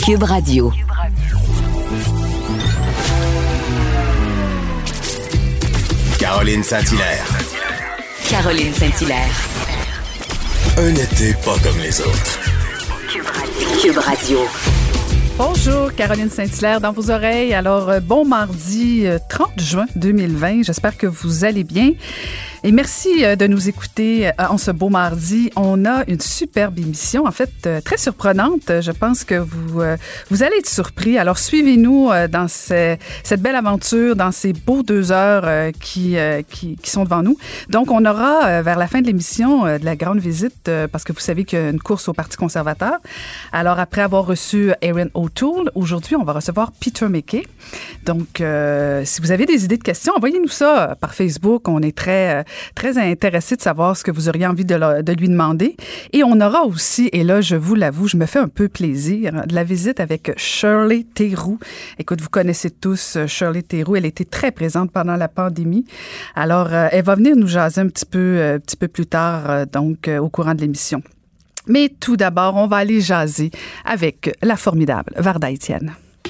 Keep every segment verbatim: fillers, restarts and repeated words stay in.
Cube Radio. Caroline Saint-Hilaire. Caroline Saint-Hilaire. Un été pas comme les autres. Cube Radio. Cube Radio. Bonjour, Caroline Saint-Hilaire dans vos oreilles. Alors, euh, bon mardi euh, trente juin deux mille vingt. J'espère que vous allez bien. Et merci euh, de nous écouter euh, en ce beau mardi. On a une superbe émission, en fait, euh, très surprenante. Je pense que vous, euh, vous allez être surpris. Alors, suivez-nous euh, dans ce, cette belle aventure, dans ces beaux deux heures euh, qui, euh, qui, qui sont devant nous. Donc, on aura, euh, vers la fin de l'émission, euh, de la grande visite, euh, parce que vous savez qu'il y a une course au Parti conservateur. Alors, après avoir reçu Erin O'Toole, aujourd'hui, on va recevoir Peter MacKay. Donc, euh, si vous avez des idées de questions, envoyez-nous ça par Facebook. On est très, très intéressés de savoir ce que vous auriez envie de, le, de lui demander. Et on aura aussi, et là, je vous l'avoue, je me fais un peu plaisir, de la visite avec Shirley Théroux. Écoute, vous connaissez tous Shirley Théroux. Elle était très présente pendant la pandémie. Alors, euh, elle va venir nous jaser un petit peu, un petit peu plus tard, euh, donc, euh, au courant de l'émission. Mais tout d'abord, on va aller jaser avec la formidable Varda Étienne.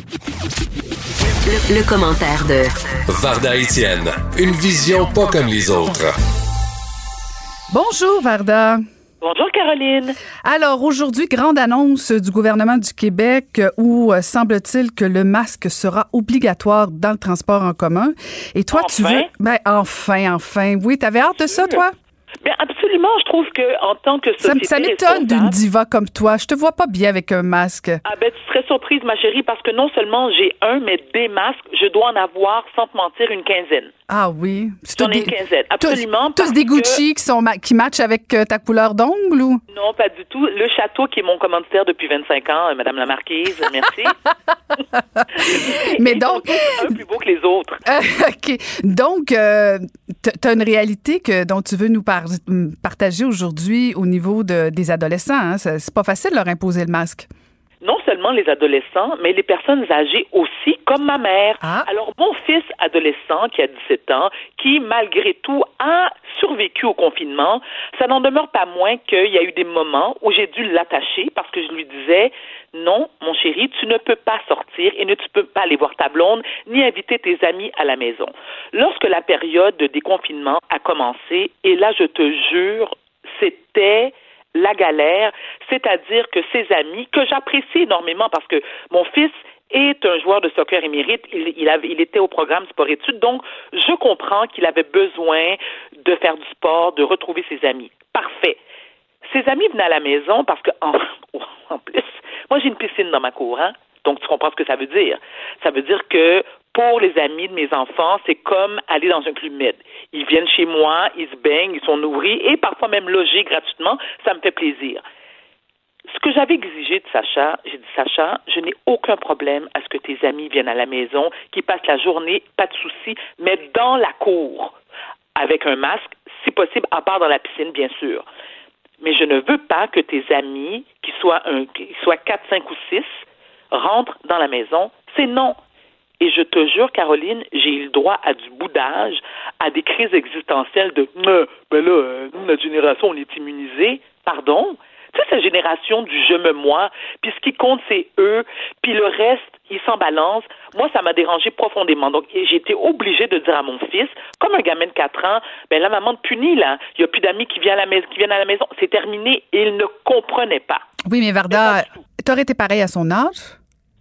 Le, le commentaire de Varda Étienne, une vision pas comme les autres. Bonjour Varda. Bonjour Caroline. Alors aujourd'hui, grande annonce du gouvernement du Québec où euh, semble-t-il que le masque sera obligatoire dans le transport en commun. Et toi, enfin? tu veux... Ben enfin, enfin. Oui, t'avais hâte de ça, toi? Bien, absolument. Je trouve que en tant que Ça, société ça m'étonne d'une responsable- diva comme toi. Je te vois pas bien avec un masque. Ah ben, tu serais surprise, ma chérie, parce que non seulement j'ai un, mais des masques, je dois en avoir, sans te mentir, une quinzaine. Ah oui? C'est J'en ai des- une quinzaine. tous- Absolument. Tous, parce des que- Gucci qui, sont ma- qui matchent avec euh, ta couleur d'ongle ou? Non, pas du tout. Le Château, qui est mon commanditaire depuis vingt-cinq ans, euh, Madame la Marquise, merci. Mais Ils donc- sont tous un plus beau que les autres. Euh, OK. Donc, euh, tu as une réalité que, dont tu veux nous par- partager aujourd'hui au niveau de, des adolescents. Hein? C'est c'est pas facile de leur imposer le masque. Non seulement les adolescents, mais les personnes âgées aussi, comme ma mère. Ah. Alors, mon fils adolescent, qui a dix-sept ans, qui, malgré tout, a survécu au confinement, ça n'en demeure pas moins qu'il y a eu des moments où j'ai dû l'attacher parce que je lui disais, non, mon chéri, tu ne peux pas sortir et ne tu peux pas aller voir ta blonde ni inviter tes amis à la maison. Lorsque la période de déconfinement a commencé, et là, je te jure, c'était la galère, c'est-à-dire que ses amis, que j'apprécie énormément parce que mon fils est un joueur de soccer émérite, il, il, avait, il était au programme sport-études, donc je comprends qu'il avait besoin de faire du sport, de retrouver ses amis. Parfait. Ses amis venaient à la maison parce que, en, en plus, moi j'ai une piscine dans ma cour, hein? Donc tu comprends ce que ça veut dire. Ça veut dire que pour les amis de mes enfants, c'est comme aller dans un club med. Ils viennent chez moi, ils se baignent, ils sont nourris et parfois même logés gratuitement. Ça me fait plaisir. Ce que j'avais exigé de Sacha, j'ai dit, Sacha, je n'ai aucun problème à ce que tes amis viennent à la maison, qu'ils passent la journée, pas de souci, mais dans la cour, avec un masque, si possible, à part dans la piscine, bien sûr. Mais je ne veux pas que tes amis, qu'ils soient, un, qu'ils soient quatre, cinq ou six, rentrent dans la maison. C'est non. Et je te jure, Caroline, j'ai eu le droit à du boudage, à des crises existentielles de euh, « ben là, euh, nous, notre génération, on est immunisés. » Pardon? Tu sais, cette génération du « je me moi », puis ce qui compte, c'est eux, puis le reste, ils s'en balancent. Moi, ça m'a dérangé profondément. Donc, j'ai été obligée de dire à mon fils, comme un gamin de quatre ans, ben la maman te punit, là. Il n'y a plus d'amis qui viennent à la maison, qui viennent à la maison. C'est terminé. Et il ne comprenait pas. Oui, mais Varda, t'aurais été pareil à son âge?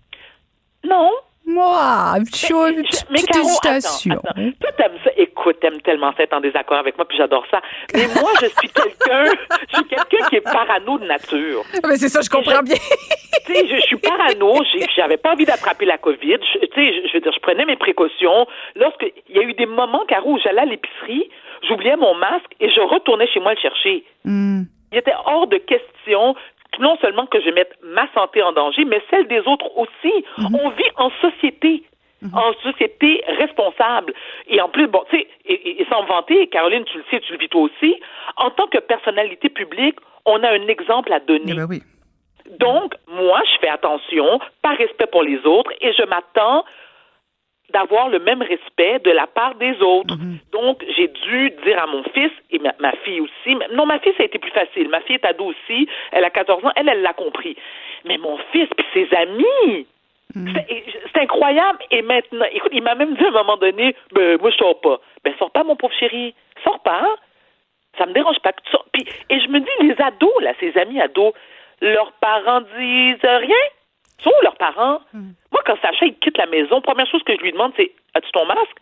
Non. Moi, une chose, une petite, mais petite Caro, hésitation. attends, attends. Toi, t'aimes ça. Écoute, t'aimes tellement ça être en désaccord avec moi, puis j'adore ça. Mais moi, je suis quelqu'un, je suis quelqu'un qui est parano de nature. Mais c'est ça, je comprends je, bien. Tu sais, je, je suis parano, j'ai, j'avais pas envie d'attraper la COVID. Tu sais, je, je veux dire, je prenais mes précautions. Lorsque il y a eu des moments, Caro, où j'allais à l'épicerie, j'oubliais mon masque et je retournais chez moi le chercher. Mm. Il était hors de question non seulement que je mette ma santé en danger, mais celle des autres aussi. Mm-hmm. On vit en société. Mm-hmm. En société responsable. Et en plus, bon, tu sais, et, et, et sans me vanter, Caroline, tu le sais, tu le vis toi aussi, en tant que personnalité publique, on a un exemple à donner. Eh ben oui. Donc, moi, je fais attention, par respect pour les autres, et je m'attends d'avoir le même respect de la part des autres. Mm-hmm. Donc, j'ai dû dire à mon fils, et ma, ma fille aussi, non, ma fille, ça a été plus facile. Ma fille est ado aussi, elle a quatorze ans, elle, elle l'a compris. mais mon fils puis ses amis. Mm. C'est, c'est incroyable. Et maintenant, écoute, il m'a même dit à un moment donné, ben, moi, je sors pas. Ben, sors pas, mon pauvre chéri. Sors pas. Hein? Ça me dérange pas que tu sors. Puis, et je me dis, les ados, là, ces amis ados, leurs parents disent rien. Sont où leurs parents? Mm. Moi, quand Sacha, il quitte la maison, première chose que je lui demande, c'est, as-tu ton masque?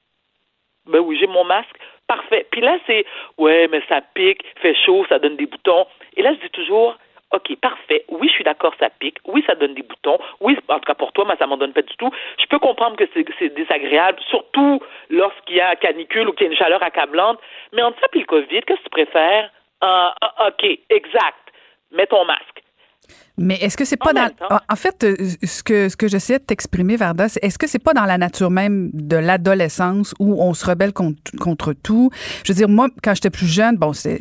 Ben oui, j'ai mon masque. Parfait. Puis là, c'est, ouais, mais ça pique, fait chaud, ça donne des boutons. Et là, je dis toujours, OK, parfait. Oui, je suis d'accord, ça pique. Oui, ça donne des boutons. Oui, en tout cas pour toi, moi, ça m'en donne pas du tout. Je peux comprendre que c'est, c'est désagréable, surtout lorsqu'il y a canicule ou qu'il y a une chaleur accablante. Mais entre ça et le COVID, qu'est-ce que tu préfères? Euh, OK, exact. Mets ton masque. Mais est-ce que c'est pas dans... En fait, ce que, ce que j'essayais de t'exprimer, Varda, c'est est-ce que c'est pas dans la nature même de l'adolescence où on se rebelle contre, contre tout? Je veux dire, moi, quand j'étais plus jeune, bon, c'est...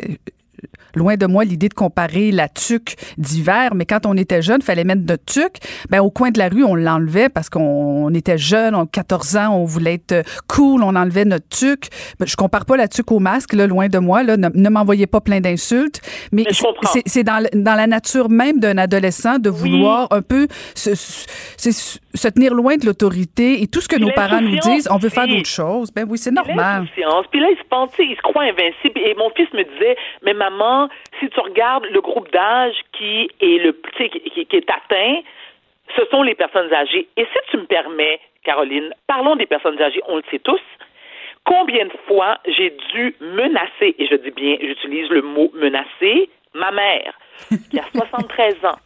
Loin de moi l'idée de comparer la tuque d'hiver, mais quand on était jeune, il fallait mettre notre tuque. Ben, au coin de la rue, on l'enlevait parce qu'on on était jeune, on quatorze ans, on voulait être cool, on enlevait notre tuque. Ben, je compare pas la tuque au masque, là, loin de moi, là, ne, ne m'envoyez pas plein d'insultes, mais, mais c'est, c'est dans, dans la nature même d'un adolescent de vouloir oui. un peu se, se, se tenir loin de l'autorité et tout ce que nos parents nous disent, on veut faire d'autres choses. Ben oui, c'est normal. Puis là, il se pense, il se croit invincible. Et mon fils me disait, mais maman, si tu regardes le groupe d'âge qui est le qui, qui, qui est atteint, ce sont les personnes âgées. Et si tu me permets, Caroline, parlons des personnes âgées, on le sait tous. Combien de fois j'ai dû menacer, et je dis bien, j'utilise le mot menacer, ma mère, qui a soixante-treize ans,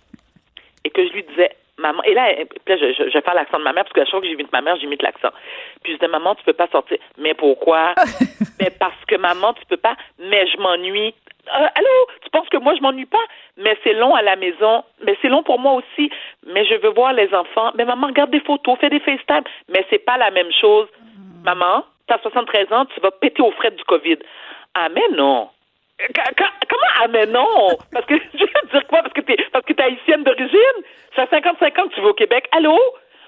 et que je lui disais, maman, et là, là je, je, je vais faire l'accent de ma mère, parce que chaque fois que j'imite ma mère, j'imite l'accent. Puis je disais, maman, tu peux pas sortir. Mais pourquoi? Mais parce que maman, tu peux pas. Mais je m'ennuie. Euh, allô, tu penses que moi je m'ennuie pas? Mais c'est long à la maison, mais c'est long pour moi aussi. Mais je veux voir les enfants. Mais maman, regarde des photos, fais des FaceTime. Mais c'est pas la même chose. Mmh. Maman, t'as soixante-treize ans, tu vas péter aux frais du COVID. Ah mais non. Comment ah mais non? Parce que je veux dire quoi? Parce que t'es parce que t'es haïtienne d'origine? Ça fait cinquante-cinq ans que tu vas au Québec. Allô?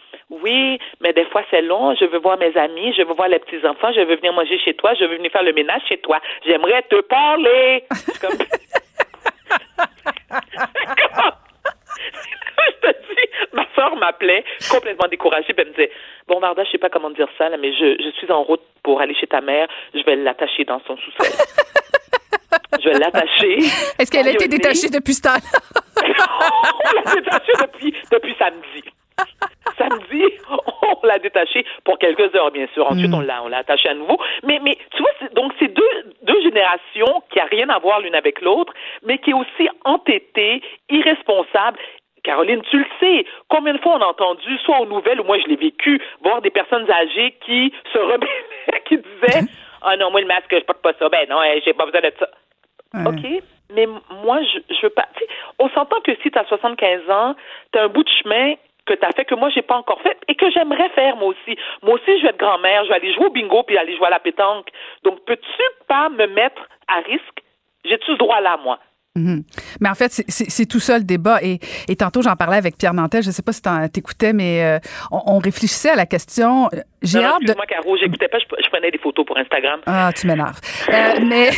Oui, mais des fois c'est long. Je veux voir mes amis, je veux voir les petits enfants, je veux venir manger chez toi, je veux venir faire le ménage chez toi. J'aimerais te parler. Comme... Comment? Je te dis, ma soeur m'appelait complètement découragée, puis elle me disait, bon Varda, je sais pas comment dire ça, là, mais je, je suis en route pour aller chez ta mère, je vais l'attacher dans son sous-sol. Je vais l'attacher. Est-ce qu'elle a été détachée depuis ce temps-là? On l'a détachée depuis, depuis samedi. Samedi, on l'a détachée pour quelques heures, bien sûr. Ensuite, mm. on l'a, on l'a attachée à nouveau. Mais, mais tu vois, c'est, donc c'est deux, deux générations qui n'ont rien à voir l'une avec l'autre, mais qui est aussi entêtée, irresponsable. Caroline, tu le sais, combien de fois on a entendu, soit aux nouvelles, ou moi je l'ai vécu, voir des personnes âgées qui se rebellaient, qui disaient « Ah non, moi le masque, je porte pas ça. Ben non, j'ai pas besoin de ça. Ouais. » OK, mais moi, je, je veux pas... Tu sais, on s'entend que si tu as soixante-quinze ans, tu as un bout de chemin que tu as fait, que moi, j'ai pas encore fait et que j'aimerais faire, moi aussi. Moi aussi, je vais être grand-mère, je vais aller jouer au bingo puis aller jouer à la pétanque. Donc, peux-tu pas me mettre à risque? J'ai-tu ce droit-là, moi? Mm-hmm. Mais en fait, c'est, c'est, c'est tout ça le débat. Et, et tantôt, j'en parlais avec Pierre Nantel. Je ne sais pas si t'écoutais, mais euh, on, on réfléchissait à la question. J'ai non, non, hâte excuse-moi, de... Caro, j'écoutais pas. Je, je prenais des photos pour Instagram. Ah, tu m'énerves. Euh, mais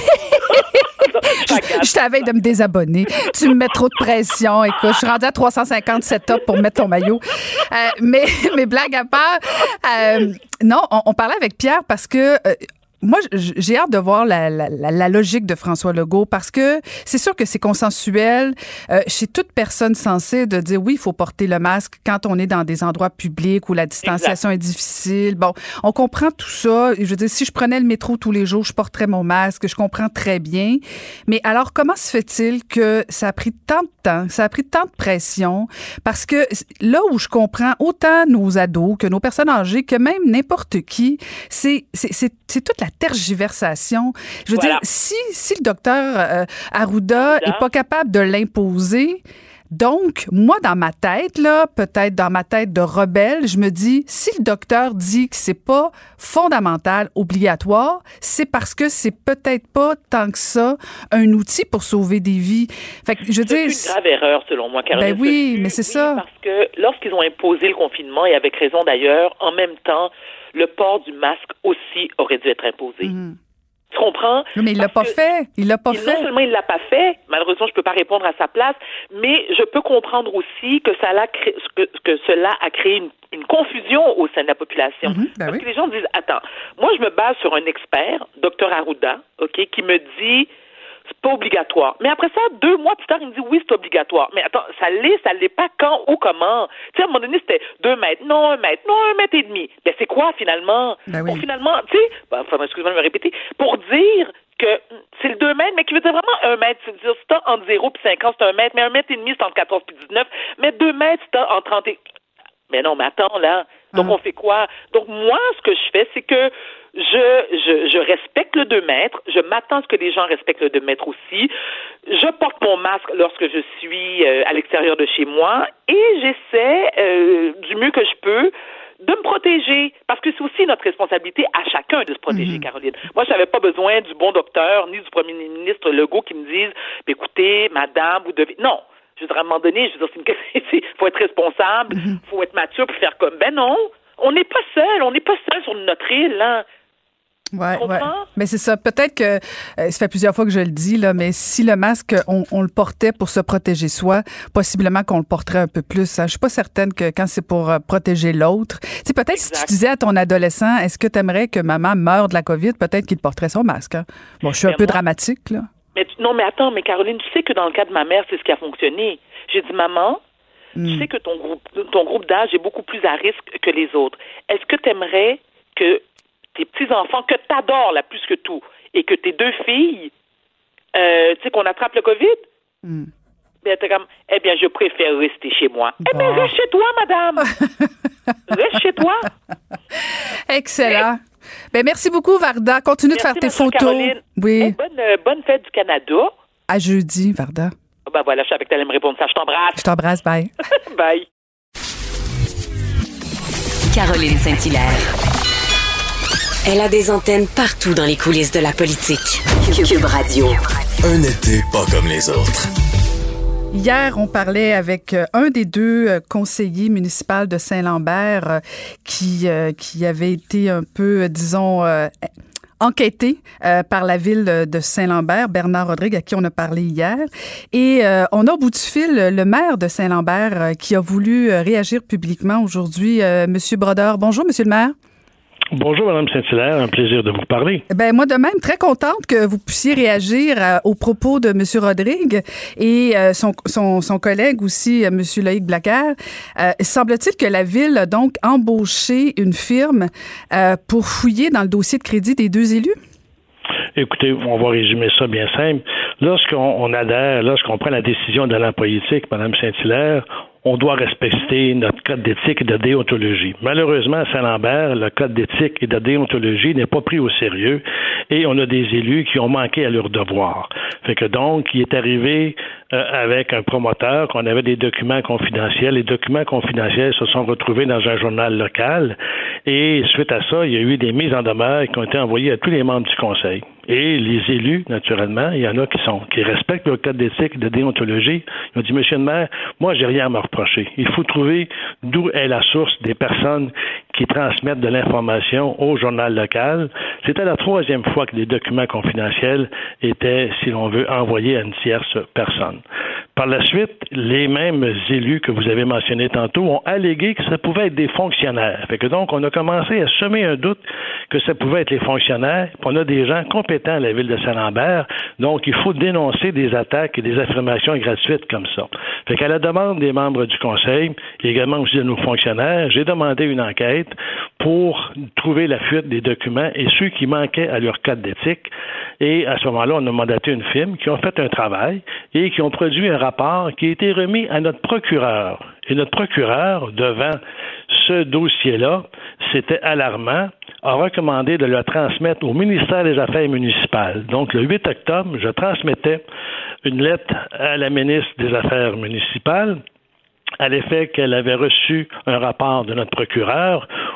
je, je t'avais de me désabonner. Tu me mets trop de pression. Écoute, je suis rendue à trois cent cinquante setups pour mettre ton maillot. Euh, mais, mais blague à part, euh, non, on, on parlait avec Pierre parce que euh, moi, j'ai hâte de voir la, la, la logique de François Legault parce que c'est sûr que c'est consensuel euh, chez toute personne sensée de dire oui, il faut porter le masque quand on est dans des endroits publics où la distanciation exact. Est difficile. Bon, on comprend tout ça. Je veux dire, si je prenais le métro tous les jours, je porterais mon masque. Je comprends très bien. Mais alors, comment se fait-il que ça a pris tant de temps, ça a pris tant de pression? Parce que là où je comprends autant nos ados que nos personnes âgées, que même n'importe qui, c'est, c'est, c'est, c'est toute la tergiversation. Je veux voilà. dire, si, si le docteur euh, Arruda n'est pas capable de l'imposer, donc, moi, dans ma tête, là, peut-être dans ma tête de rebelle, je me dis, si le docteur dit que c'est pas fondamental, obligatoire, c'est parce que c'est peut-être pas tant que ça un outil pour sauver des vies. Fait que, je veux dire, c'est une grave erreur, selon moi, Caroline. Ben oui, mais c'est oui, ça. Parce que lorsqu'ils ont imposé le confinement, et avec raison d'ailleurs, en même temps, le port du masque aussi aurait dû être imposé. Mmh. Tu comprends? Oui, mais il l'a pas fait. Il l'a pas il, fait. Non seulement il l'a pas fait, malheureusement, je peux pas répondre à sa place, mais je peux comprendre aussi que ça a créé, que, que cela a créé une, une confusion au sein de la population. Mm-hmm, ben Parce oui. que les gens disent, attends, moi, je me base sur un expert, docteur Arruda, OK, qui me dit, c'est pas obligatoire. Mais après ça, deux mois plus tard, il me dit oui, c'est obligatoire. Mais attends, ça l'est, ça l'est pas quand ou comment? Tu sais, à un moment donné, c'était deux mètres, non, un mètre, non, un mètre et demi. Ben, c'est quoi, finalement? Ben oui. Pour finalement, tu sais, ben, enfin, excusez-moi de me répéter, pour dire que c'est le deux mètres, mais qui veut dire vraiment un mètre. C'est-à-dire, c'est entre zéro et cinq ans, c'est un mètre, mais un mètre et demi, c'est entre quatorze et dix-neuf. Mais deux mètres, c'est entre trente et... Mais non, mais attends, là. Donc, Ah. on fait quoi? Donc, moi, ce que je fais, c'est que je, je, je respecte le deux mètres. Je m'attends à ce que les gens respectent le deux mètres aussi. Je porte mon masque lorsque je suis euh, à l'extérieur de chez moi et j'essaie, euh, du mieux que je peux, de me protéger. Parce que c'est aussi notre responsabilité à chacun de se protéger, mm-hmm. Caroline. Moi, je n'avais pas besoin du bon docteur ni du premier ministre Legault qui me disent, écoutez, madame, vous devez... Non. Je veux dire, à un moment donné, je veux dire, il faut être responsable, il mm-hmm. faut être mature pour faire comme... Ben non, on n'est pas seul, on n'est pas seul sur notre île, là. Ouais, ouais. Mais c'est ça. Peut-être que, euh, ça fait plusieurs fois que je le dis, là, mais si le masque, on, on le portait pour se protéger soi, possiblement qu'on le porterait un peu plus. Hein. Je suis pas certaine que quand c'est pour euh, protéger l'autre. Tu sais, peut-être exact. Si tu disais à ton adolescent, est-ce que tu aimerais que maman meure de la COVID, peut-être qu'il porterait son masque. Hein. Bon, je suis mais un peu moi, dramatique, là. Mais tu, non, mais attends, mais Caroline, tu sais que dans le cas de ma mère, c'est ce qui a fonctionné. J'ai dit, maman, mm. tu sais que ton groupe, ton groupe d'âge est beaucoup plus à risque que les autres. Est-ce que tu aimerais que tes petits-enfants, que tu adores là plus que tout, et que tes deux filles, euh, tu sais, qu'on attrape le COVID? Mm. Ben, t'es comme, eh bien, je préfère rester chez moi. Bon. Eh bien, reste chez toi, madame. Reste chez toi. Excellent. Mais, ben, merci beaucoup, Varda. Continue merci, de faire tes photos. Caroline. Oui. Hey, bonne, euh, bonne fête du Canada. À jeudi, Varda. Oh, ben voilà, je savais que tu allais me répondre ça. Je t'embrasse. Je t'embrasse. Bye. Bye. Caroline Saint-Hilaire. Elle a des antennes partout dans les coulisses de la politique. Cube Radio. Un été pas comme les autres. Hier, on parlait avec un des deux conseillers municipaux de Saint-Lambert qui, qui avait été un peu, disons, enquêté euh, par la ville de Saint-Lambert, Bernard Rodrigue, à qui on a parlé hier. Et euh, on a au bout du fil le maire de Saint-Lambert euh, qui a voulu euh, réagir publiquement aujourd'hui. Euh, Monsieur Brodeur, bonjour, Monsieur le maire. Bonjour, Mme Saint-Hilaire. Un plaisir de vous parler. Ben moi de même, très contente que vous puissiez réagir à, aux propos de M. Rodrigue et euh, son, son, son collègue aussi, M. Loïc Blaquer. Euh, semble-t-il que la Ville a donc embauché une firme euh, pour fouiller dans le dossier de crédit des deux élus? Écoutez, on va résumer ça bien simple. Lorsqu'on on adhère, lorsqu'on prend la décision d'aller en politique, Mme Saint-Hilaire, on doit respecter notre code d'éthique et de déontologie. Malheureusement, à Saint-Lambert, le code d'éthique et de déontologie n'est pas pris au sérieux et on a des élus qui ont manqué à leur devoir. Fait que donc, il est arrivé euh, avec un promoteur qu'on avait des documents confidentiels. Les documents confidentiels se sont retrouvés dans un journal local et suite à ça, il y a eu des mises en demeure qui ont été envoyées à tous les membres du conseil. Et les élus, naturellement, il y en a qui sont qui respectent le code d'éthique et de déontologie. Ils ont dit, monsieur le maire, moi, j'ai rien à me reprocher. Il faut trouver d'où est la source des personnes qui transmettent de l'information au journal local. C'était la troisième fois que les documents confidentiels étaient, si l'on veut, envoyés à une tierce personne. Par la suite, les mêmes élus que vous avez mentionnés tantôt ont allégué que ça pouvait être des fonctionnaires. Fait que donc, on a commencé à semer un doute que ça pouvait être les fonctionnaires. Puis on a des gens compétents à la ville de Saint-Lambert. Donc, il faut dénoncer des attaques et des affirmations gratuites comme ça. Fait qu'à la demande des membres du conseil, et également aussi de nos fonctionnaires, j'ai demandé une enquête pour trouver la fuite des documents et ceux qui manquaient à leur code d'éthique. Et à ce moment-là, on a mandaté une firme qui ont fait un travail et qui ont produit un rapport qui a été remis à notre procureur. Et notre procureur, devant ce dossier-là, c'était alarmant, a recommandé de le transmettre au ministère des Affaires municipales. Donc, le huit octobre, je transmettais une lettre à la ministre des Affaires municipales à l'effet qu'elle avait reçu un rapport de notre procureur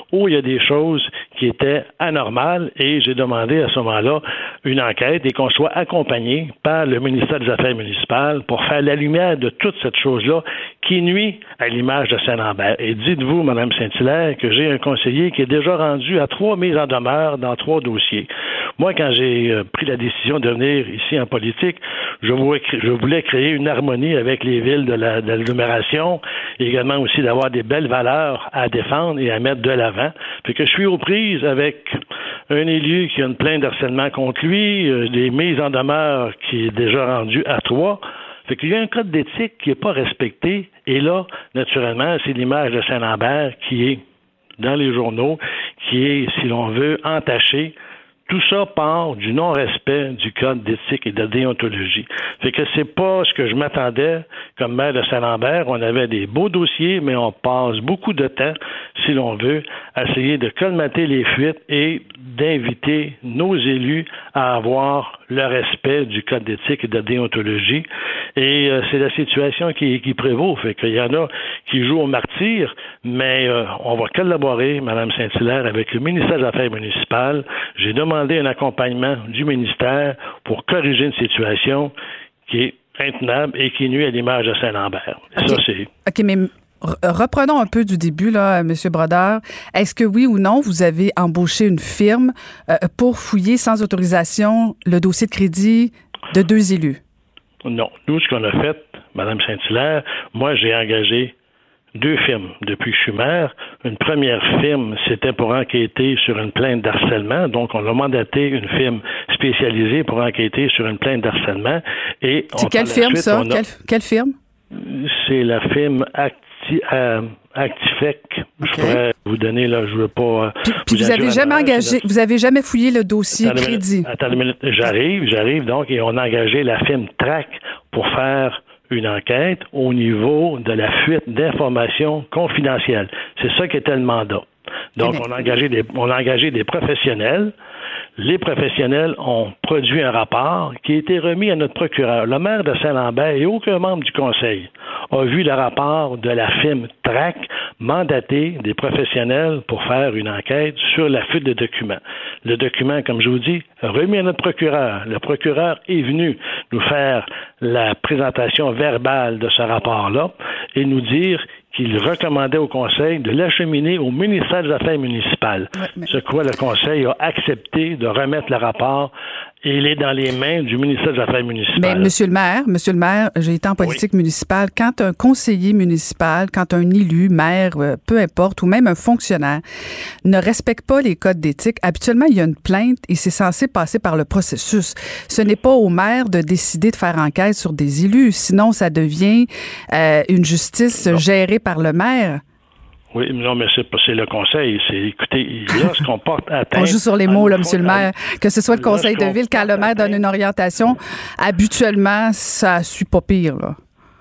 où il y a des choses qui étaient anormales et j'ai demandé à ce moment-là une enquête et qu'on soit accompagné par le ministère des Affaires municipales pour faire la lumière de toute cette chose-là qui nuit à l'image de Saint-Lambert. Et dites-vous, Mme Saint-Hilaire, que j'ai un conseiller qui est déjà rendu à trois mises en demeure dans trois dossiers. Moi, quand j'ai euh, pris la décision de venir ici en politique, je voulais, je voulais créer une harmonie avec les villes de, la, de l'agglomération, et également aussi d'avoir des belles valeurs à défendre et à mettre de l'avant. Fait que je suis aux prises avec un élu qui a une plainte d'harcèlement contre lui, euh, des mises en demeure qui est déjà rendu à trois. Fait qu'il y a un code d'éthique qui n'est pas respecté. Et là, naturellement, c'est l'image de Saint-Lambert qui est dans les journaux, qui est, si l'on veut, entachée. Tout ça part du non-respect du code d'éthique et de déontologie. Fait que c'est pas ce que je m'attendais comme maire de Saint-Lambert. On avait des beaux dossiers, mais on passe beaucoup de temps, si l'on veut, à essayer de colmater les fuites et d'inviter nos élus à avoir le respect du code d'éthique et de déontologie. Et euh, c'est la situation qui, qui prévaut. Fait qu'il y en a qui jouent au martyr, mais euh, on va collaborer, Mme Saint-Hilaire, avec le ministère des Affaires municipales. J'ai demandé un accompagnement du ministère pour corriger une situation qui est intenable et qui nuit à l'image de Saint-Lambert. Okay. Ça, c'est... OK, mais reprenons un peu du début, là, M. Brodeur. Est-ce que oui ou non, vous avez embauché une firme euh, pour fouiller sans autorisation le dossier de crédit de deux élus? Non. Nous, ce qu'on a fait, Mme Saint-Hilaire, moi, j'ai engagé deux firmes depuis que je suis maire. Une première firme, c'était pour enquêter sur une plainte d'harcèlement. Donc, on a mandaté une firme spécialisée pour enquêter sur une plainte d'harcèlement. Et c'est quelle firme, suite, ça? A... Quelle, quelle firme? C'est la firme Acti, euh, Actifec. Okay. Je pourrais vous donner, là, je veux pas... Puis, puis vous, vous avez jamais engagé, vous avez jamais fouillé le dossier attends crédit? Attends une minute, j'arrive, j'arrive, donc, et on a engagé la firme Trac pour faire une enquête au niveau de la fuite d'informations confidentielles. C'est ça qui était le mandat. Donc, on a engagé des, on a engagé des professionnels. Les professionnels ont produit un rapport qui a été remis à notre procureur. Le maire de Saint-Lambert et aucun membre du conseil a vu le rapport de la firme Trac mandater des professionnels pour faire une enquête sur la fuite de documents. Le document, comme je vous dis, remis à notre procureur. Le procureur est venu nous faire la présentation verbale de ce rapport-là et nous dire qu'il recommandait au Conseil de l'acheminer au ministère des Affaires municipales. Ouais, mais... Ce quoi le Conseil a accepté de remettre le rapport et il est dans les mains du ministère des Affaires municipales. Mais monsieur le maire, monsieur le maire, j'ai été en politique oui. municipale. Quand un conseiller municipal, quand un élu, maire, peu importe, ou même un fonctionnaire, ne respecte pas les codes d'éthique, habituellement, il y a une plainte et c'est censé passer par le processus. Ce n'est pas au maire de décider de faire enquête sur des élus, sinon ça devient euh, une justice non. gérée par le maire. Oui, non, mais c'est, c'est le conseil. C'est, écoutez, lorsqu'on porte atteinte... On joue sur les mots, là, monsieur le maire. Que ce soit le conseil de ville, quand le maire donne une orientation, habituellement, ça ne suit pas pire, là.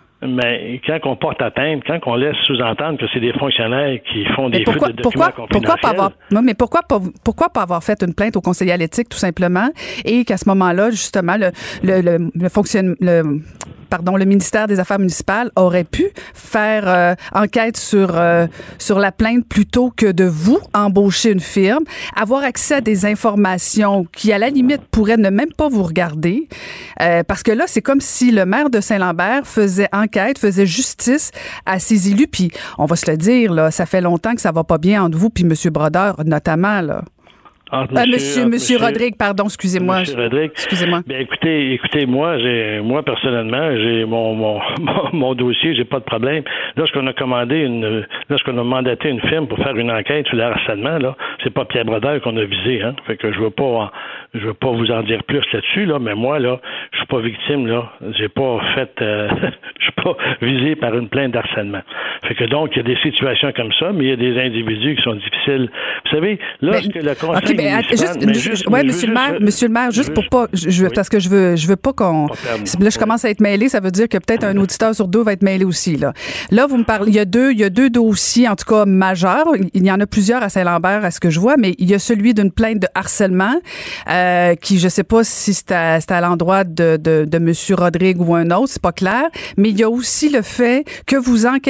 Mais quand on porte atteinte, quand on laisse sous-entendre que c'est des fonctionnaires qui font des pourquoi, fuites de documents pourquoi, pourquoi pas avoir, mais pourquoi pas, pourquoi pas avoir fait une plainte au conseiller à l'éthique, tout simplement, et qu'à ce moment-là, justement, le, le, le, le fonctionne, le, pardon, le ministère des Affaires municipales aurait pu faire euh, enquête sur euh, sur la plainte plutôt que de vous embaucher une firme, avoir accès à des informations qui, à la limite, pourraient ne même pas vous regarder, euh, parce que là, c'est comme si le maire de Saint-Lambert faisait enquête, faisait justice à ses élus, puis on va se le dire, là, ça fait longtemps que ça va pas bien entre vous puis M. Brodeur, notamment, là. Ah, monsieur, euh, monsieur, monsieur Rodrigue, pardon, excusez-moi. Monsieur Rodrigue. Excusez-moi. Bien, écoutez, écoutez, moi, j'ai, moi personnellement, j'ai mon, mon, mon, mon dossier, j'ai pas de problème. Lorsqu'on a commandé une, lorsqu'on a mandaté une firme pour faire une enquête sur le harcèlement, là, c'est pas Pierre Brodeur qu'on a visé, hein. Fait que je veux pas, je veux pas vous en dire plus là-dessus, là, mais moi, là, je suis pas victime, là. J'ai pas fait, euh, je suis pas visé par une plainte d'harcèlement. Fait que donc, il y a des situations comme ça, mais il y a des individus qui sont difficiles. Vous savez, lorsque mais, le conseil okay, mais, juste, mais juste, ouais, monsieur le maire, juste, monsieur le maire, juste, juste pour pas, je, je, oui. parce que je veux, je veux pas qu'on, pas là, je commence à être mêlé, ça veut dire que peut-être un auditeur sur deux va être mêlé aussi, là. Là, vous me parlez, il y a deux, il y a deux dossiers, en tout cas, majeurs. Il y en a plusieurs à Saint-Lambert, à ce que je vois, mais il y a celui d'une plainte de harcèlement, euh, qui, je sais pas si c'est à, c'est à l'endroit de, de, de monsieur Rodrigue ou un autre, c'est pas clair, mais il y a aussi le fait que vous enquêtez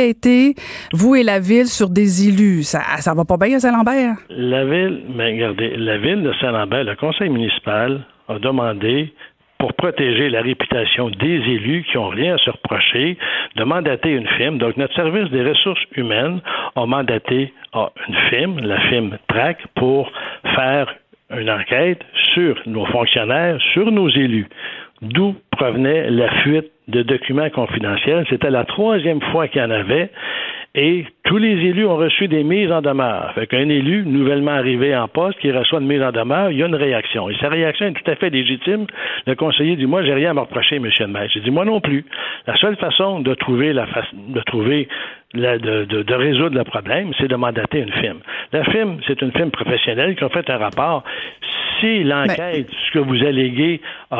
enquêter, vous et la Ville, sur des élus. Ça, ça va pas bien à Saint-Lambert? La Ville, mais regardez, la Ville de Saint-Lambert, le conseil municipal a demandé, pour protéger la réputation des élus qui n'ont rien à se reprocher, de mandater une firme. Donc, notre service des ressources humaines a mandaté ah, une firme, la firme T R A C, pour faire une enquête sur nos fonctionnaires, sur nos élus. D'où provenait la fuite de documents confidentiels. C'était la troisième fois qu'il y en avait. Et tous les élus ont reçu des mises en demeure. Fait qu'un élu nouvellement arrivé en poste qui reçoit une mise en demeure, il y a une réaction. Et sa réaction est tout à fait légitime. Le conseiller dit, moi, j'ai rien à me reprocher, monsieur le maire. J'ai dit, moi non plus. La seule façon de trouver la fa- de trouver la, de, de, de résoudre le problème, c'est de mandater une firme. La firme, c'est une firme professionnelle qui a fait un rapport. Si l'enquête, mais... ce que vous alléguez,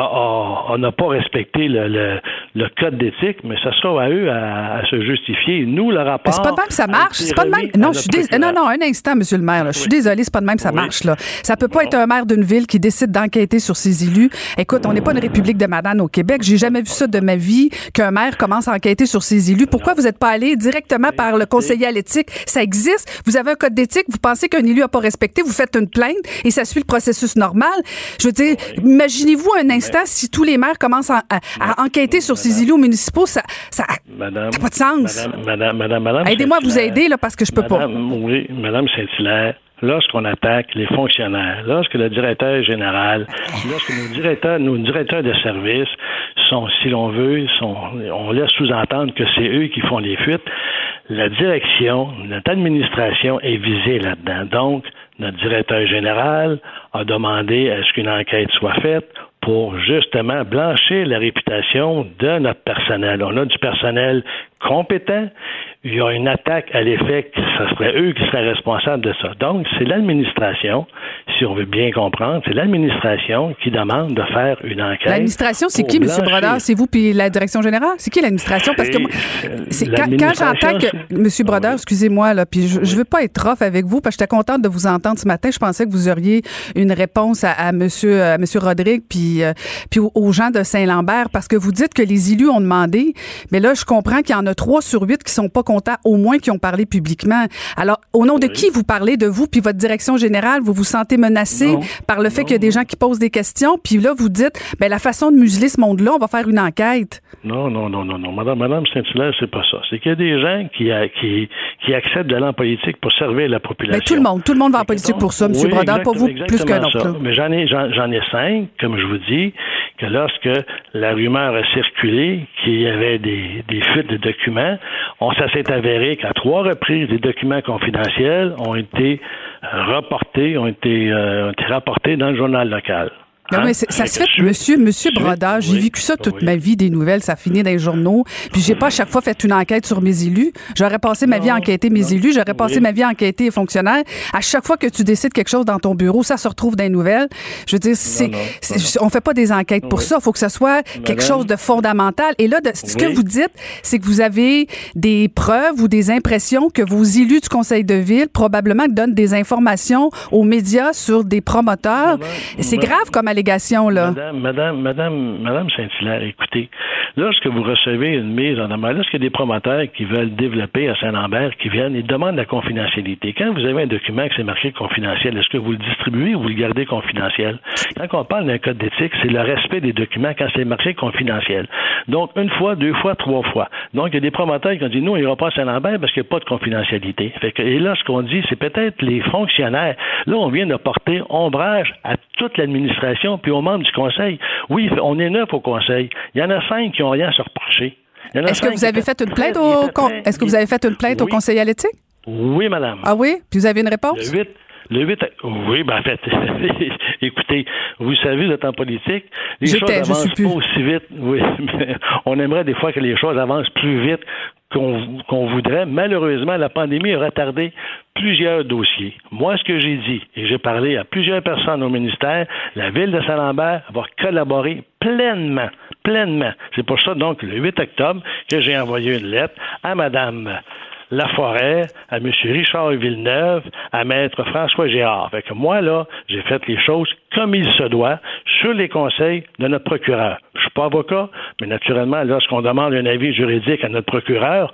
on n'a pas respecté le, le, le code d'éthique, mais ce sera à eux à, à se justifier. Nous, le rapport... Mais c'est pas de même que ça marche. C'est pas de même... Non, je suis dés... non, non, un instant, monsieur le maire. Là. Je suis oui. désolée, c'est pas de même que ça oui. marche. Là. Ça peut pas bon. être un maire d'une ville qui décide d'enquêter sur ses élus. Écoute, on n'est pas une république de banane au Québec. J'ai jamais vu ça de ma vie, qu'un maire commence à enquêter sur ses élus. Pourquoi non. vous n'êtes pas allé directement oui. par le conseiller à l'éthique? Ça existe. Vous avez un code d'éthique. Vous pensez qu'un élu n'a pas respecté. Vous faites une plainte et ça suit le processus normal. Je veux dire, oui. imaginez-vous un instant oui. si tous les maires commencent à, à, à enquêter sur madame, ces élus municipaux, ça n'a pas de sens. Madame, madame, madame, madame Aidez-moi à vous aider, là, parce que je peux madame, pas. Oui, madame Saint-Hilaire, lorsqu'on attaque les fonctionnaires, lorsque le directeur général, lorsque nos directeurs, nos directeurs de service sont, si l'on veut, sont, on laisse sous-entendre que c'est eux qui font les fuites, la direction, notre administration est visée là-dedans. Donc, notre directeur général a demandé à ce qu'une enquête soit faite pour justement blanchir la réputation de notre personnel. On a du personnel compétent. Il y a une attaque à l'effet que ce serait eux qui seraient responsables de ça. Donc, c'est l'administration, si on veut bien comprendre, c'est l'administration qui demande de faire une enquête. L'administration, c'est qui, M. Brodeur? C'est vous puis la direction générale? C'est qui l'administration? Parce que moi, c'est quand, quand j'entends que... M. Brodeur, oui. excusez-moi, là, puis je, oui. je veux pas être rough avec vous, parce que j'étais contente de vous entendre ce matin. Je pensais que vous auriez une réponse à, à M. à monsieur Rodrigue puis, euh, puis aux, aux gens de Saint-Lambert, parce que vous dites que les élus ont demandé, mais là, je comprends qu'il y en a trois sur huit qui sont pas contents, au moins qui ont parlé publiquement. Alors, au nom de oui. qui vous parlez, de vous puis votre direction générale, vous vous sentez menacé non, par le fait non, qu'il y a des gens qui posent des questions, puis là, vous dites, ben la façon de museler ce monde-là, on va faire une enquête. Non, non, non, non, non. Madame, Madame Saint-Hilaire, c'est pas ça. C'est qu'il y a des gens qui, a, qui, qui acceptent d'aller en politique pour servir la population. Ben, tout le monde. Tout le monde va en politique donc, pour ça, M. Oui, Brodeur, pas vous plus qu'un autre. Mais j'en ai, j'en, j'en ai cinq, comme je vous dis, que lorsque la rumeur a circulé qu'il y avait des, des fuites de documents, on, ça s'est avéré qu'à trois reprises, des documents confidentiels ont été reportés, ont été, euh, ont été rapportés dans le journal local. Non, mais ça se fait, suite, monsieur, monsieur Brodeur, j'ai oui, vécu ça toute oui. ma vie, des nouvelles, ça finit dans les journaux, puis j'ai pas à chaque fois fait une enquête sur mes élus. J'aurais passé ma non, vie à enquêter mes non, élus, j'aurais passé oui. ma vie à enquêter les fonctionnaires. À chaque fois que tu décides quelque chose dans ton bureau, ça se retrouve dans les nouvelles. Je veux dire, c'est, non, non, c'est, non. on fait pas des enquêtes pour oui. ça, il faut que ce soit quelque Madame. chose de fondamental. Et là, de, ce oui. que vous dites, c'est que vous avez des preuves ou des impressions que vos élus du conseil de ville, probablement, donnent des informations aux médias sur des promoteurs. Madame, c'est Madame. grave comme allégation, là. Madame, Madame, Madame, Madame Saint-Hilaire, écoutez, lorsque vous recevez une mise en demeure, lorsqu'il y a des promoteurs qui veulent développer à Saint-Lambert, qui viennent, ils demandent la confidentialité. Quand vous avez un document qui c'est marqué confidentiel, est-ce que vous le distribuez ou vous le gardez confidentiel? Quand on parle d'un code d'éthique, c'est le respect des documents quand c'est marqué confidentiel. Donc, une fois, deux fois, trois fois. Donc, il y a des promoteurs qui ont dit, nous, on n'ira pas à Saint-Lambert parce qu'il n'y a pas de confidentialité. Fait que, et là, ce qu'on dit, c'est peut-être les fonctionnaires. Là, on vient de porter ombrage à toute l'administration puis aux membres du conseil. Oui, on est neuf au conseil. Il y en a cinq qui n'ont rien à se reprocher. Est-ce que vous avez fait une plainte au con... Est-ce que vous avez fait une plainte au conseil à l'éthique? Oui, madame. Ah oui? Puis vous avez une réponse? Le huit. Le huit, oui, ben en fait, écoutez, vous savez, vous êtes en politique, les J'étais, choses avancent je pas aussi vite. Oui, mais on aimerait des fois que les choses avancent plus vite qu'on, qu'on voudrait. Malheureusement, la pandémie a retardé plusieurs dossiers. Moi, ce que j'ai dit, et j'ai parlé à plusieurs personnes au ministère, la Ville de Saint-Lambert va collaborer pleinement, pleinement. C'est pour ça, donc, le huit octobre, que j'ai envoyé une lettre à Mme Laforêt, à M. Richard Villeneuve, à Maître François Gérard. Fait que moi, là, j'ai fait les choses comme il se doit, sur les conseils de notre procureur. Je suis pas avocat, mais naturellement, lorsqu'on demande un avis juridique à notre procureur,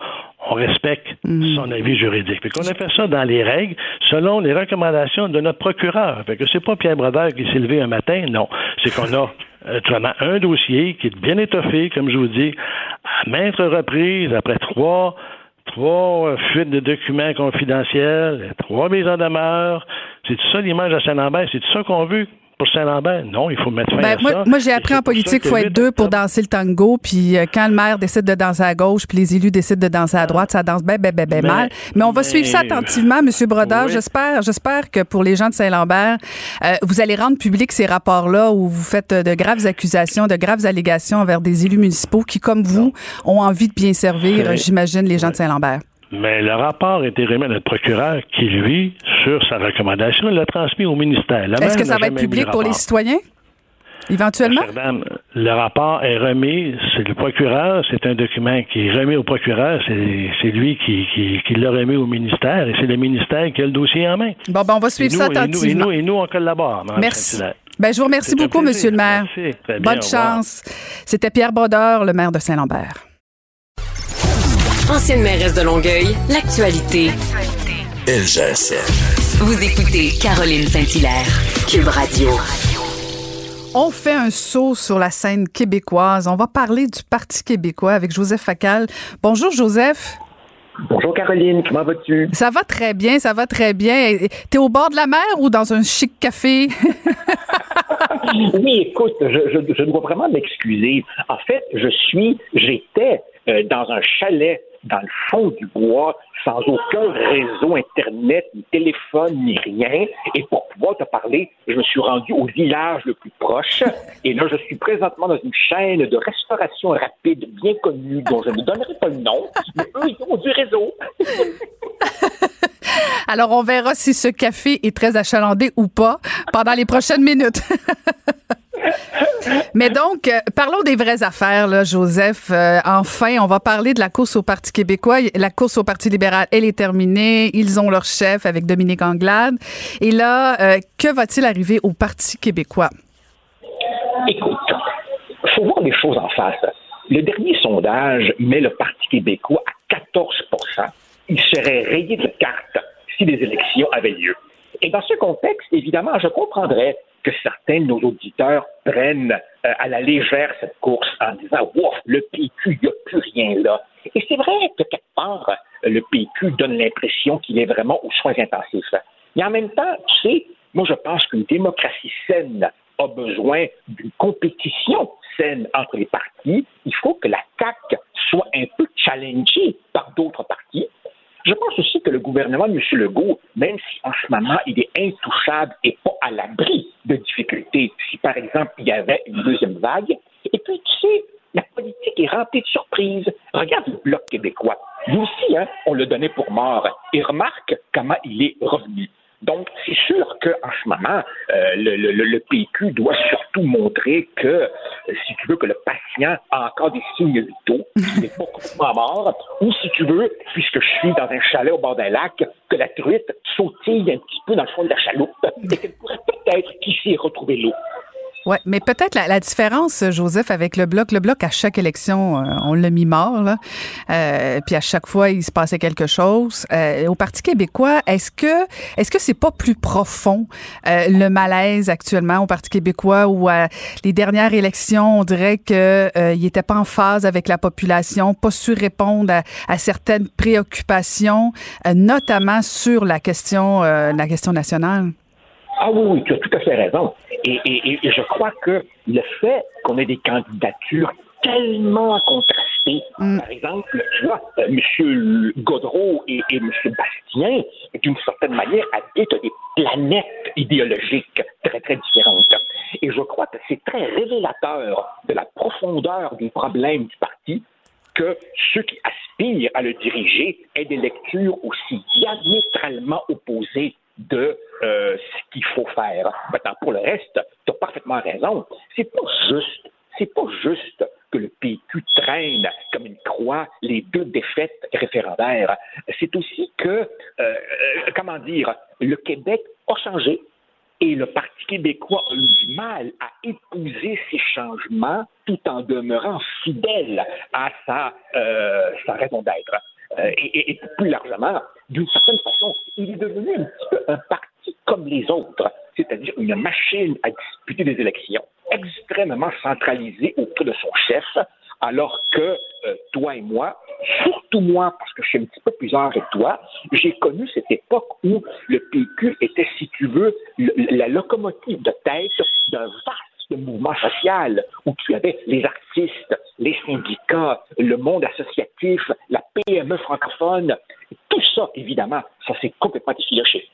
on respecte mmh. son avis juridique. Puis qu'on a fait ça dans les règles, selon les recommandations de notre procureur. Fait que c'est pas Pierre Brodeur qui s'est levé un matin, non. C'est qu'on a euh, vraiment un dossier qui est bien étoffé, comme je vous dis, à maintes reprises, après trois Trois euh, fuites de documents confidentiels, trois mises en demeure. C'est tout ça l'image à Saint-Lambert? C'est tout ça qu'on veut pour Saint-Lambert? Non, il faut mettre fin ben, à moi, ça. Moi, j'ai appris en politique qu'il faut être deux pour danser le tango. Puis euh, quand le maire décide de danser à gauche, puis les élus décident de danser à droite, ça danse bien, bien, bien, bien mal. Mais on va mais... suivre ça attentivement, M. Brodeur. Oui. J'espère, j'espère que pour les gens de Saint-Lambert, euh, vous allez rendre public ces rapports-là où vous faites de graves accusations, de graves allégations envers des élus municipaux qui, comme vous, ont envie de bien servir, oui. j'imagine, les gens oui. de Saint-Lambert. Mais le rapport a été remis à notre procureur qui, lui, sur sa recommandation, l'a transmis au ministère. La Est-ce que ça va être public pour les citoyens? Éventuellement? Dame, le rapport est remis, c'est le procureur, c'est un document qui est remis au procureur, c'est, c'est lui qui, qui, qui l'a remis au ministère et c'est le ministère qui a le dossier en main. Bon, ben on va suivre nous, ça attentivement. Et nous, et nous, et nous on collabore. Merci. Ben, je vous remercie beaucoup, Monsieur le maire. Merci. Très bien, bonne chance. C'était Pierre Brodeur, le maire de Saint-Lambert. Ancienne mairesse de Longueuil, l'actualité. Elle gère ça. Vous écoutez Caroline Saint-Hilaire, Cube Radio. On fait un saut sur la scène québécoise. On va parler du Parti québécois avec Joseph Facal. Bonjour, Joseph. Bonjour, Caroline. Comment vas-tu? Ça va très bien, ça va très bien. T'es au bord de la mer ou dans un chic café? Oui, écoute, je, je, je dois vraiment m'excuser. En fait, je suis, j'étais euh, dans un chalet dans le fond du bois, sans aucun réseau Internet, ni téléphone, ni rien. Et pour pouvoir te parler, je me suis rendu au village le plus proche. Et là, je suis présentement dans une chaîne de restauration rapide bien connue, dont je ne donnerai pas le nom, mais eux, ils ont du réseau. Alors, on verra si ce café est très achalandé ou pas pendant les prochaines minutes. Mais donc, euh, parlons des vraies affaires, là, Joseph. Euh, enfin, on va parler de la course au Parti québécois. La course au Parti libéral, elle est terminée. Ils ont leur chef avec Dominique Anglade. Et là, euh, que va-t-il arriver au Parti québécois? Écoute, il faut voir les choses en face. Le dernier sondage met le Parti québécois à quatorze pour cent. Il serait rayé de carte si les élections avaient lieu. Et dans ce contexte, évidemment, je comprendrais que certains de nos auditeurs prennent euh, à la légère cette course en disant « Wow, le P Q, il n'y a plus rien là ». Et c'est vrai que quelque part, le P Q donne l'impression qu'il est vraiment aux soins intensifs. Mais en même temps, tu sais, moi je pense qu'une démocratie saine a besoin d'une compétition saine entre les partis. Il faut que la C A Q soit un peu challengée par d'autres partis. Je pense aussi que le gouvernement de M. Legault, même si en ce moment il est intouchable et pas à l'abri de difficultés, si par exemple il y avait une deuxième vague, et puis tu sais, la politique est remplie de surprises. Regarde le Bloc québécois. Lui aussi, hein, on le donnait pour mort. Et remarque comment il est revenu. Donc, c'est sûr qu'en ce moment, euh, le, le, le P Q doit surtout montrer que, euh, si tu veux, que le patient a encore des signes vitaux, qu'il n'est pas complètement mort, ou si tu veux, puisque je suis dans un chalet au bord d'un lac, que la truite sautille un petit peu dans le fond de la chaloupe et qu'elle pourrait peut-être, qui sait, retrouver l'eau. Oui, mais peut-être la, la différence, Joseph, avec le Bloc, le Bloc, à chaque élection, euh, on l'a mis mort, là. Euh, puis à chaque fois, il se passait quelque chose. Euh, au Parti québécois, est-ce que est-ce que c'est pas plus profond, euh, le malaise actuellement au Parti québécois, où euh, les dernières élections, on dirait que euh, il était pas en phase avec la population, pas su répondre à, à certaines préoccupations, euh, notamment sur la question, euh, la question nationale? Ah oui, oui, tu as tout à fait raison. Et, et, et je crois que le fait qu'on ait des candidatures tellement contrastées, mm. par exemple, tu vois, euh, M. Gaudreault et, et M. Bastien, d'une certaine manière, habitent des planètes idéologiques très, très différentes. Et je crois que c'est très révélateur de la profondeur des problèmes du parti que ceux qui aspirent à le diriger aient des lectures aussi diamétralement opposées de euh, ce qu'il faut faire. Maintenant, pour le reste, tu as parfaitement raison. C'est pas juste, c'est pas juste que le P Q traîne comme une croix les deux défaites référendaires. C'est aussi que, euh, comment dire, le Québec a changé et le Parti québécois a eu du mal à épouser ces changements tout en demeurant fidèle à sa, euh, sa raison d'être. Euh, et, et plus largement, d'une certaine façon, il est devenu un petit peu un parti comme les autres, c'est-à-dire une machine à disputer des élections, extrêmement centralisée autour de son chef, alors que euh, toi et moi, surtout moi, parce que je suis un petit peu plus âgé que toi, j'ai connu cette époque où le P Q était, si tu veux, le, la locomotive de tête d'un vaste mouvement social où tu avais les artistes, les syndicats, le monde associatif, la P M E francophone. Tout ça, évidemment, ça s'est complètement effiloché.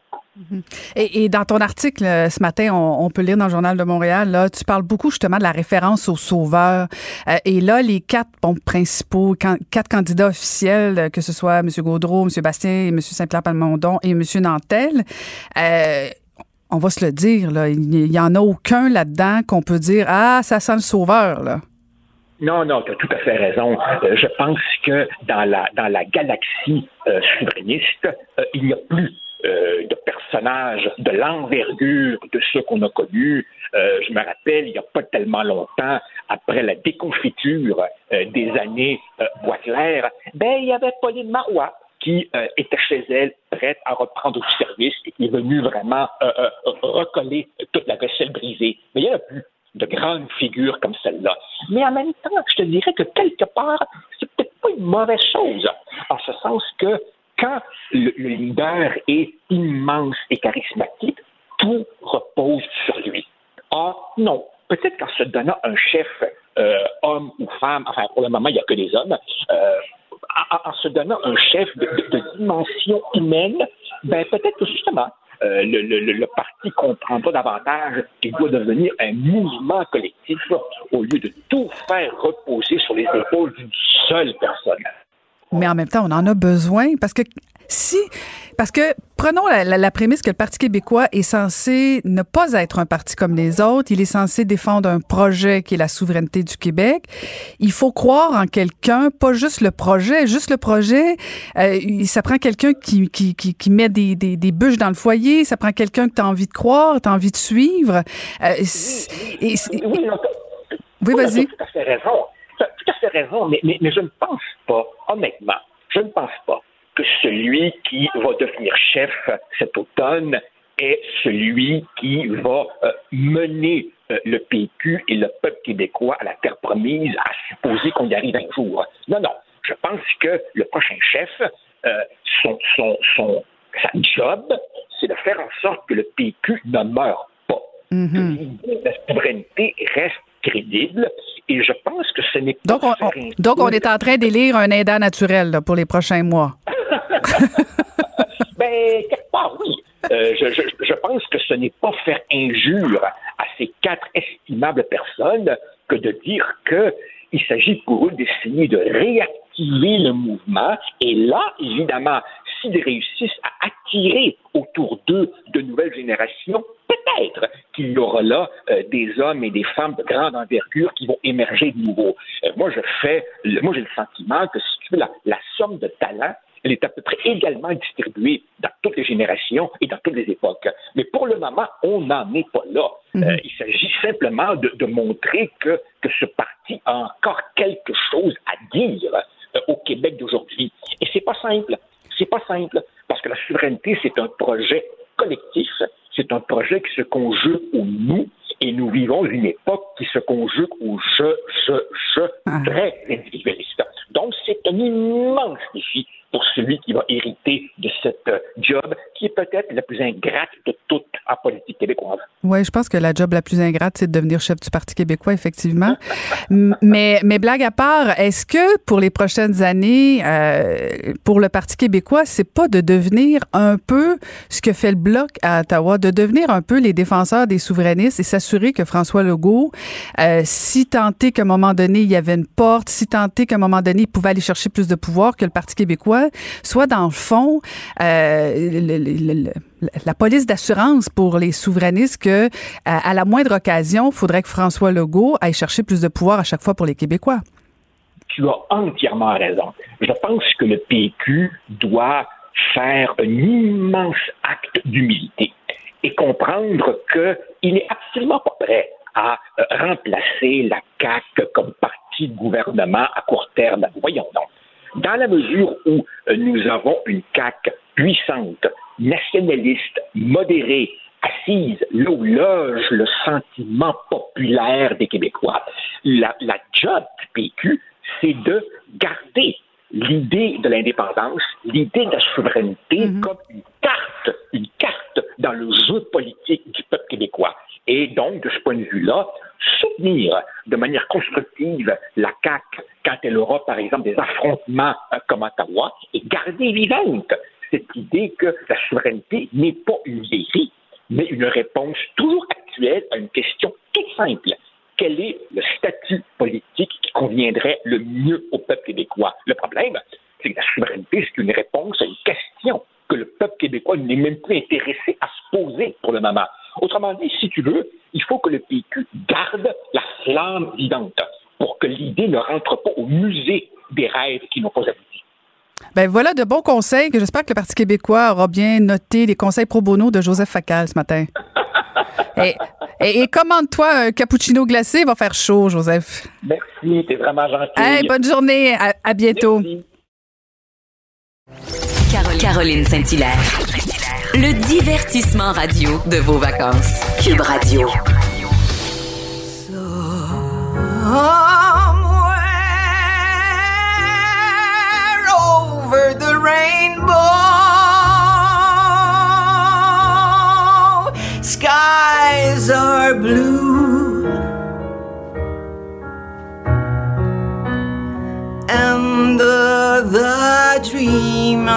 Et, et dans ton article ce matin, on, on peut lire dans le Journal de Montréal, là, tu parles beaucoup justement de la référence aux sauveurs. Euh, et là, les quatre bon, principaux, can, quatre candidats officiels, que ce soit M. Gaudreault, M. Bastien, M. Saint-Pierre-Plamondon et M. Nantel, euh, on va se le dire, là, il n'y en a aucun là-dedans qu'on peut dire « Ah, ça sent le sauveur », là. Non, non, tu as tout à fait raison. Euh, je pense que dans la, dans la galaxie euh, souverainiste, euh, il n'y a plus Euh, de personnages de l'envergure de ceux qu'on a connus. Euh, je me rappelle, il n'y a pas tellement longtemps, après la déconfiture euh, des années euh, Boisclair, ben il y avait Pauline Marois qui euh, était chez elle, prête à reprendre du service et qui est venue vraiment euh, euh, recoller toute la vaisselle brisée. Mais il n'y en a plus de grandes figures comme celle-là. Mais en même temps, je te dirais que quelque part, c'est peut-être pas une mauvaise chose, en ce sens que quand le, le leader est immense et charismatique, tout repose sur lui. Ah non, peut-être qu'en se donnant un chef, euh, homme ou femme, enfin pour le moment il n'y a que des hommes, euh, en, en se donnant un chef de, de, de dimension humaine, ben peut-être que justement euh, le, le, le parti comprendra davantage qu'il doit devenir un mouvement collectif au lieu de tout faire reposer sur les épaules d'une seule personne. Mais en même temps, on en a besoin parce que si, parce que prenons la, la, la prémisse que le Parti québécois est censé ne pas être un parti comme les autres. Il est censé défendre un projet qui est la souveraineté du Québec. Il faut croire en quelqu'un, pas juste le projet. Juste le projet, euh, ça prend quelqu'un qui, qui, qui, qui met des, des, des bûches dans le foyer. Ça prend quelqu'un que tu as envie de croire, tu as envie de suivre. Euh, et, et, oui, non, oui, vas-y. Tu as tout à fait raison. Tu as tout à fait raison, mais, mais, mais je ne pense pas, honnêtement, je ne pense pas que celui qui va devenir chef cet automne est celui qui va euh, mener euh, le P Q et le peuple québécois à la terre promise, à supposer qu'on y arrive un jour. Non, non. Je pense que le prochain chef, euh, son, son, son, sa job, c'est de faire en sorte que le P Q ne meure pas. Mm-hmm. Que l'idée de la souveraineté reste crédible. Et je pense que ce n'est pas... Donc, on, on, donc on est en train d'élire un aidant naturel là, pour les prochains mois. Ben, quelque part, oui. Euh, je, je, je pense que ce n'est pas faire injure à ces quatre estimables personnes que de dire qu'il s'agit pour eux d'essayer de réactiver le mouvement. Et là, évidemment, s'ils réussissent à attirer autour d'eux de nouvelles générations, peut-être qu'il y aura là euh, des hommes et des femmes de grande envergure qui vont émerger de nouveau. Euh, moi, je fais, le, moi, j'ai le sentiment que si tu veux, la, la somme de talent, elle est à peu près également distribuée dans toutes les générations et dans toutes les époques. Mais pour le moment, on n'en est pas là. Mm-hmm. Euh, il s'agit simplement de, de montrer que, que ce parti a encore quelque chose à dire euh, au Québec d'aujourd'hui. Et c'est pas simple. C'est pas simple, parce que la souveraineté, c'est un projet collectif, c'est un projet qui se conjugue au nous, et nous vivons une époque qui se conjugue au je, je, je, très individualiste. Donc, c'est un immense défi pour celui qui va hériter de cette job qui est peut-être la plus ingrate de toutes en politique québécoise. Oui, je pense que la job la plus ingrate, c'est de devenir chef du Parti québécois, effectivement. mais, mais blague à part, est-ce que pour les prochaines années, euh, pour le Parti québécois, c'est pas de devenir un peu ce que fait le Bloc à Ottawa, de devenir un peu les défenseurs des souverainistes et s'assurer que François Legault, euh, si tant est qu'à un moment donné, il y avait une porte, si tant est qu'à un moment donné, il pouvait aller chercher plus de pouvoir, que le Parti québécois soit dans le fond euh, le, le, le, la police d'assurance pour les souverainistes que à, à la moindre occasion, il faudrait que François Legault aille chercher plus de pouvoir à chaque fois pour les Québécois. Tu as entièrement raison. Je pense que le P Q doit faire un immense acte d'humilité et comprendre qu'il n'est absolument pas prêt à euh, remplacer la C A Q comme parti de gouvernement à court terme. Voyons donc. Dans la mesure où euh, nous avons une C A Q puissante, nationaliste, modérée, assise là où loge le sentiment populaire des Québécois, la, la job du P Q, c'est de garder l'idée de l'indépendance, l'idée de la souveraineté mm-hmm. comme une carte, une carte dans le jeu politique du peuple québécois. Et donc, de ce point de vue-là, soutenir de manière constructive la C A Q quand elle aura, par exemple, des affrontements euh, comme Ottawa, et garder vivante cette idée que la souveraineté n'est pas une vérité, mais une réponse toujours actuelle à une question toute simple. Quel est le statut politique qui conviendrait le mieux au peuple québécois? Le problème, c'est que la souveraineté, c'est une réponse à une question que le peuple québécois n'est même plus intéressé à se poser pour le moment. Autrement dit, si tu veux, il faut que le P Q garde la flamme vivante pour que l'idée ne rentre pas au musée des rêves qui n'ont pas abouti. Ben voilà de bons conseils que j'espère que le Parti québécois aura bien noté les conseils pro bono de Joseph Facal ce matin. et, et, et commande-toi un cappuccino glacé, il va faire chaud, Joseph. Merci, t'es vraiment gentil. Hey, bonne journée, à, à bientôt. Merci. Caroline, Caroline Saint-Hilaire. Le divertissement radio de vos vacances. Cube Radio. Over the rainbow, skies are blue, and the, the dream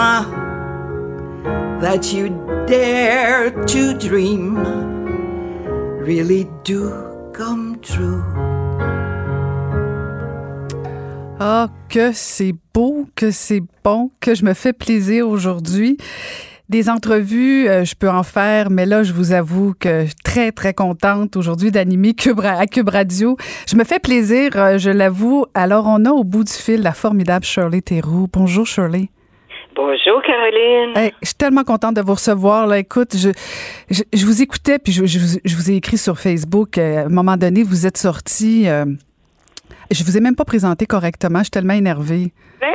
that you dare to dream really do come true. Ah, oh, que c'est beau, que c'est bon, que je me fais plaisir aujourd'hui. Des entrevues, euh, je peux en faire, mais là, je vous avoue que je suis très, très contente aujourd'hui d'animer Cube, à Cube Radio. Je me fais plaisir, euh, je l'avoue. Alors, on a au bout du fil la formidable Shirley Théroux. Bonjour, Shirley. Bonjour, Caroline. Hey, je suis tellement contente de vous recevoir. Là. Écoute, je, je, je vous écoutais, puis je, je, je vous ai écrit sur Facebook. Euh, à un moment donné, vous êtes sortis... Euh, Je vous ai même pas présenté correctement, je suis tellement énervée. Mais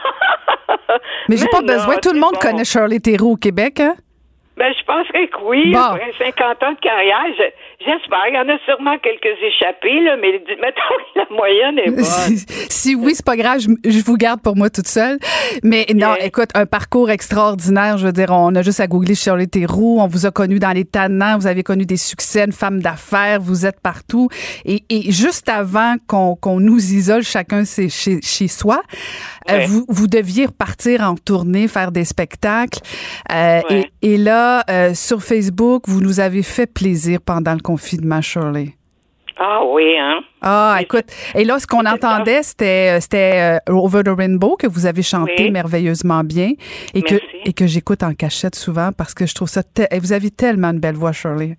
non! Mais j'ai Mais pas non, besoin, tout le monde bon. connaît Shirley Théroux au Québec, hein? Ben, je penserais que oui, bon. après cinquante ans de carrière, je, j'espère. Il y en a sûrement quelques échappés, là, mais mettons que la moyenne est bonne. Si, si oui, c'est pas grave, je, je vous garde pour moi toute seule. Mais non, Yeah. écoute, un parcours extraordinaire, je veux dire, on a juste à googler Shirley Théroux, on vous a connu dans les tannants, vous avez connu des succès, une femme d'affaires, vous êtes partout. Et, et juste avant qu'on, qu'on nous isole chacun chez, chez, chez soi, euh, Ouais. vous, vous deviez repartir en tournée, faire des spectacles. Euh, Ouais. et, et là, euh, sur Facebook, vous nous avez fait plaisir pendant le confinement, Shirley. Ah oui, hein? Ah, Mais écoute. Et là, ce qu'on c'est entendait, c'était, c'était euh, Over the Rainbow, que vous avez chanté Oui. merveilleusement bien et que, Merci. et que j'écoute en cachette souvent parce que je trouve ça... Te- et vous avez tellement une belle voix, Shirley.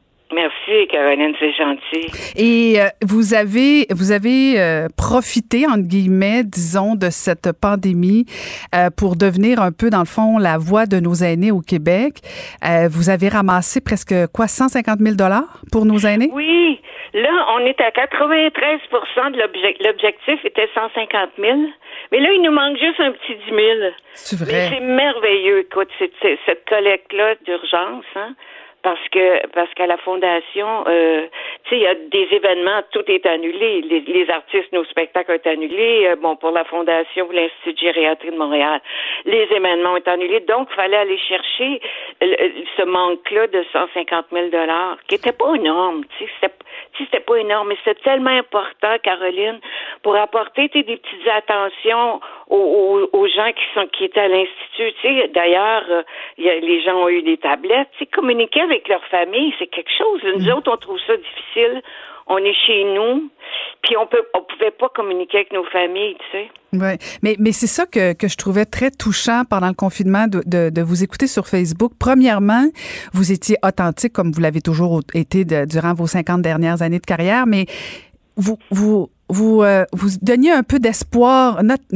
Merci, Caroline, c'est gentil. Et euh, vous avez, vous avez euh, profité, entre guillemets, disons, de cette pandémie euh, pour devenir un peu, dans le fond, la voix de nos aînés au Québec. Euh, vous avez ramassé presque, quoi, cent cinquante mille dollars pour nos aînés? Oui, là, on est à quatre-vingt-treize pour cent de l'objectif. L'objectif était cent cinquante mille. Mais là, il nous manque juste un petit dix mille. C'est Mais vrai. c'est merveilleux, écoute, c'est, c'est, cette collecte-là d'urgence, hein, parce que parce qu'à la Fondation, euh, tu sais, il y a des événements, tout est annulé. Les, les artistes, nos spectacles ont été annulés. Euh, bon, pour la Fondation, l'Institut de gériatrie de Montréal, les événements ont été annulés. Donc, il fallait aller chercher le, ce manque-là de cent cinquante mille dollars, qui était pas énorme, tu sais, c'était, tu sais, c'était pas énorme, mais c'était tellement important, Caroline, pour apporter, tu sais, des petites attentions aux, aux, aux gens qui sont qui étaient à l'Institut. Tu sais, d'ailleurs, euh, y a, les gens ont eu des tablettes. Tu sais, communiquer avec leur famille, c'est quelque chose. Nous Mm. autres, on trouve ça difficile. On est chez nous, puis on peut, on pouvait pas communiquer avec nos familles, tu sais. Ouais, mais mais c'est ça que que je trouvais très touchant pendant le confinement de de, de vous écouter sur Facebook. Premièrement, vous étiez authentique comme vous l'avez toujours été de, durant vos cinquante dernières années de carrière, mais vous vous vous euh, vous donniez un peu d'espoir not,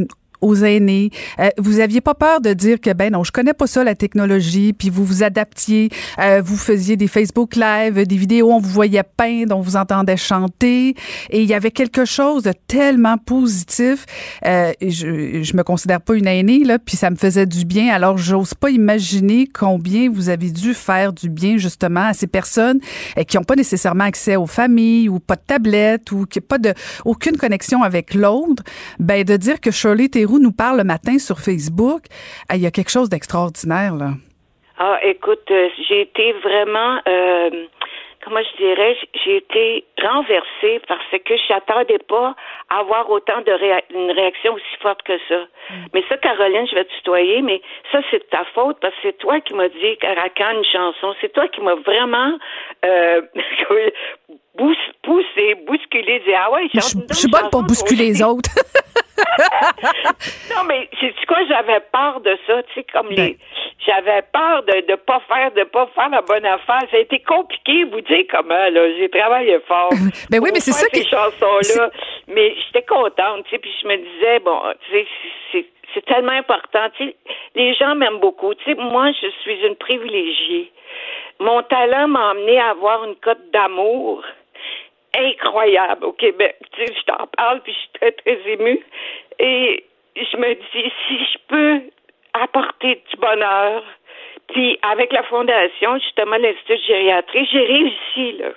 aux aînés. Euh, vous aviez pas peur de dire que, ben non, je connais pas ça, la technologie, puis vous vous adaptiez, euh, vous faisiez des Facebook Live, des vidéos, on vous voyait peindre, on vous entendait chanter, et il y avait quelque chose de tellement positif. Euh, je, je me considère pas une aînée, là, puis ça me faisait du bien, alors j'ose pas imaginer combien vous avez dû faire du bien, justement, à ces personnes euh, qui n'ont pas nécessairement accès aux familles, ou pas de tablette, ou qui n'ont pas de, aucune connexion avec l'autre. Ben, de dire que Shirley Théroux nous parle le matin sur Facebook, il y a quelque chose d'extraordinaire, là. Ah, écoute, euh, j'ai été vraiment, euh, comment je dirais, j'ai été renversée parce que je n'attendais pas à avoir autant de réa- une réaction aussi forte que ça. Mm. Mais ça, Caroline, je vais te tutoyer, mais ça, c'est de ta faute parce que c'est toi qui m'as dit Caracan, une chanson. C'est toi qui m'as vraiment euh, poussé, bousculé, dit ah ouais, je, je suis bonne pour bousculer les autres. Non, mais sais-tu quoi, j'avais peur de ça, tu sais, comme ben. les... J'avais peur de ne pas faire, de pas faire la bonne affaire. Ça a été compliqué, vous dire comment, là. J'ai travaillé fort. Ben oui, mais c'est ça ces que... chansons-là. C'est... Mais j'étais contente, tu sais, puis je me disais, bon, tu sais, c'est, c'est tellement important, tu sais. Les gens m'aiment beaucoup. Tu sais, moi, je suis une privilégiée. Mon talent m'a amené à avoir une cote d'amour incroyable au Québec. Tu sais, je t'en parle, puis je suis très, très émue. Et je me dis, si je peux apporter du bonheur, puis avec la fondation, justement, l'Institut de gériatrie, j'ai réussi, là,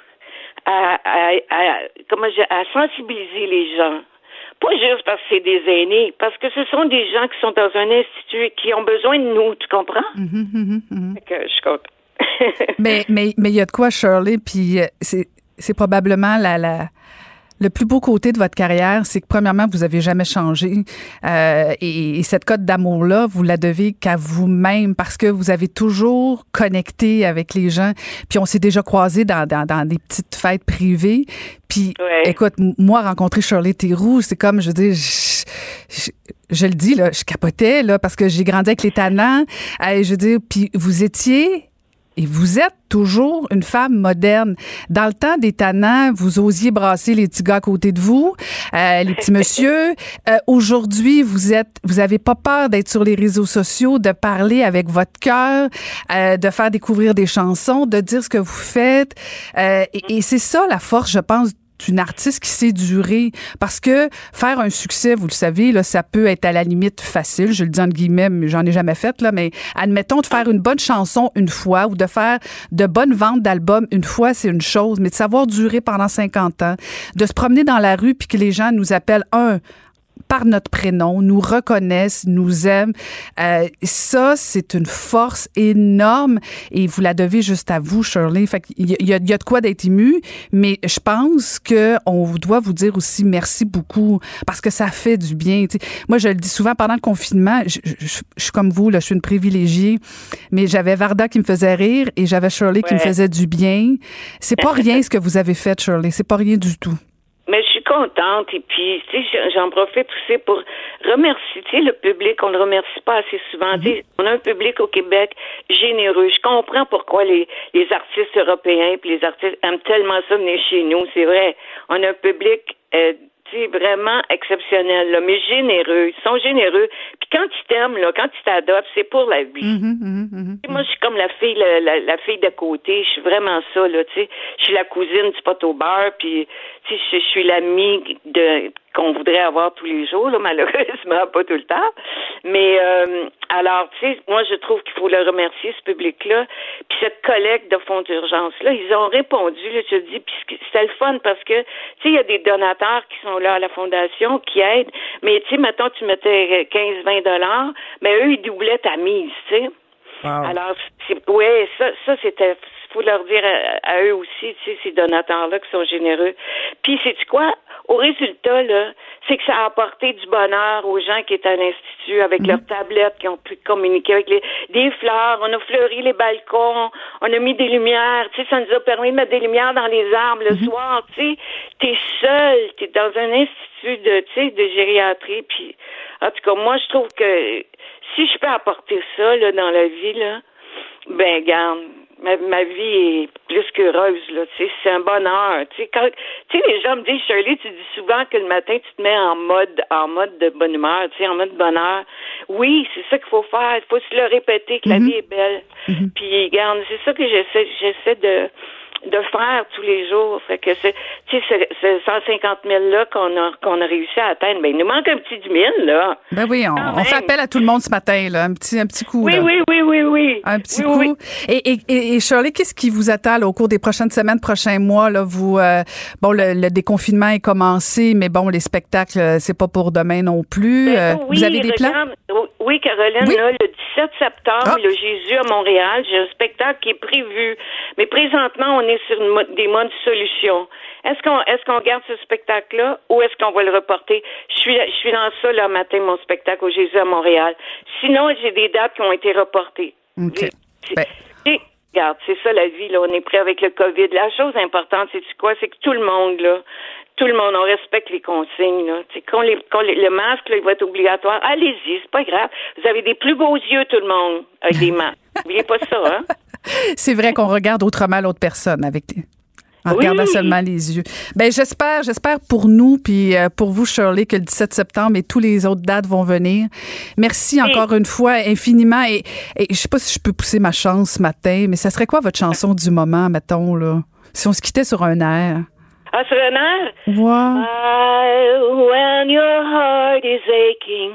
à, à, à, comment je, à sensibiliser les gens. Pas juste parce que c'est des aînés, parce que ce sont des gens qui sont dans un institut qui ont besoin de nous, tu comprends? Mm-hmm, mm-hmm, mm-hmm. Fait que je suis contente. mais mais mais il y a de quoi, Shirley, puis c'est c'est probablement la la le plus beau côté de votre carrière, c'est que premièrement, vous avez jamais changé. Euh, et, et cette cote d'amour-là, vous la devez qu'à vous-même parce que vous avez toujours connecté avec les gens. Puis on s'est déjà croisés dans, dans, dans des petites fêtes privées. Puis, ouais. Écoute, moi, rencontrer Shirley Théroux, c'est comme, je veux dire, je, je, je le dis, là, je capotais, là, parce que j'ai grandi avec les Tannants. Euh, je veux dire, puis vous étiez... Et vous êtes toujours une femme moderne. Dans le temps des Tannants, vous osiez brasser les petits gars à côté de vous, euh, les petits messieurs. Euh, aujourd'hui, vous êtes, vous avez pas peur d'être sur les réseaux sociaux, de parler avec votre cœur, euh, de faire découvrir des chansons, de dire ce que vous faites. Euh, et, et c'est ça la force, je pense, d'une artiste qui sait durer. Parce que faire un succès, vous le savez, là, ça peut être à la limite facile. Je le dis entre guillemets, mais j'en ai jamais fait, là, mais admettons de faire une bonne chanson une fois ou de faire de bonnes ventes d'albums une fois, c'est une chose. Mais de savoir durer pendant cinquante ans, de se promener dans la rue puis que les gens nous appellent un par notre prénom, nous reconnaissent, nous aiment. Euh, ça, c'est une force énorme et vous la devez juste à vous, Shirley. Fait qu'il y a, il y a, il y a de quoi d'être ému, mais je pense qu'on doit vous dire aussi merci beaucoup parce que ça fait du bien. T'sais. Moi, je le dis souvent pendant le confinement, je, je, je, je suis comme vous, là, je suis une privilégiée, mais j'avais Varda qui me faisait rire et j'avais Shirley ouais. qui me faisait du bien. C'est pas rien ce que vous avez fait, Shirley. C'est pas rien du tout. Mais je suis contente et puis, tu sais, j'en profite aussi pour remercier, tu sais, le public, on le remercie pas assez souvent. Mm-hmm. Tu sais, on a un public au Québec généreux. Je comprends pourquoi les, les artistes européens puis les artistes aiment tellement ça venir chez nous. C'est vrai, on a un public, euh, tu sais, vraiment exceptionnel, là, mais généreux. Ils sont généreux. Puis quand ils t'aiment, là, quand ils t'adoptent, c'est pour la vie. Mm-hmm, mm-hmm. Moi, je suis comme la fille, la, la, la fille d'à côté. Je suis vraiment ça, là, tu sais. Je suis la cousine du pot au beurre, puis tu sais, je, je suis l'amie de qu'on voudrait avoir tous les jours, là, malheureusement, pas tout le temps. Mais euh, alors, tu sais, moi, je trouve qu'il faut le remercier, ce public-là. Puis cette collecte de fonds d'urgence-là, ils ont répondu, là, je te dis, puis c'était le fun parce que, tu sais, il y a des donateurs qui sont là à la Fondation, qui aident, mais tu sais, mettons, tu mettais quinze vingt dollars, mais eux, ils doublaient ta mise, tu sais. Wow. Alors, c'est, ouais, ça, ça, c'était... faut leur dire à, à eux aussi, tu sais, ces donateurs-là qui sont généreux. Puis, sais-tu quoi? Au résultat, là, c'est que ça a apporté du bonheur aux gens qui étaient à l'Institut avec mmh. leurs tablettes, qui ont pu communiquer avec les, des fleurs. On a fleuri les balcons, on a mis des lumières. Tu sais, ça nous a permis de mettre des lumières dans les arbres le mmh. soir. Tu sais, t'es seul, t'es dans un institut de, tu sais, de gériatrie. Puis, en tout cas, moi, je trouve que si je peux apporter ça là dans la vie, là, ben, garde. Ma, ma vie est plus qu'heureuse, là. Tu sais, c'est un bonheur. Tu sais, quand, tu sais, les gens me disent, Shirley, tu dis souvent que le matin, tu te mets en mode, en mode de bonne humeur, tu sais, en mode bonheur. Oui, c'est ça qu'il faut faire. Il faut se le répéter que mm-hmm. la vie est belle. Mm-hmm. Puis, regarde, c'est ça que j'essaie, j'essaie de, de faire tous les jours. Fait que c'est, tu sais, ce cent cinquante mille là qu'on a, qu'on a réussi à atteindre. Ben, il nous manque un petit dix mille, là. Ben oui, on, on fait appel à tout le monde ce matin, là. Un petit, un petit coup, oui, là. Oui, oui, oui, oui. Un petit oui, coup. Oui. Et, et, et Shirley, qu'est-ce qui vous attend, là, au cours des prochaines semaines, prochains mois, là? Vous, euh, bon, le, le déconfinement est commencé, mais bon, les spectacles, c'est pas pour demain non plus. Ben, euh, oui, vous avez des regarde, plans? Oui, Caroline, oui? là, le dix-sept septembre, ah. le Jésus à Montréal, j'ai un spectacle qui est prévu. Mais présentement, on est sur une, des modes solutions. Est-ce qu'on est-ce qu'on garde ce spectacle-là ou est-ce qu'on va le reporter? Je suis je suis dans ça le matin, mon spectacle au Jésus à Montréal. Sinon, j'ai des dates qui ont été reportées. OK. C'est, ben. c'est, regarde, c'est ça la vie, là. On est prêt avec le COVID. La chose importante, c'est quoi? C'est que tout le monde, là, tout le monde, on respecte les consignes, là. C'est qu'on les, qu'on les, le masque, là, il va être obligatoire. Allez-y, c'est pas grave. Vous avez des plus beaux yeux, tout le monde, avec des masques. N'oubliez pas ça, hein? C'est vrai qu'on regarde autrement l'autre personne avec des... en oui. regardant seulement les yeux. Ben j'espère, j'espère pour nous puis pour vous, Shirley, que le dix-sept septembre et tous les autres dates vont venir. Merci oui. encore une fois infiniment. Et, et je sais pas si je peux pousser ma chance ce matin, mais ça serait quoi votre chanson du moment, mettons, là? Si on se quittait sur un air. Ah, sur un air? Ouais. Smile when your heart is aching.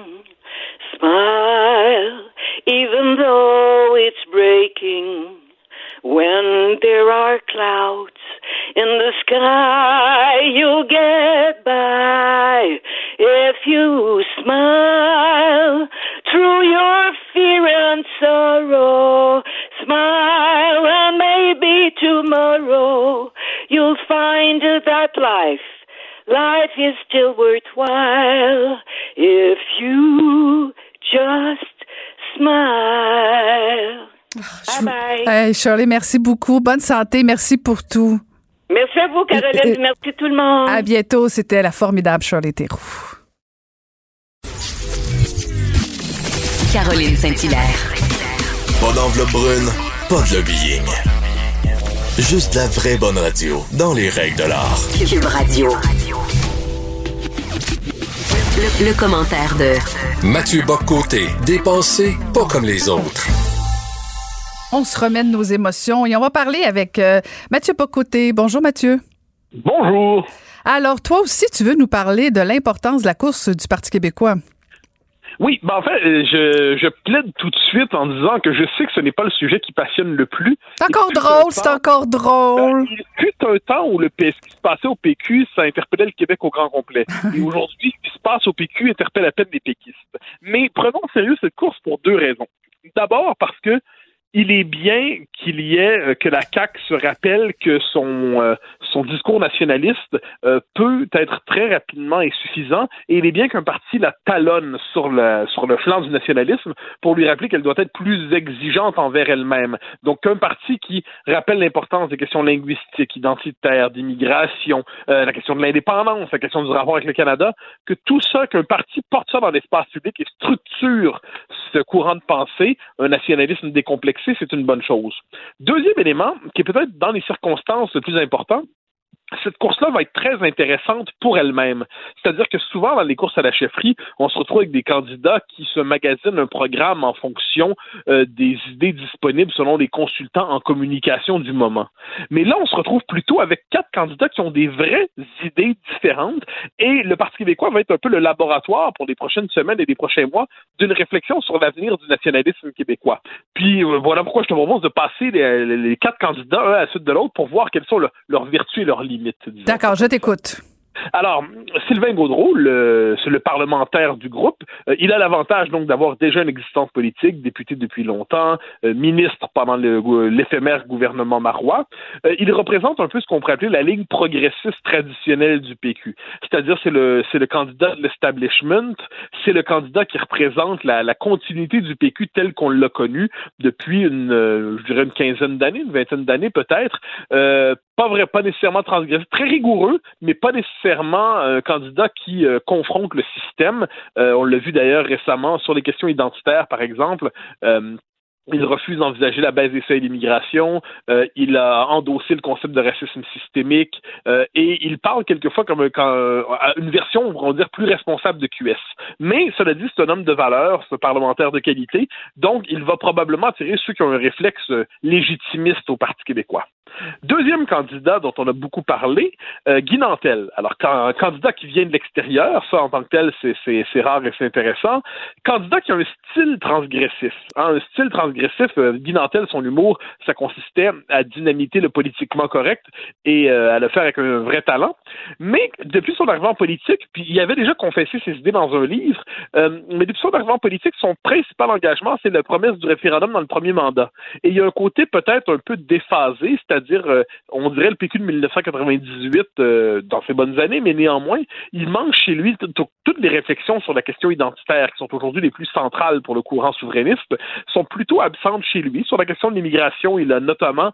Smile even though it's breaking. When there are clouds in the sky, you'll get by if you smile through your fear and sorrow. Smile and maybe tomorrow you'll find that life, life is still worthwhile if you just smile. Je... Bye bye. Hey, Shirley, merci beaucoup. Bonne santé. Merci pour tout. Merci à vous, Caroline. Et, et, merci tout le monde. À bientôt. C'était la formidable Shirley Théroux. Caroline Saint-Hilaire. Pas d'enveloppe brune, pas de lobbying. Juste la vraie bonne radio, dans les règles de l'art. Cube Radio. Le, le commentaire de Mathieu Bock-Côté. Dépensé pas comme les autres. On se remet de nos émotions et on va parler avec euh, Mathieu Bock-Côté. Bonjour Mathieu. Bonjour. Alors toi aussi, tu veux nous parler de l'importance de la course du Parti québécois. Oui, ben en fait, je, je plaide tout de suite en disant que je sais que ce n'est pas le sujet qui passionne le plus. C'est encore drôle, c'est encore drôle. Ben, il fut un temps où le P, ce qui se passait au P Q, ça interpellait le Québec au grand complet. Et aujourd'hui, ce qui se passe au P Q interpelle à peine les péquistes. Mais prenons au sérieux cette course pour deux raisons. D'abord parce que il est bien qu'il y ait, euh, que la C A Q se rappelle que son euh, son discours nationaliste euh, peut être très rapidement insuffisant, et il est bien qu'un parti la talonne sur le sur le flanc du nationalisme pour lui rappeler qu'elle doit être plus exigeante envers elle-même. Donc qu'un parti qui rappelle l'importance des questions linguistiques, identitaires, d'immigration, euh, la question de l'indépendance, la question du rapport avec le Canada, que tout ça, qu'un parti porte ça dans l'espace public et structure ce courant de pensée, un nationalisme décomplexé, c'est une bonne chose. Deuxième élément, qui est peut-être dans les circonstances le plus important, cette course-là va être très intéressante pour elle-même. C'est-à-dire que souvent, dans les courses à la chefferie, on se retrouve avec des candidats qui se magasinent un programme en fonction euh, des idées disponibles selon les consultants en communication du moment. Mais là, on se retrouve plutôt avec quatre candidats qui ont des vraies idées différentes, et le Parti québécois va être un peu le laboratoire pour les prochaines semaines et les prochains mois d'une réflexion sur l'avenir du nationalisme québécois. Puis euh, voilà pourquoi je te propose de passer les, les quatre candidats un à la suite de l'autre pour voir quelles sont le, leurs vertus et leurs limites. D'accord, je t'écoute. Alors, Sylvain Gaudreault, le, c'est le parlementaire du groupe. Euh, il a l'avantage donc d'avoir déjà une existence politique, député depuis longtemps, euh, ministre pendant le, l'éphémère gouvernement Marois. Euh, il représente un peu ce qu'on pourrait appeler la ligne progressiste traditionnelle du P Q. C'est-à-dire, c'est le, c'est le candidat de l'establishment, c'est le candidat qui représente la, la continuité du P Q tel qu'on l'a connu depuis une, euh, je dirais une quinzaine d'années, une vingtaine d'années peut-être. Euh, pas vrai, pas nécessairement transgressif, très rigoureux, mais pas nécessairement un candidat qui euh, confronte le système. Euh, on l'a vu d'ailleurs récemment sur les questions identitaires, par exemple. Euh, Il refuse d'envisager la baisse des seuils d'immigration. Euh, il a endossé le concept de racisme systémique euh, et il parle quelquefois comme quand, euh, une version, on va dire, plus responsable de Q S. Mais, cela dit, c'est un homme de valeur, c'est un parlementaire de qualité, donc il va probablement attirer ceux qui ont un réflexe euh, légitimiste au Parti québécois. Deuxième candidat dont on a beaucoup parlé, euh, Guy Nantel. Alors, quand, un candidat qui vient de l'extérieur, ça en tant que tel, c'est, c'est, c'est rare et c'est intéressant. Candidat qui a un style transgressif. Hein, un style transgressif, euh, Guy Nantel, son humour, ça consistait à dynamiter le politiquement correct et euh, à le faire avec un vrai talent. Mais depuis son arrivée en politique, puis il avait déjà confessé ses idées dans un livre, euh, mais depuis son arrivée en politique, son principal engagement, c'est la promesse du référendum dans le premier mandat. Et il y a un côté peut-être un peu déphasé, c'est-à-dire dire, euh, on dirait le P Q de dix-neuf cent quatre-vingt-dix-huit euh, dans ses bonnes années, mais néanmoins, il manque chez lui t- t- toutes les réflexions sur la question identitaire, qui sont aujourd'hui les plus centrales pour le courant souverainiste, sont plutôt absentes chez lui. Sur la question de l'immigration, il a notamment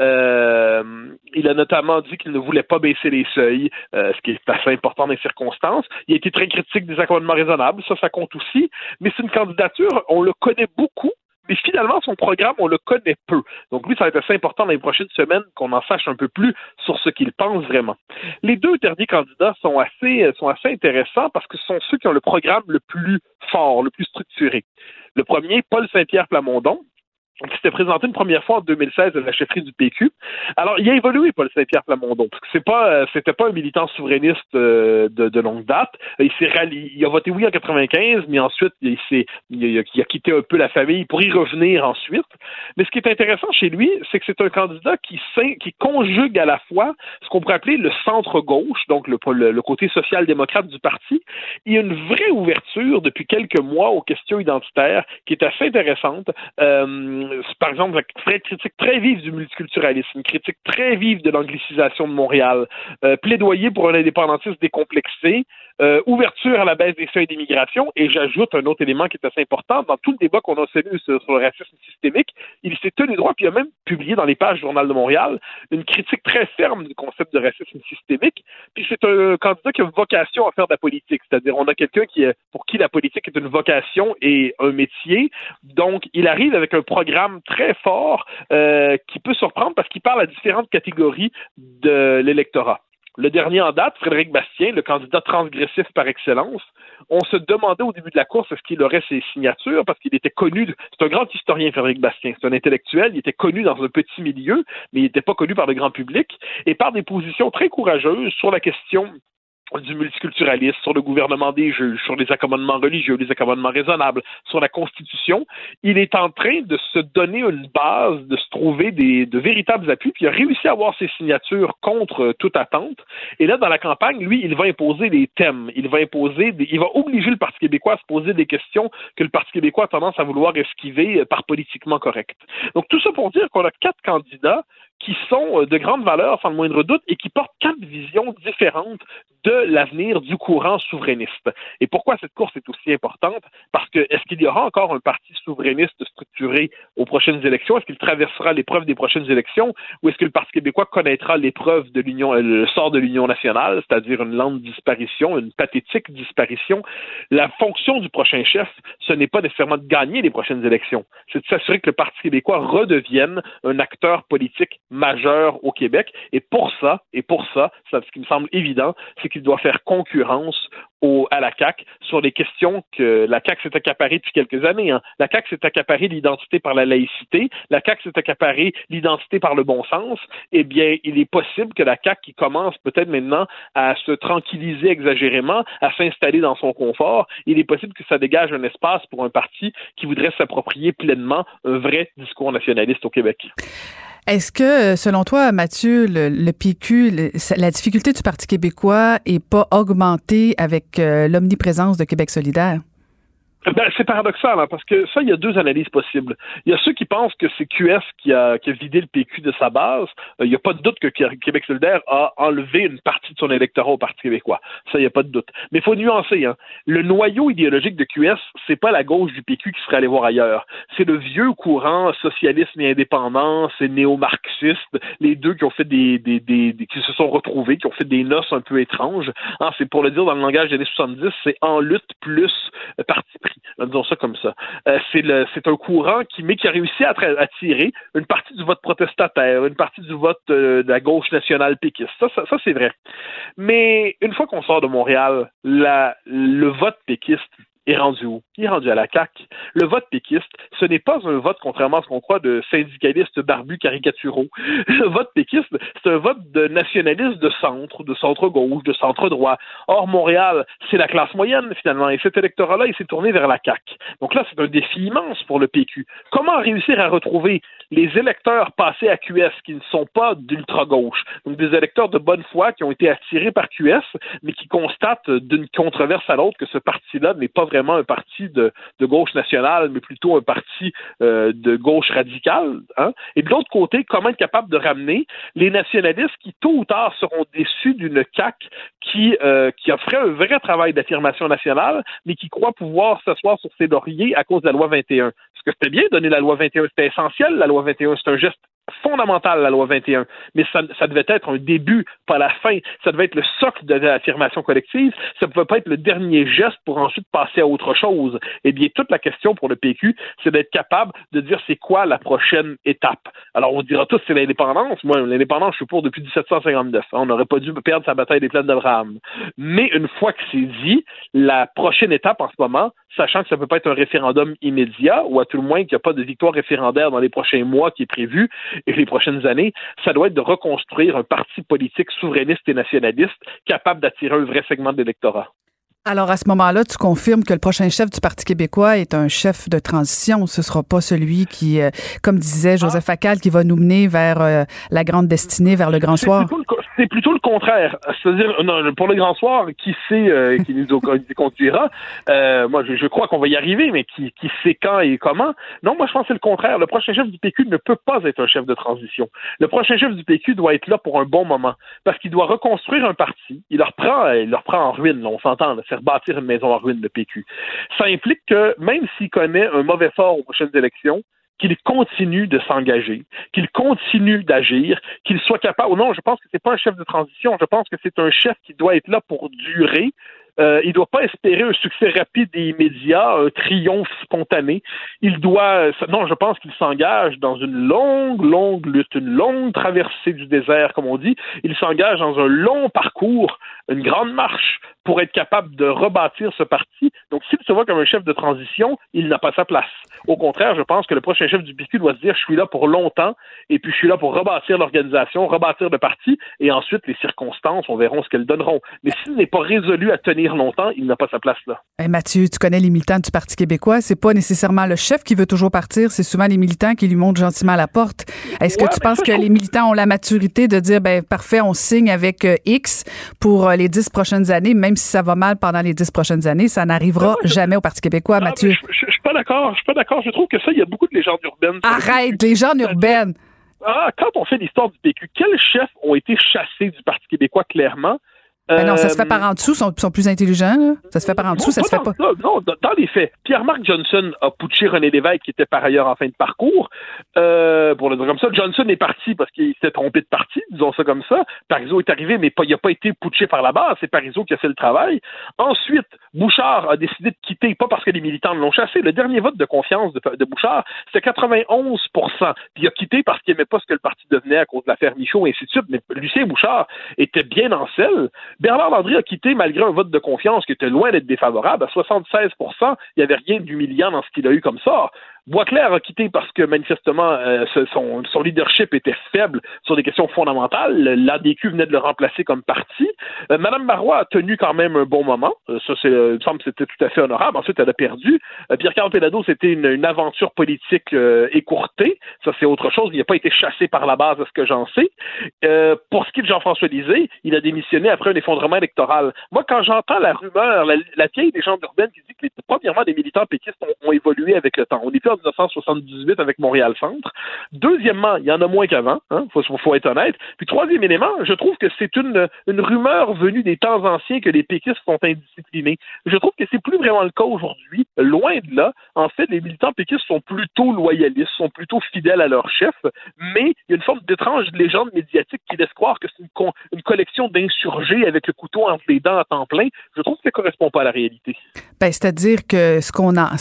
euh, il a notamment dit qu'il ne voulait pas baisser les seuils, euh, ce qui est assez important dans les circonstances. Il a été très critique des accommodements raisonnables, ça, ça compte aussi, mais c'est une candidature, on le connaît beaucoup, mais finalement, son programme, on le connaît peu. Donc lui, ça va être assez important dans les prochaines semaines qu'on en sache un peu plus sur ce qu'il pense vraiment. Les deux derniers candidats sont assez, sont assez intéressants parce que ce sont ceux qui ont le programme le plus fort, le plus structuré. Le premier, Paul Saint-Pierre Plamondon, qui s'était présenté une première fois en deux mille seize à la chefferie du P Q. Alors, il a évolué, Paul Saint-Pierre Plamondon, parce que c'est pas, euh, c'était pas un militant souverainiste euh, de, de longue date. Il s'est rallié, il a voté oui en quatre-vingt-quinze, mais ensuite, il s'est, il a, il a quitté un peu la famille pour y revenir ensuite. Mais ce qui est intéressant chez lui, c'est que c'est un candidat qui, qui conjugue à la fois ce qu'on pourrait appeler le centre-gauche, donc le, le, le côté social-démocrate du parti. Il y a une vraie ouverture depuis quelques mois aux questions identitaires qui est assez intéressante. Euh, Par exemple, une critique très vive du multiculturalisme, une critique très vive de l'anglicisation de Montréal, euh, plaidoyer pour un indépendantisme décomplexé, euh, ouverture à la baisse des seuils d'immigration, et j'ajoute un autre élément qui est assez important, dans tout le débat qu'on a connu sur, sur le racisme systémique, il s'est tenu droit, puis il a même publié dans les pages du Journal de Montréal une critique très ferme du concept de racisme systémique, puis c'est un candidat qui a vocation à faire de la politique, c'est-à-dire on a quelqu'un qui est, pour qui la politique est une vocation et un métier, donc il arrive avec un programme très fort euh, qui peut surprendre parce qu'il parle à différentes catégories de l'électorat. Le dernier en date, Frédéric Bastien, le candidat transgressif par excellence, on se demandait au début de la course est-ce qu'il aurait ses signatures parce qu'il était connu, c'est un grand historien Frédéric Bastien, c'est un intellectuel, il était connu dans un petit milieu, mais il n'était pas connu par le grand public, et par des positions très courageuses sur la question du multiculturalisme, sur le gouvernement des juges, sur les accommodements religieux, les accommodements raisonnables, sur la Constitution. Il est en train de se donner une base, de se trouver des, de véritables appuis, puis il a réussi à avoir ses signatures contre toute attente. Et là, dans la campagne, lui, il va imposer des thèmes. Il va imposer, des, il va obliger le Parti québécois à se poser des questions que le Parti québécois a tendance à vouloir esquiver par politiquement correct. Donc, tout ça pour dire qu'on a quatre candidats qui sont de grande valeur, sans le moindre doute, et qui portent quatre visions différentes de l'avenir du courant souverainiste. Et pourquoi cette course est aussi importante? Parce que est-ce qu'il y aura encore un parti souverainiste structuré aux prochaines élections? Est-ce qu'il traversera l'épreuve des prochaines élections? Ou est-ce que le Parti québécois connaîtra l'épreuve de l'Union, le sort de l'Union nationale, c'est-à-dire une lente disparition, une pathétique disparition? La fonction du prochain chef, ce n'est pas nécessairement de gagner les prochaines élections. C'est de s'assurer que le Parti québécois redevienne un acteur politique majeur au Québec. Et pour ça, et pour ça, ça, ce qui me semble évident, c'est qu'il doit faire concurrence au, à la C A Q sur les questions que la C A Q s'est accaparée depuis quelques années. Hein. La C A Q s'est accaparée l'identité par la laïcité, la C A Q s'est accaparée l'identité par le bon sens. Eh bien, il est possible que la C A Q qui commence peut-être maintenant à se tranquilliser exagérément, à s'installer dans son confort, il est possible que ça dégage un espace pour un parti qui voudrait s'approprier pleinement un vrai discours nationaliste au Québec. Est-ce que, selon toi, Mathieu, le, le P Q, le, la difficulté du Parti québécois est pas augmentée avec euh, l'omniprésence de Québec solidaire? Ben, c'est paradoxal, hein, parce que ça, il y a deux analyses possibles. Il y a ceux qui pensent que c'est Q S qui a, qui a vidé le P Q de sa base. Euh, il n'y a pas de doute que Québec solidaire a enlevé une partie de son électorat au Parti québécois. Ça, il n'y a pas de doute. Mais il faut nuancer. Hein. Le noyau idéologique de Q S, c'est pas la gauche du P Q qui serait allé voir ailleurs. C'est le vieux courant socialisme et indépendance, c'est néo-marxiste, les deux qui ont fait des, des, des, des, qui se sont retrouvés, qui ont fait des noces un peu étranges. Hein, c'est pour le dire dans le langage des années soixante-dix, c'est en lutte plus parti pris compris, disons ça comme ça. Euh, c'est, le, c'est un courant qui, mais qui a réussi à attirer une partie du vote protestataire, une partie du vote euh, de la gauche nationale péquiste. Ça, ça, ça, c'est vrai. Mais une fois qu'on sort de Montréal, la, le vote péquiste est rendu où? Il est rendu à la C A Q. Le vote péquiste, ce n'est pas un vote, contrairement à ce qu'on croit, de syndicalistes barbus caricaturaux. Le vote péquiste, c'est un vote de nationalistes de centre, de centre-gauche, de centre-droit. Or, Montréal, c'est la classe moyenne, finalement, et cet électorat-là, il s'est tourné vers la C A Q. Donc là, c'est un défi immense pour le P Q. Comment réussir à retrouver les électeurs passés à Q S qui ne sont pas d'ultra-gauche, donc des électeurs de bonne foi qui ont été attirés par Q S, mais qui constatent d'une controverse à l'autre que ce parti-là n'est pas vraiment un parti de, de gauche nationale, mais plutôt un parti euh, de gauche radicale. Hein? Et de l'autre côté, comment être capable de ramener les nationalistes qui, tôt ou tard, seront déçus d'une C A Q qui, euh, qui a fait un vrai travail d'affirmation nationale, mais qui croit pouvoir s'asseoir sur ses lauriers à cause de la loi vingt et un. Parce que c'était bien de donner la loi vingt et un, c'était essentiel, la loi vingt et un, c'est un geste fondamental, la loi vingt et un, mais ça, ça devait être un début, pas la fin. Ça devait être le socle de l'affirmation collective. Ça ne pouvait pas être le dernier geste pour ensuite passer à autre chose. Eh bien, toute la question pour le P Q, c'est d'être capable de dire c'est quoi la prochaine étape. Alors, on dira tous c'est l'indépendance. Moi, l'indépendance, je suis pour depuis dix-sept cent cinquante-neuf. On n'aurait pas dû perdre sa bataille des plaines d'Abraham. Mais une fois que c'est dit, la prochaine étape en ce moment, sachant que ça ne peut pas être un référendum immédiat, ou à tout le moins qu'il n'y a pas de victoire référendaire dans les prochains mois qui est prévu, et les prochaines années, ça doit être de reconstruire un parti politique souverainiste et nationaliste capable d'attirer un vrai segment de l'électorat. Alors, à ce moment-là, tu confirmes que le prochain chef du Parti québécois est un chef de transition. Ce ne sera pas celui qui, euh, comme disait Joseph Facal, qui va nous mener vers euh, la grande destinée, vers le grand c'est soir. Plutôt le, c'est plutôt le contraire. C'est-à-dire, non, pour le grand soir, qui sait euh, qui nous conduira? Euh, moi, je, je crois qu'on va y arriver, mais qui, qui sait quand et comment? Non, moi, je pense que c'est le contraire. Le prochain chef du P Q ne peut pas être un chef de transition. Le prochain chef du P Q doit être là pour un bon moment, parce qu'il doit reconstruire un parti. Il leur prend, il leur prend en ruine, là, on s'entend, là, c'est rebâtir une maison en ruine, le P Q. Ça implique que, même s'il connaît un mauvais sort aux prochaines élections, qu'il continue de s'engager, qu'il continue d'agir, qu'il soit capable... Non, je pense que c'est pas un chef de transition, je pense que c'est un chef qui doit être là pour durer. Euh, il ne doit pas espérer un succès rapide et immédiat, un triomphe spontané. Il doit... Non, je pense qu'il s'engage dans une longue, longue lutte, une longue traversée du désert, comme on dit. Il s'engage dans un long parcours, une grande marche, pour être capable de rebâtir ce parti. Donc, s'il se voit comme un chef de transition, il n'a pas sa place. Au contraire, je pense que le prochain chef du P Q doit se dire « je suis là pour longtemps, et puis je suis là pour rebâtir l'organisation, rebâtir le parti, et ensuite, les circonstances, on verra ce qu'elles donneront. » Mais s'il n'est pas résolu à tenir longtemps, il n'a pas sa place là. Hey Mathieu, tu connais les militants du Parti québécois. C'est pas nécessairement le chef qui veut toujours partir, c'est souvent les militants qui lui montent gentiment à la porte. Est-ce que ouais, tu penses que trouve... les militants ont la maturité de dire, ben parfait, on signe avec euh, X pour euh, les dix prochaines années, même si ça va mal pendant les dix prochaines années, ça n'arrivera ouais, je... jamais au Parti québécois, non, Mathieu? Je, je, je suis pas d'accord, je suis pas d'accord. Je trouve que ça, il y a beaucoup de légendes urbaines. Arrête, légendes urbaines! Ah, quand on fait l'histoire du P Q, quels chefs ont été chassés du Parti québécois, clairement? Ben non, ça se fait par en dessous, ils sont, sont plus intelligents. Là. Ça se fait par en dessous, non, ça se fait pas. Ça, non, dans, dans les faits, Pierre-Marc Johnson a putché René Lévesque, qui était par ailleurs en fin de parcours. Euh, pour le dire comme ça, Johnson est parti parce qu'il s'est trompé de parti, disons ça comme ça. Parizeau est arrivé, mais pas, il n'a pas été putché par la base. C'est Parizeau qui a fait le travail. Ensuite, Bouchard a décidé de quitter, pas parce que les militants l'ont chassé. Le dernier vote de confiance de, de Bouchard, c'était quatre-vingt-onze pour cent. Puis il a quitté parce qu'il n'aimait pas ce que le parti devenait à cause de l'affaire Michaud, et ainsi de suite. Mais Lucien Bouchard était bien en selle. Bernard Landry a quitté malgré un vote de confiance qui était loin d'être défavorable. À soixante-seize pour cent, il n'y avait rien d'humiliant dans ce qu'il a eu comme ça. Boisclair a quitté parce que, manifestement, euh, son, son leadership était faible sur des questions fondamentales. L'A D Q venait de le remplacer comme parti. Euh, Madame Marois a tenu quand même un bon moment. Euh, ça, c'est, euh, il me semble que c'était tout à fait honorable. Ensuite, elle a perdu. Euh, Pierre-Carl Péladeau, c'était une, une aventure politique euh, écourtée. Ça, c'est autre chose. Il n'a pas été chassé par la base, à ce que j'en sais. Euh, pour ce qui est de Jean-François Lisée, il a démissionné après un effondrement électoral. Moi, quand j'entends la rumeur, la, la vieille légende urbaine qui dit que, les, premièrement, les militants péquistes ont, ont évolué avec le temps. On n'est plus en dix-neuf cent soixante-dix-huit avec Montréal-Centre. Deuxièmement, il y en a moins qu'avant, hein, faut, faut être honnête. Puis troisième élément, je trouve que c'est une, une rumeur venue des temps anciens que les péquistes sont indisciplinés. Je trouve que c'est plus vraiment le cas aujourd'hui. Loin de là. En fait, les militants péquistes sont plutôt loyalistes, sont plutôt fidèles à leur chef, mais il y a une forme d'étrange légende médiatique qui laisse croire que c'est une, con, une collection d'insurgés avec le couteau entre les dents à temps plein. Je trouve que ça ne correspond pas à la réalité. Ben, c'est-à-dire que ce qu'on a...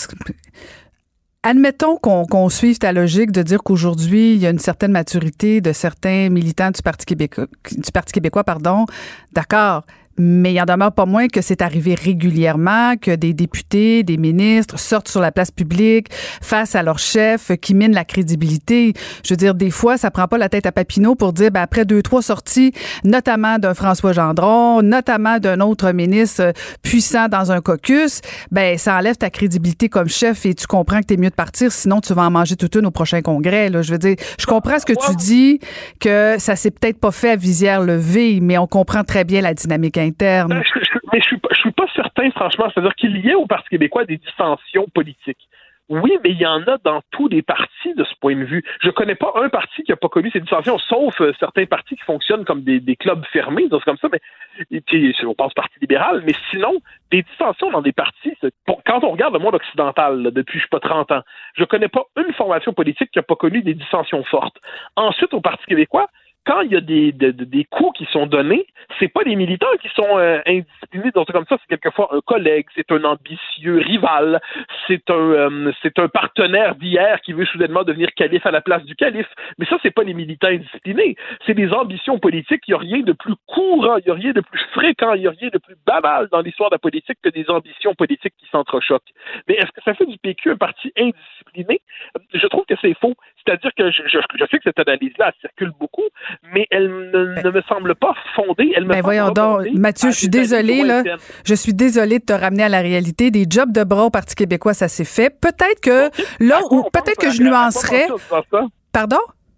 Admettons qu'on, qu'on suive ta logique de dire qu'aujourd'hui, il y a une certaine maturité de certains militants du Parti québécois, du Parti québécois, pardon. D'accord. Mais il en demeure pas moins que c'est arrivé régulièrement que des députés, des ministres sortent sur la place publique face à leur chef qui mine la crédibilité. Je veux dire, des fois, ça prend pas la tête à Papineau pour dire, ben, après deux, trois sorties, notamment d'un François Gendron, notamment d'un autre ministre puissant dans un caucus, ben, ça enlève ta crédibilité comme chef et tu comprends que t'es mieux de partir, sinon tu vas en manger toute une au prochain congrès, là. Je veux dire, je comprends ce que tu dis, que ça s'est peut-être pas fait à visière levée, mais on comprend très bien la dynamique interne. Euh, je, je, mais je suis, je suis pas certain, franchement. C'est-à-dire qu'il y a au Parti québécois des dissensions politiques. Oui, mais il y en a dans tous les partis de ce point de vue. Je connais pas un parti qui a pas connu ces dissensions, sauf euh, certains partis qui fonctionnent comme des, des clubs fermés, donc c'est comme ça, mais et puis, on pense Parti libéral, mais sinon, des dissensions dans des partis, pour, quand on regarde le monde occidental, là, depuis, je sais pas, trente ans, je connais pas une formation politique qui a pas connu des dissensions fortes. Ensuite, au Parti québécois, quand il y a des, de, de, des coups qui sont donnés, c'est pas les militants qui sont euh, indisciplinés, donc c'est comme ça, c'est quelquefois un collègue, c'est un ambitieux rival, c'est un euh, c'est un partenaire d'hier qui veut soudainement devenir calife à la place du calife. Mais ça, c'est pas les militants indisciplinés, c'est des ambitions politiques. Il y a rien de plus courant, il y a rien de plus fréquent, il y a rien de plus banal dans l'histoire de la politique que des ambitions politiques qui s'entrechoquent. Mais est-ce que ça fait du P Q un parti indiscipliné? Je trouve que c'est faux. C'est-à-dire que je, je, je sais que cette analyse-là elle circule beaucoup, mais elle ne, ben, ne me semble pas fondée. Elle me ben voyons donc, Mathieu, je suis désolée, là. Je suis désolée de te ramener à la réalité. Des jobs de bras au Parti québécois, ça s'est fait. Peut-être que okay. là, ah, ou peut-être que je nuancerais. Pardon?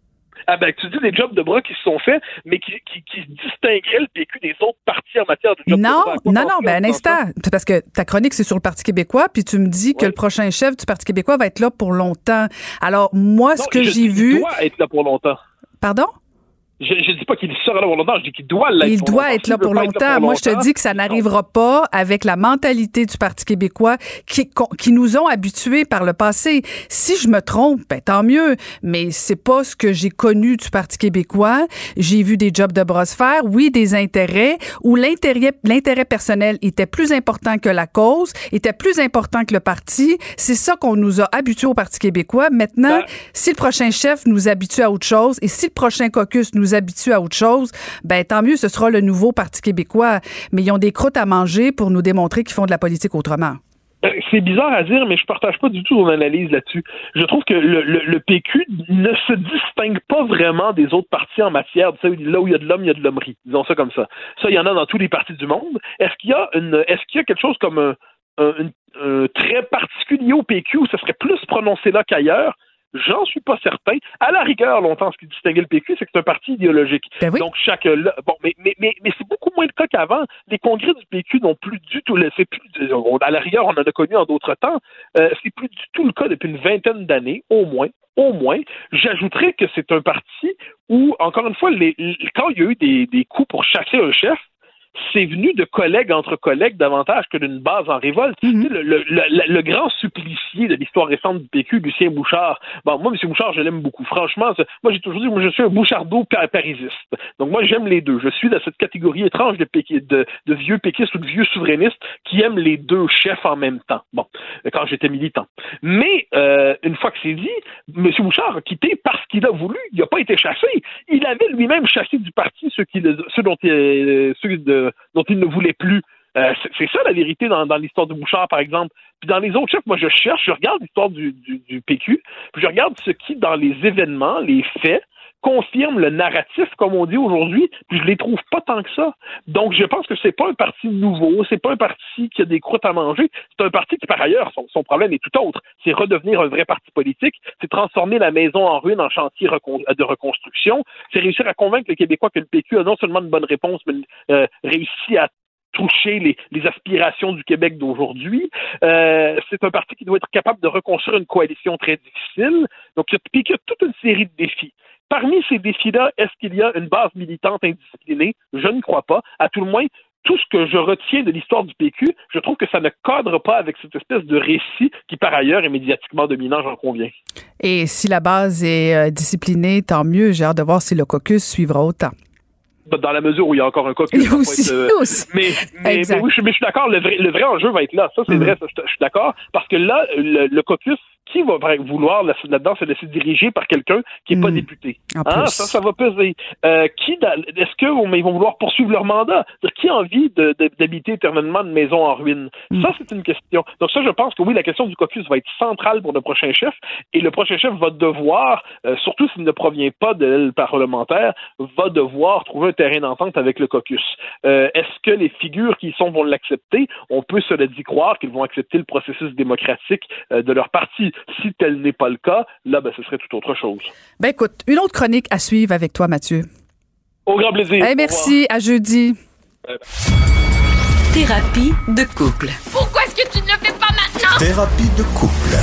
Ah ben, tu dis des jobs de bras qui se sont faits, mais qui, qui, qui distingueraient le P Q des autres partis en matière de jobs non, de bras. Non, non, non, ben un instant. C'est parce que ta chronique, c'est sur le Parti québécois, puis tu me dis que ouais. le prochain chef du Parti québécois va être là pour longtemps. Alors, moi, non, ce que j'ai vu... Il doit être là pour longtemps. Pardon? Je ne dis pas qu'il sera là pour longtemps, je dis qu'il doit l'être. Il pour doit longtemps. être là pour longtemps. Être là pour Moi, longtemps. Je te dis que ça n'arrivera pas avec la mentalité du Parti québécois qui, qui nous ont habitués par le passé. Si je me trompe, ben, tant mieux, mais c'est pas ce que j'ai connu du Parti québécois. J'ai vu des jobs de bras se faire, oui, des intérêts où l'intérêt, l'intérêt personnel était plus important que la cause, était plus important que le parti. C'est ça qu'on nous a habitués au Parti québécois. Maintenant, ben, si le prochain chef nous habitue à autre chose et si le prochain caucus nous habitue à autre chose, ben tant mieux, ce sera le nouveau Parti québécois. Mais ils ont des croûtes à manger pour nous démontrer qu'ils font de la politique autrement. C'est bizarre à dire, mais je partage pas du tout ton analyse là-dessus. Je trouve que le, le, le P Q ne se distingue pas vraiment des autres partis en matière de ça, là où il y a de l'homme, il y a de l'hommerie. Disons ça comme ça. Ça, il y en a dans tous les partis du monde. Est-ce qu'il y a une, est-ce qu'il y a quelque chose comme un, un, un, un trait particulier au P Q où ça serait plus prononcé là qu'ailleurs? J'en suis pas certain. À la rigueur, longtemps, ce qui distinguait le P Q, c'est que c'est un parti idéologique. Ben oui. Donc, chaque... Là, bon, mais, mais, mais, mais c'est beaucoup moins le cas qu'avant. Les congrès du P Q n'ont plus du tout... C'est plus, à la rigueur, on en a connu en d'autres temps. Euh, c'est plus du tout le cas depuis une vingtaine d'années, au moins. Au moins. J'ajouterais que c'est un parti où, encore une fois, les, les, quand il y a eu des, des coups pour chasser un chef, c'est venu de collègues entre collègues davantage que d'une base en révolte. Mm-hmm. Tu sais, le, le, le, le grand supplicié de l'histoire récente du P Q, Lucien Bouchard. Bon, moi, M. Bouchard, je l'aime beaucoup. Franchement, moi, j'ai toujours dit, moi, je suis un bouchardeau parisiste. Donc, moi, j'aime les deux. Je suis dans cette catégorie étrange de, péqu... de, de vieux péquistes ou de vieux souverainistes qui aiment les deux chefs en même temps. Bon, quand j'étais militant. Mais, euh, une fois que c'est dit, M. Bouchard a quitté parce qu'il a voulu. Il n'a pas été chassé. Il avait lui-même chassé du parti ceux, qui, ceux dont il, ceux de dont il ne voulait plus. Euh, c'est, c'est ça la vérité dans, dans l'histoire de Bouchard, par exemple. Puis dans les autres chefs, moi je cherche, je regarde l'histoire du, du, du P Q, puis je regarde ce qui, dans les événements, les faits, confirme le narratif, comme on dit aujourd'hui, puis je les trouve pas tant que ça. Donc, je pense que c'est pas un parti nouveau, c'est pas un parti qui a des croûtes à manger, c'est un parti qui, par ailleurs, son, son problème est tout autre. C'est redevenir un vrai parti politique, c'est transformer la maison en ruine en chantier recon- de reconstruction, c'est réussir à convaincre les Québécois que le P Q a non seulement une bonne réponse, mais euh, réussi à toucher les, les aspirations du Québec d'aujourd'hui. Euh, c'est un parti qui doit être capable de reconstruire une coalition très difficile. Donc, il y a toute une série de défis. Parmi ces défis-là, est-ce qu'il y a une base militante indisciplinée? Je ne crois pas. À tout le moins, tout ce que je retiens de l'histoire du P Q, je trouve que ça ne cadre pas avec cette espèce de récit qui, par ailleurs, est médiatiquement dominant, j'en conviens. Et si la base est euh, disciplinée, tant mieux. J'ai hâte de voir si le caucus suivra autant. Dans la mesure où il y a encore un caucus. Aussi, être, euh, aussi. Mais, mais, mais oui, je, mais je suis d'accord, le vrai, le vrai enjeu va être là. Ça, c'est mmh. vrai, ça, je, je suis d'accord. Parce que là, le, le caucus, qui va vouloir là-dedans se laisser diriger par quelqu'un qui n'est mmh. pas député? Hein? Ça, ça va peser. Euh, qui, est-ce qu'ils vont vouloir poursuivre leur mandat? C'est-à-dire, qui a envie de, de, d'habiter éternellement une maison en ruine? Mmh. Ça, c'est une question. Donc ça, je pense que oui, la question du caucus va être centrale pour le prochain chef. Et le prochain chef va devoir, euh, surtout s'il ne provient pas de l'aile parlementaire, va devoir trouver un terrain d'entente avec le caucus. Euh, est-ce que les figures qui y sont vont l'accepter? On peut cela dit croire qu'ils vont accepter le processus démocratique euh, de leur parti. Si tel n'est pas le cas, là, ben, ce serait tout autre chose. Ben écoute, une autre chronique à suivre avec toi, Mathieu. Au grand plaisir. Hey, merci, à jeudi. Euh... Thérapie de couple. Pourquoi est-ce que tu ne le fais pas maintenant? Thérapie de couple.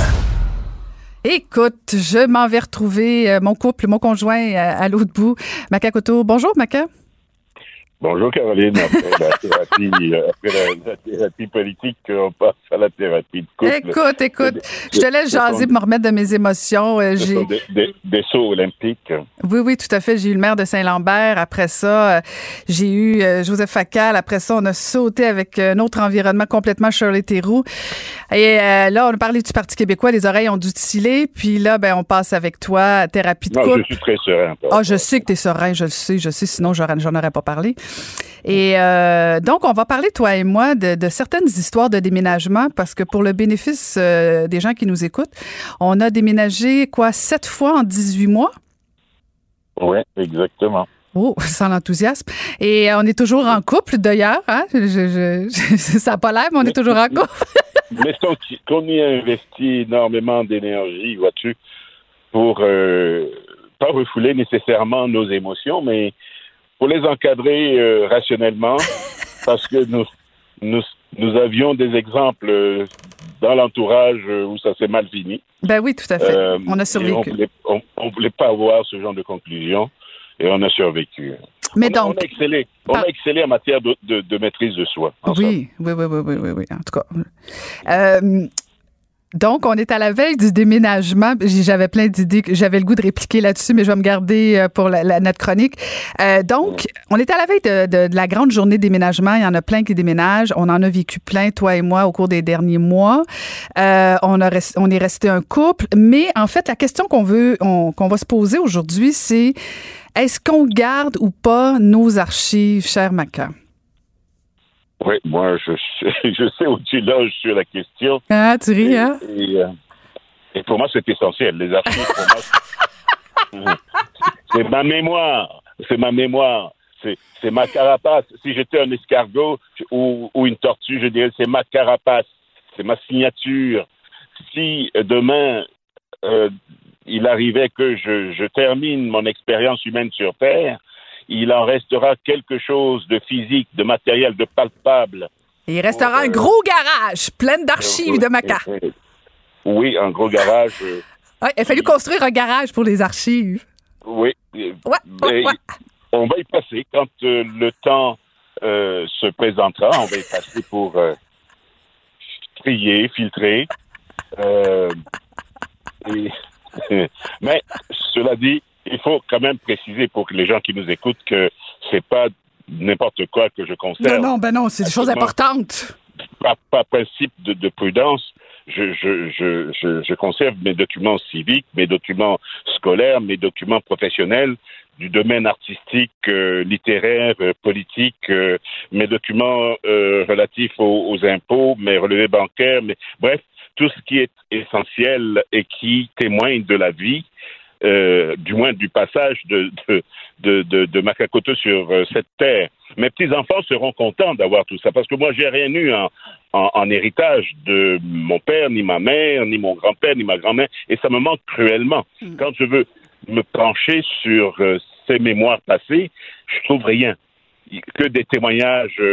Écoute, je m'en vais retrouver euh, mon couple, mon conjoint euh, à l'autre bout. Maca Couteau. Bonjour, Maca. Bonjour Caroline, après la thérapie, après la, la thérapie politique, on passe à la thérapie de couple. Écoute, écoute, je te laisse jaser pour me remettre de mes émotions. Ce j'ai... sont des, des, des sauts olympiques. Oui, oui, tout à fait. J'ai eu le maire de Saint-Lambert. Après ça, j'ai eu Joseph Facal. Après ça, on a sauté avec un autre environnement complètement Shirley Théroux. Et euh, là, on a parlé du Parti québécois. Les oreilles ont dû tiler. Puis là, ben, on passe avec toi, thérapie de couple. Non, je suis très serein. Ah, oh, je sais que tu es serein. Je le sais, je sais. Sinon, j'en aurais pas parlé. Et euh, donc, on va parler, toi et moi, de, de certaines histoires de déménagement parce que pour le bénéfice euh, des gens qui nous écoutent, on a déménagé, quoi, sept fois en dix-huit mois? Oui, exactement. Oh, sans l'enthousiasme. Et on est toujours en couple, d'ailleurs. Hein? Je, je, je, ça n'a pas l'air, mais on est toujours en couple. Mais qu'on y a investi énormément d'énergie, vois-tu, pour euh, pas refouler nécessairement nos émotions, mais pour les encadrer euh, rationnellement, parce que nous, nous, nous avions des exemples euh, dans l'entourage euh, où ça s'est mal fini. Ben oui, tout à fait. Euh, on a survécu. On ne voulait pas avoir ce genre de conclusion et on a survécu. Mais on, donc, on a excellé. On par... a excellé en matière de, de, de maîtrise de soi. Oui, oui, oui, oui, oui, oui, oui, en tout cas. Euh, Donc, on est à la veille du déménagement. J'avais plein d'idées, j'avais le goût de répliquer là-dessus, mais je vais me garder pour la, la, notre chronique. Euh, donc, on est à la veille de, de, de la grande journée de déménagement. Il y en a plein qui déménagent. On en a vécu plein, toi et moi, au cours des derniers mois. Euh, on, a rest, on est resté un couple. Mais en fait, la question qu'on veut, on, qu'on va se poser aujourd'hui, c'est est-ce qu'on garde ou pas nos archives, cher Maca? Oui, moi, je sais, je sais où tu loges sur la question. Ah, tu ris, hein? Et, et, et pour moi, c'est essentiel. Les archives, pour moi, c'est, c'est ma mémoire. C'est ma mémoire. C'est, c'est ma carapace. Si j'étais un escargot ou, ou une tortue, je dirais c'est ma carapace. C'est ma signature. Si demain, euh, il arrivait que je, je termine mon expérience humaine sur Terre, il en restera quelque chose de physique, de matériel, de palpable. Et il restera pour, un euh, gros garage plein d'archives euh, de Maca. Euh, euh, oui, un gros garage. Euh, ouais, il a fallu construire un garage pour les archives. Oui. Ouais, ouais, ouais. On va y passer quand euh, le temps euh, se présentera. On va y passer pour euh, trier, filtrer. Euh, et, mais, cela dit, il faut quand même préciser pour les gens qui nous écoutent que c'est pas n'importe quoi que je conserve. Non, non, ben non, c'est des choses importantes. Par, par principe de, de prudence, je, je, je, je, je conserve mes documents civiques, mes documents scolaires, mes documents professionnels du domaine artistique, euh, littéraire, euh, politique, euh, mes documents euh, relatifs aux, aux impôts, mes relevés bancaires, mais bref, tout ce qui est essentiel et qui témoigne de la vie. Euh, du moins du passage de, de, de, de, de Maca Couteau sur euh, cette terre. Mes petits-enfants seront contents d'avoir tout ça, parce que moi, j'ai rien eu en, en, en héritage de mon père, ni ma mère, ni mon grand-père, ni ma grand-mère, et ça me manque cruellement. Mmh. Quand je veux me pencher sur euh, ces mémoires passées, je trouve rien. Que des témoignages euh,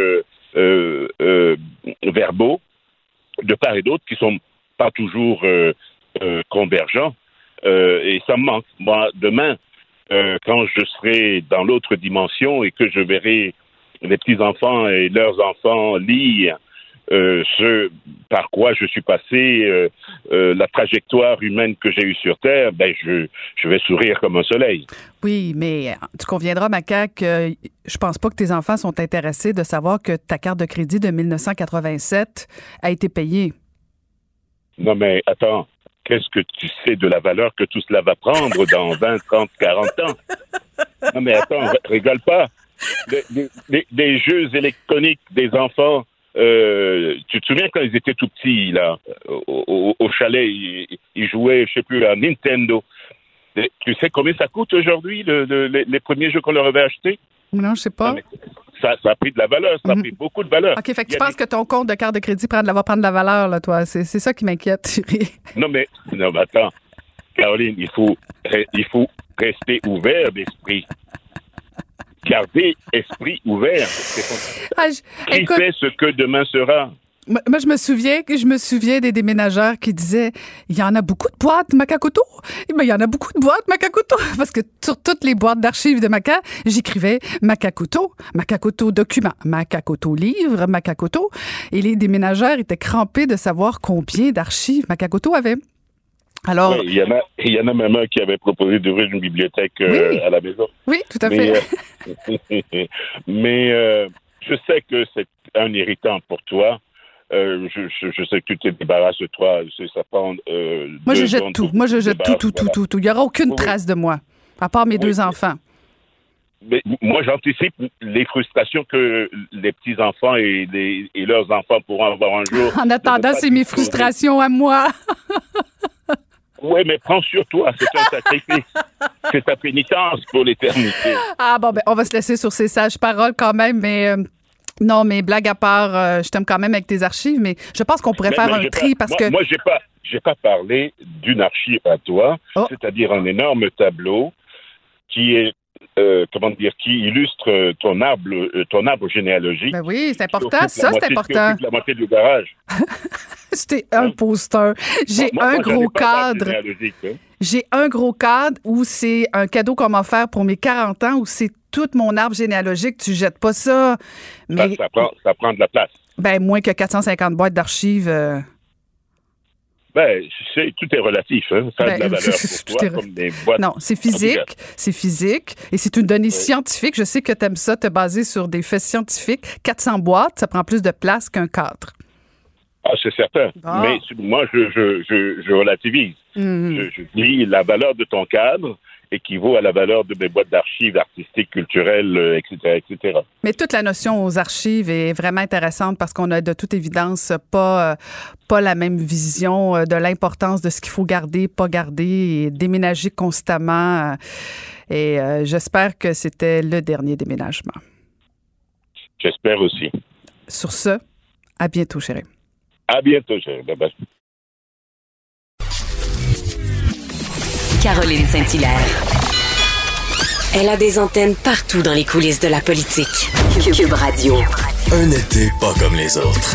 euh, euh, verbaux de part et d'autre qui sont pas toujours euh, euh, convergents. Euh, et ça me manque. Moi, demain, euh, quand je serai dans l'autre dimension et que je verrai les petits-enfants et leurs enfants lire euh, ce par quoi je suis passé, euh, euh, la trajectoire humaine que j'ai eue sur Terre, ben je, je vais sourire comme un soleil. Oui, mais tu conviendras, Maca, que je pense pas que tes enfants sont intéressés de savoir que ta carte de crédit de dix-neuf cent quatre-vingt-sept a été payée. Non, mais attends, qu'est-ce que tu sais de la valeur que tout cela va prendre dans vingt, trente, quarante ans? Non, mais attends, rigole pas. Des, des, des jeux électroniques des enfants, euh, tu te souviens quand ils étaient tout petits, là, au, au, au chalet, ils, ils jouaient, je sais plus, à Nintendo. Tu sais combien ça coûte aujourd'hui, le, le, les, les premiers jeux qu'on leur avait achetés? Non, je sais pas. Non, ça, ça a pris de la valeur, ça a pris mm-hmm. beaucoup de valeur. OK, fait que tu penses des... que ton compte de carte de crédit prend de la, va prendre de la valeur, là, toi. C'est, c'est ça qui m'inquiète. non, mais, non, mais attends. Caroline, il faut, il faut rester ouvert d'esprit. Garder esprit ouvert. Ah, je... Qui Écoute... sait ce que demain sera? Moi, je me souviens que je me souviens des déménageurs qui disaient il y en a beaucoup de boîtes Macacoto. Ben, il y en a beaucoup de boîtes Macacoto. Parce que sur toutes les boîtes d'archives de Maca, j'écrivais Macacoto, Macacoto document, Macacoto livre, Macacoto. Et les déménageurs étaient crampés de savoir combien d'archives Macacoto avait. Alors, il y en a, il y en a même un qui avait proposé d'ouvrir une bibliothèque euh, oui. à la maison. Oui, tout à mais, fait. Euh, mais euh, je sais que c'est un irritant pour toi. Euh, je, je, je sais que tu te débarrasses de toi. Ça prend. Euh, moi, je jette tout. Moi, je jette tout, tout, tout, tout, tout. Il n'y aura aucune oui. trace de moi, à part mes oui. deux enfants. Mais moi, j'anticipe les frustrations que les petits-enfants et, les, et leurs enfants pourront avoir un jour. En attendant, c'est mes frustrations à moi. Oui, mais prends sur toi, c'est un sacrifice. C'est ta pénitence pour l'éternité. Ah bon, ben on va se laisser sur ces sages paroles quand même, mais euh, non, mais blague à part, euh, je t'aime quand même avec tes archives, mais je pense qu'on pourrait mais, faire mais un tri pas, parce moi, que... Moi, j'ai pas, j'ai pas parlé d'une archive à toi, oh. c'est-à-dire un énorme tableau qui est Euh, comment dire, qui illustre ton arbre, ton arbre généalogique. Ben oui, c'est important. Ça, c'est important. La moitié du garage. C'était un hein? poster. J'ai moi, un moi, gros cadre. Hein? J'ai un gros cadre où c'est un cadeau qu'on m'a offert pour mes quarante ans, où c'est tout mon arbre généalogique. Tu jettes pas ça. Mais ça, ça, prend, ça prend de la place. Ben, moins que quatre cent cinquante boîtes d'archives. Euh... Ben, c'est, tout est relatif. Hein. Ça a ben, de la valeur pour toi, est... comme des boîtes. Non, c'est physique. C'est physique. Et c'est une donnée oui. scientifique. Je sais que tu aimes ça, te baser sur des faits scientifiques. quatre cents boîtes, ça prend plus de place qu'un cadre. Ah, c'est certain. Bon. Mais moi, je, je, je, je relativise. Mm. Je, je dis la valeur de ton cadre équivaut à la valeur de mes boîtes d'archives artistiques, culturelles, et cetera, et cetera. Mais toute la notion aux archives est vraiment intéressante parce qu'on a de toute évidence pas, pas la même vision de l'importance de ce qu'il faut garder, pas garder et déménager constamment. Et euh, j'espère que c'était le dernier déménagement. J'espère aussi. Sur ce, à bientôt, chérie. À bientôt, chérie. Bye bye. Caroline Saint-Hilaire. Elle a des antennes partout dans les coulisses de la politique. Cube Radio. Un été pas comme les autres.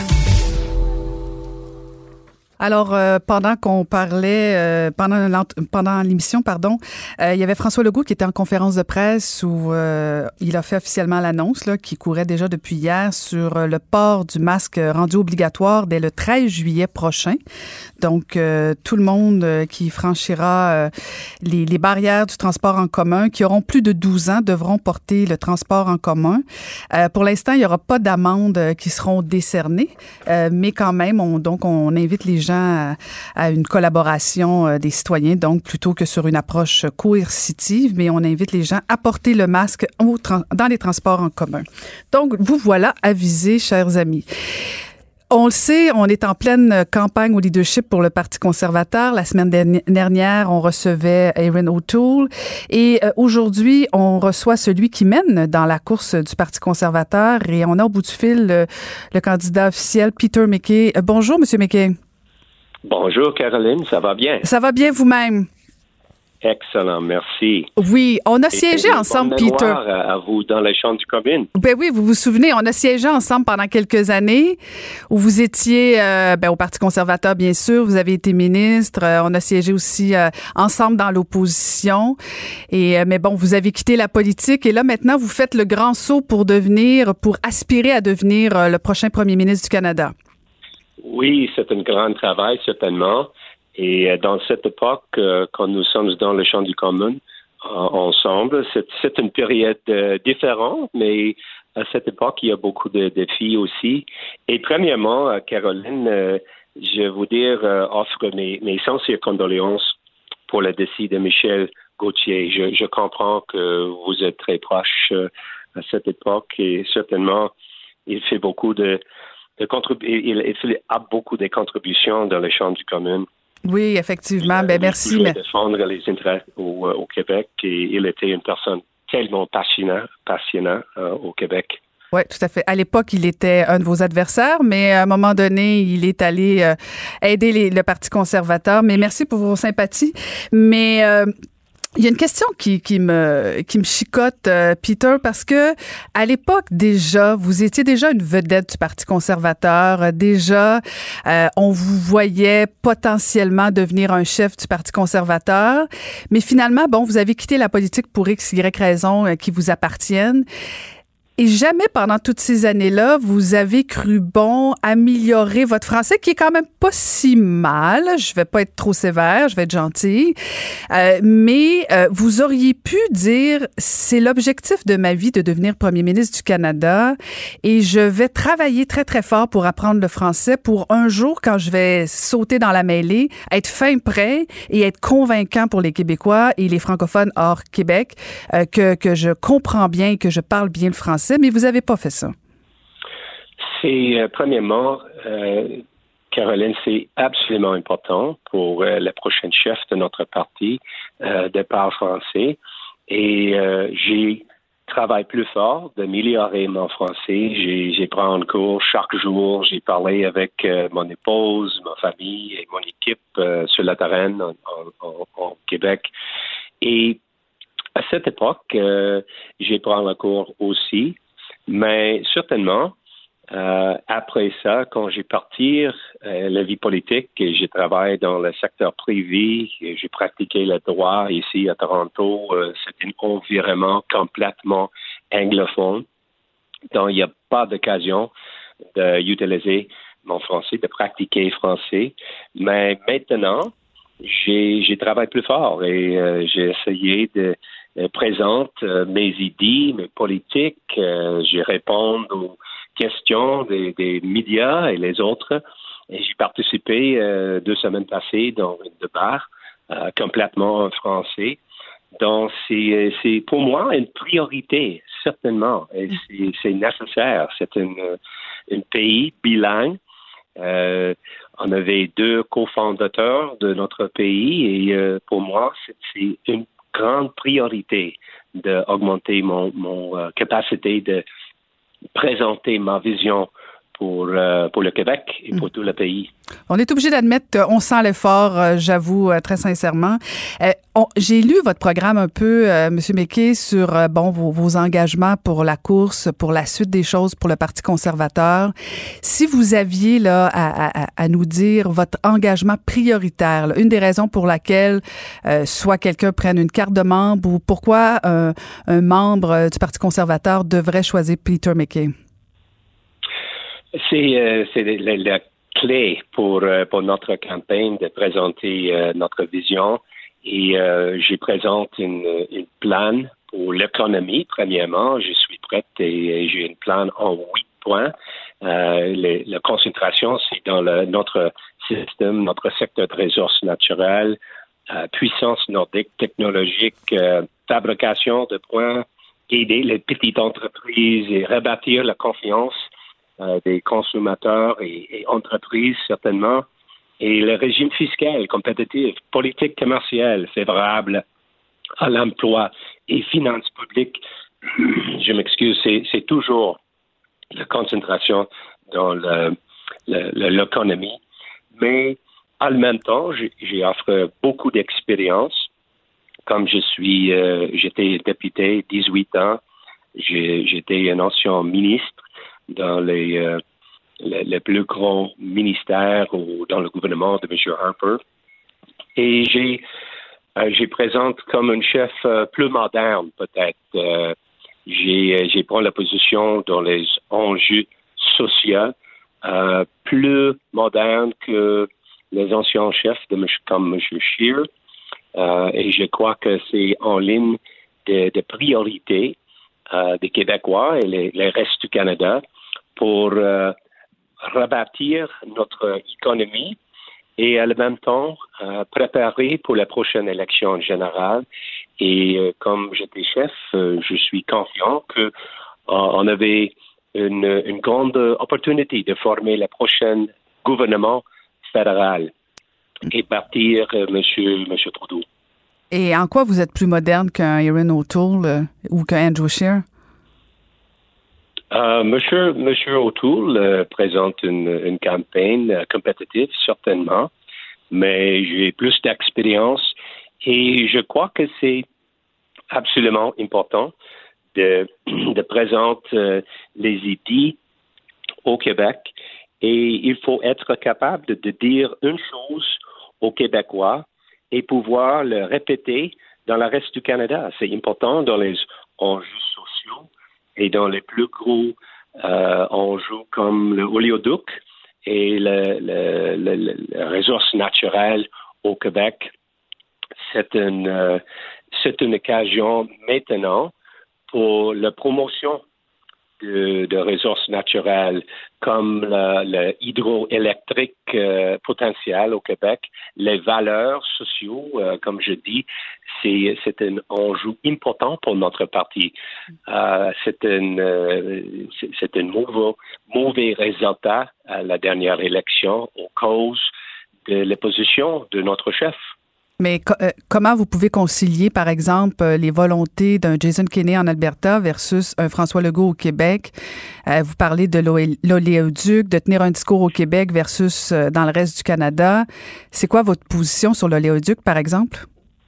Alors, euh, pendant qu'on parlait, euh, pendant, pendant l'émission, pardon, euh, il y avait François Legault qui était en conférence de presse où euh, il a fait officiellement l'annonce là, qui courait déjà depuis hier sur le port du masque rendu obligatoire dès le treize juillet prochain. Donc, euh, tout le monde euh, qui franchira euh, les, les barrières du transport en commun, qui auront plus de douze ans, devront porter le transport en commun. Euh, pour l'instant, il n'y aura pas d'amendes qui seront décernées, euh, mais quand même, on, donc, on invite les gens À, à une collaboration des citoyens, donc plutôt que sur une approche coercitive, mais on invite les gens à porter le masque au tra- dans les transports en commun. Donc, vous voilà avisés, chers amis. On le sait, on est en pleine campagne au leadership pour le Parti conservateur. La semaine dernière, on recevait Erin O'Toole et euh, aujourd'hui, on reçoit celui qui mène dans la course du Parti conservateur et on a au bout du fil le, le candidat officiel, Peter MacKay. Euh, bonjour, Monsieur MacKay. Bonjour Caroline, ça va bien? Ça va bien vous-même? Excellent, merci. Oui, on a Et siégé ensemble, Peter. À, à vous dans les Chambres du commune. Ben oui, vous vous souvenez, on a siégé ensemble pendant quelques années où vous étiez euh, ben, au Parti conservateur, bien sûr, vous avez été ministre, euh, on a siégé aussi euh, ensemble dans l'opposition. Et euh, mais bon, vous avez quitté la politique et là maintenant vous faites le grand saut pour devenir, pour aspirer à devenir euh, le prochain premier ministre du Canada. Oui, c'est un grand travail, certainement. Et dans cette époque, euh, quand nous sommes dans le champ du commun euh, ensemble, c'est, c'est une période euh, différente, mais à cette époque, il y a beaucoup de défis aussi. Et premièrement, euh, Caroline, euh, je veux vous dire, euh, offre mes, mes sincères condoléances pour le décès de Michel Gauthier. Je, je comprends que vous êtes très proche euh, à cette époque et certainement, il fait beaucoup de, de contrib- il, il fait beaucoup de contributions dans le champ du commun. Oui, effectivement. Ben, merci. Mais... défendre les intérêts au, au Québec et il était une personne tellement passionnante, passionnante euh, au Québec. Oui, tout à fait. À l'époque, il était un de vos adversaires, mais à un moment donné, il est allé euh, aider les, le Parti conservateur. Mais merci pour vos sympathies. Mais... Euh, il y a une question qui, qui me qui me chicote, euh, Peter, parce que à l'époque déjà, vous étiez déjà une vedette du Parti conservateur. Déjà, euh, on vous voyait potentiellement devenir un chef du Parti conservateur. Mais finalement, bon, vous avez quitté la politique pour X, Y raisons euh, qui vous appartiennent. Et jamais pendant toutes ces années-là, vous avez cru bon améliorer votre français, qui est quand même pas si mal. Je vais pas être trop sévère, je vais être gentille. Euh, mais euh, vous auriez pu dire, c'est l'objectif de ma vie de devenir premier ministre du Canada et je vais travailler très, très fort pour apprendre le français pour un jour, quand je vais sauter dans la mêlée, être fin prêt et être convaincant pour les Québécois et les francophones hors Québec, euh, que, que je comprends bien, que je parle bien le français. Mais vous n'avez pas fait ça. C'est, euh, premièrement, euh, Caroline, c'est absolument important pour euh, le prochain chef de notre parti euh, de parler français. Et euh, j'ai travaillé plus fort d'améliorer mon français. J'ai, j'ai pris en cours chaque jour. J'ai parlé avec euh, mon épouse, ma famille et mon équipe euh, sur le terrain en, en, en Québec. Et à cette époque, euh, j'ai pris le cours aussi, mais certainement, euh, après ça, quand j'ai parti euh, la vie politique et j'ai travaillé dans le secteur privé, et j'ai pratiqué le droit ici à Toronto, euh, c'est un environnement complètement anglophone, donc il n'y a pas d'occasion d'utiliser mon français, de pratiquer français, mais maintenant, j'ai, j'ai travaillé plus fort et euh, j'ai essayé de Euh, présente euh, mes idées, mes politiques, euh, je réponds aux questions des, des médias et les autres. Et j'ai participé euh, deux semaines passées dans un débat euh, complètement en français. Donc, c'est, c'est pour moi une priorité, certainement. Et c'est, c'est nécessaire. C'est un pays bilingue. Euh, on avait deux cofondateurs de notre pays et euh, pour moi, c'est, c'est une grande priorité d'augmenter mon, mon euh, capacité de présenter ma vision pour, euh, pour le Québec et pour mmh. tout le pays. On est obligé d'admettre qu'on sent l'effort, euh, j'avoue, euh, très sincèrement. Euh, on, j'ai lu votre programme un peu, euh, M. McKay, sur euh, bon vos, vos engagements pour la course, pour la suite des choses pour le Parti conservateur. Si vous aviez là à, à, à nous dire votre engagement prioritaire, là, une des raisons pour laquelle euh, soit quelqu'un prenne une carte de membre ou pourquoi euh, un membre du Parti conservateur devrait choisir Peter McKay? C'est, euh, c'est la, la clé pour, euh, pour notre campagne de présenter euh, notre vision et euh, je présente une, une plan pour l'économie, premièrement. Je suis prête et, et j'ai une plan en huit points. Euh, les, la concentration, c'est dans le, notre système, notre secteur de ressources naturelles, euh, puissance nordique, technologique, euh, fabrication de points, aider les petites entreprises et rebâtir la confiance Euh, des consommateurs et, et entreprises, certainement, et le régime fiscal compétitif, politique commerciale favorable à l'emploi et finances publiques. Je m'excuse, c'est, c'est toujours la concentration dans le, le, le, l'économie, mais en même temps, j'ai, j'ai offre beaucoup d'expérience comme je suis, euh, j'étais député dix-huit ans, j'ai, j'étais un ancien ministre dans les, euh, les, les plus grands ministères ou dans le gouvernement de M. Harper. Et j'ai, euh, j'ai présente comme un chef euh, plus moderne, peut-être. Euh, j'ai, j'ai pris la position dans les enjeux sociaux euh, plus modernes que les anciens chefs de M. comme M. Scheer. Euh, et je crois que c'est en ligne de, de priorité euh, des Québécois et les, les restes du Canada pour euh, rebâtir notre économie et en même temps euh, préparer pour la prochaine élection générale. Et euh, comme j'étais chef, euh, je suis confiant que euh, on avait une, une grande opportunité de former le prochain gouvernement fédéral et bâtir euh, monsieur, monsieur Trudeau. Et en quoi vous êtes plus moderne qu'un Erin O'Toole euh, ou qu'un Andrew Scheer? Euh, monsieur, monsieur O'Toole euh, présente une, une campagne euh, compétitive, certainement, mais j'ai plus d'expérience et je crois que c'est absolument important de, de présenter euh, les idées au Québec et il faut être capable de, de dire une chose aux Québécois et pouvoir le répéter dans le reste du Canada. C'est important dans les enjeux sociaux et dans les plus gros euh, enjeux comme le oléoduc et le, le, le, le, le ressources naturelles au Québec. C'est une, euh, c'est une occasion maintenant pour la promotion de, de ressources naturelles comme le, le hydroélectrique euh, potentiel au Québec, les valeurs sociaux, euh, comme je dis, c'est, c'est un enjeu important pour notre parti. Euh, c'est un, euh, c'est, c'est un mauvais, mauvais résultat à la dernière élection à cause de l'opposition de notre chef. Mais co- euh, comment vous pouvez concilier, par exemple, euh, les volontés d'un Jason Kenney en Alberta versus un François Legault au Québec? Euh, vous parlez de l'olé- l'oléoduc, de tenir un discours au Québec versus euh, dans le reste du Canada. C'est quoi votre position sur l'oléoduc, par exemple?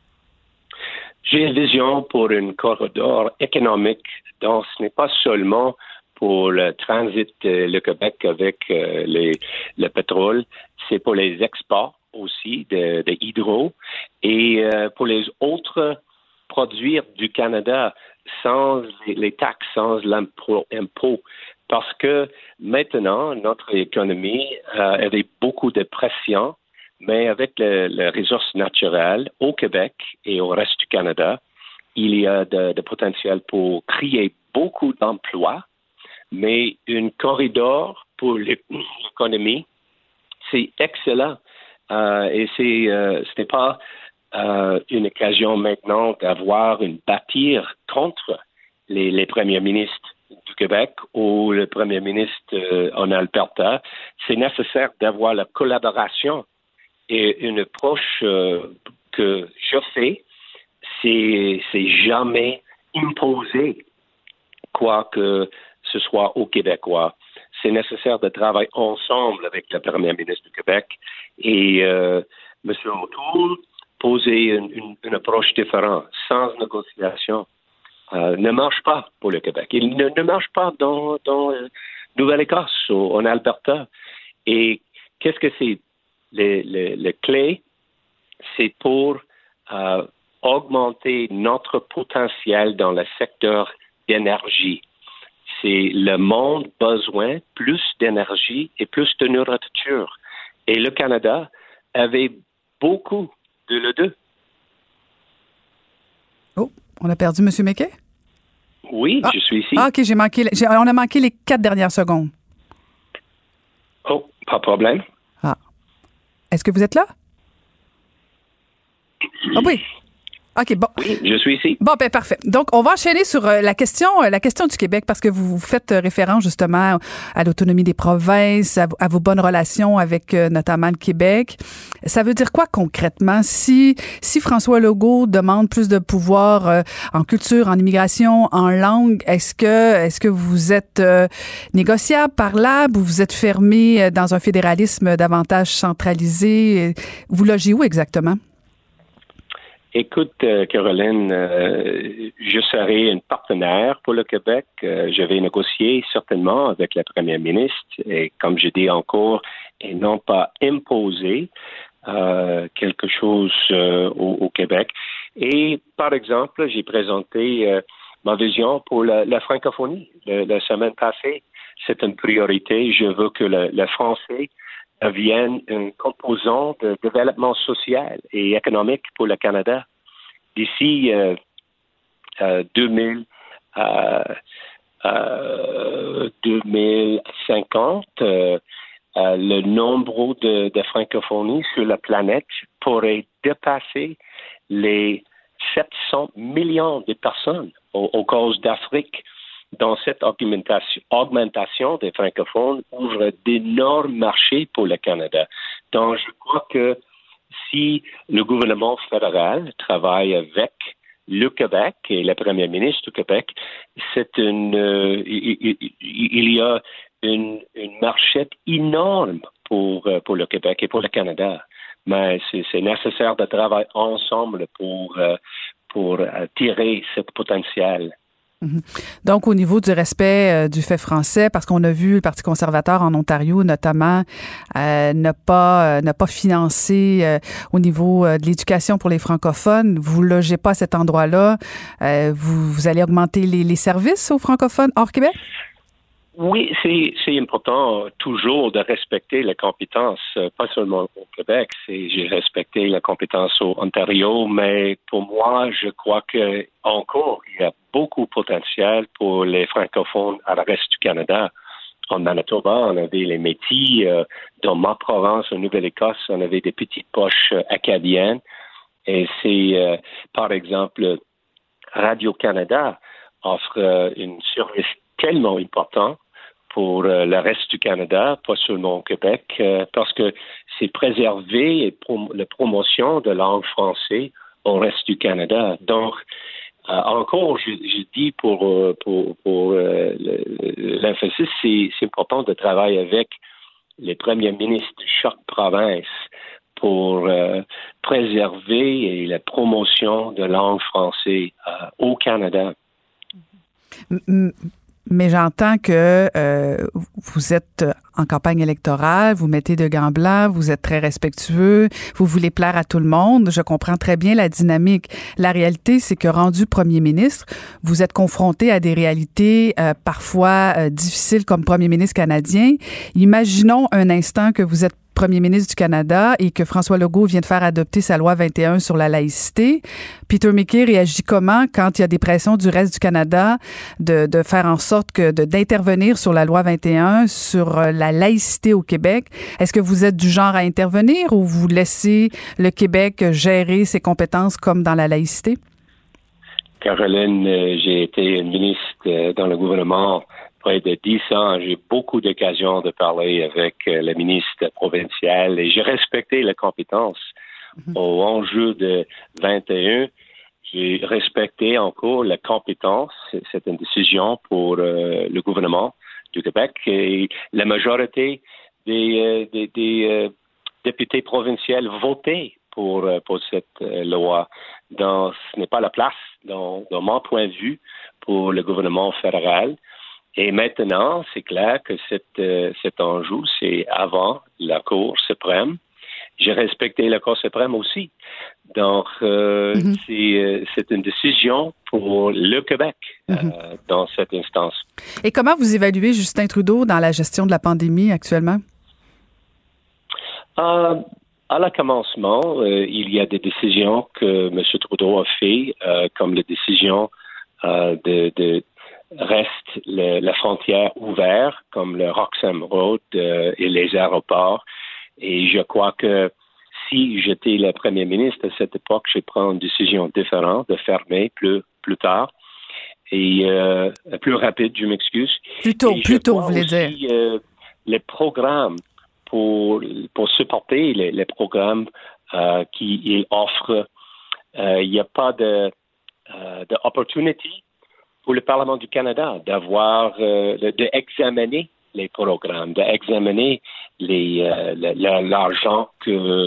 J'ai une vision pour un corridor économique, donc ce n'est pas seulement pour le transit euh, le Québec avec euh, les, le pétrole, c'est pour les exports aussi de, de hydro et euh, pour les autres produits du Canada sans les, les taxes, sans l'impôt, impôt, parce que maintenant notre économie euh, avait beaucoup de pression, mais avec le, le ressources naturelles au Québec et au reste du Canada, il y a de, de potentiel pour créer beaucoup d'emplois, mais un corridor pour l'économie, c'est excellent. Euh, et c'est, euh, ce n'est pas euh, une occasion maintenant d'avoir une bâtir contre les, les premiers ministres du Québec ou le premier ministre euh, en Alberta. C'est nécessaire d'avoir la collaboration et une approche euh, que je fais, c'est, c'est jamais imposer quoi que ce soit aux Québécois. C'est nécessaire de travailler ensemble avec le premier ministre du Québec et euh, M. O'Toole poser une, une, une approche différente, sans négociation. Euh, ne marche pas pour le Québec. Il ne, ne marche pas dans, dans euh, Nouvelle-Écosse ou en Alberta. Et qu'est-ce que c'est? Le, le, le clé, c'est pour euh, augmenter notre potentiel dans le secteur d'énergie. C'est le monde besoin plus d'énergie et plus de nourriture. Et le Canada avait beaucoup de le deux. Oh, on a perdu M. McKay? Oui, ah. je suis ici. Ah, OK, j'ai manqué. J'ai, on a manqué les quatre dernières secondes. Oh, pas de problème. Ah. Est-ce que vous êtes là? Ah oui. OK, bon. Oui, je suis ici. Bon, ben parfait. Donc, on va enchaîner sur euh, la question euh, la question du Québec parce que vous, vous faites euh, référence justement à l'autonomie des provinces, à, à vos bonnes relations avec euh, notamment le Québec. Ça veut dire quoi concrètement? Si si François Legault demande plus de pouvoir euh, en culture, en immigration, en langue, est-ce que est-ce que vous êtes euh, négociable, parlable ou vous êtes fermé euh, dans un fédéralisme davantage centralisé? Vous logez où exactement? Écoute, euh, Caroline, euh, je serai une partenaire pour le Québec. Euh, je vais négocier certainement avec la première ministre et, comme je dis encore, et non pas imposer euh, quelque chose euh, au, au Québec. Et, par exemple, j'ai présenté euh, ma vision pour la, la francophonie le, la semaine passée. C'est une priorité. Je veux que le, le français devienne un composant de développement social et économique pour le Canada. D'ici euh, euh, deux mille, euh, euh, deux mille cinquante, euh, euh, le nombre de, de francophonies sur la planète pourrait dépasser les sept cents millions de personnes au, au cause d'Afrique. Dans cette augmentation, augmentation des francophones ouvre d'énormes marchés pour le Canada. Donc, je crois que si le gouvernement fédéral travaille avec le Québec et le premier ministre du Québec, c'est une, euh, il, il, il y a une, une marché énorme pour, pour le Québec et pour le Canada. Mais c'est, c'est nécessaire de travailler ensemble pour, pour tirer ce potentiel. Mm-hmm. Donc, au niveau du respect euh, du fait français, parce qu'on a vu le Parti conservateur en Ontario, notamment, euh, n'a pas, euh, n'a pas financé euh, au niveau euh, de l'éducation pour les francophones. Vous ne logez pas à cet endroit-là. Euh, vous, vous allez augmenter les, les services aux francophones hors Québec? Oui, c'est, c'est important toujours de respecter les compétences, pas seulement au Québec. C'est, j'ai respecté la compétence au Ontario, mais pour moi, je crois que encore il y a beaucoup de potentiel pour les francophones à le reste du Canada. En Manitoba, on avait les Métis. Euh, dans ma province, en Nouvelle-Écosse, on avait des petites poches euh, acadiennes. Et c'est, euh, par exemple, Radio-Canada offre euh, un service tellement important pour euh, le reste du Canada, pas seulement au Québec, euh, parce que c'est préserver et prom- la promotion de la langue française au reste du Canada. Donc, euh, encore, je, je dis pour, pour, pour euh, l'emphasis, c'est, c'est important de travailler avec les premiers ministres de chaque province pour euh, préserver et la promotion de la langue française euh, au Canada. Mm-hmm. Mais j'entends que euh, vous êtes en campagne électorale, vous mettez de gants blancs, vous êtes très respectueux, vous voulez plaire à tout le monde. Je comprends très bien la dynamique. La réalité, c'est que rendu premier ministre, vous êtes confronté à des réalités euh, parfois euh, difficiles comme premier ministre canadien. Imaginons un instant que vous êtes premier ministre du Canada et que François Legault vient de faire adopter sa loi vingt et un sur la laïcité. Peter MacKay réagit comment quand il y a des pressions du reste du Canada de, de faire en sorte que de, d'intervenir sur la loi vingt et un, sur la laïcité au Québec? Est-ce que vous êtes du genre à intervenir ou vous laissez le Québec gérer ses compétences comme dans la laïcité? Caroline, j'ai été ministre dans le gouvernement près de dix ans. J'ai beaucoup d'occasions de parler avec la ministre provinciale et j'ai respecté les compétences. Mm-hmm. Au enjeu de vingt et un, j'ai respecté encore la compétence. C'est une décision pour euh, le gouvernement du Québec et la majorité des, euh, des, des euh, députés provinciaux votaient pour, euh, pour cette euh, loi. Donc, ce n'est pas la place, dans, dans mon point de vue, pour le gouvernement fédéral. Et maintenant, c'est clair que cette, euh, cet enjeu, c'est avant la Cour suprême. J'ai respecté la Cour suprême aussi. Donc, euh, mm-hmm. c'est, euh, c'est une décision pour le Québec mm-hmm. euh, dans cette instance. Et comment vous évaluez Justin Trudeau dans la gestion de la pandémie actuellement? Euh, à le commencement, euh, il y a des décisions que M. Trudeau a fait, euh, comme la décision euh, de... de reste le, la frontière ouverte, comme le Roxham Road euh, et les aéroports. Et je crois que si j'étais le premier ministre à cette époque, je prends une décision différente de fermer plus, plus tard et euh, plus rapide, je m'excuse. Plus tôt, plus tôt, vous voulez dire. Euh, les programmes pour, pour supporter les, les programmes euh, qu'ils offrent, euh, il n'y a pas de, euh, de opportunity pour le Parlement du Canada d'avoir, euh, d'examiner les programmes, d'examiner les, euh, le, l'argent que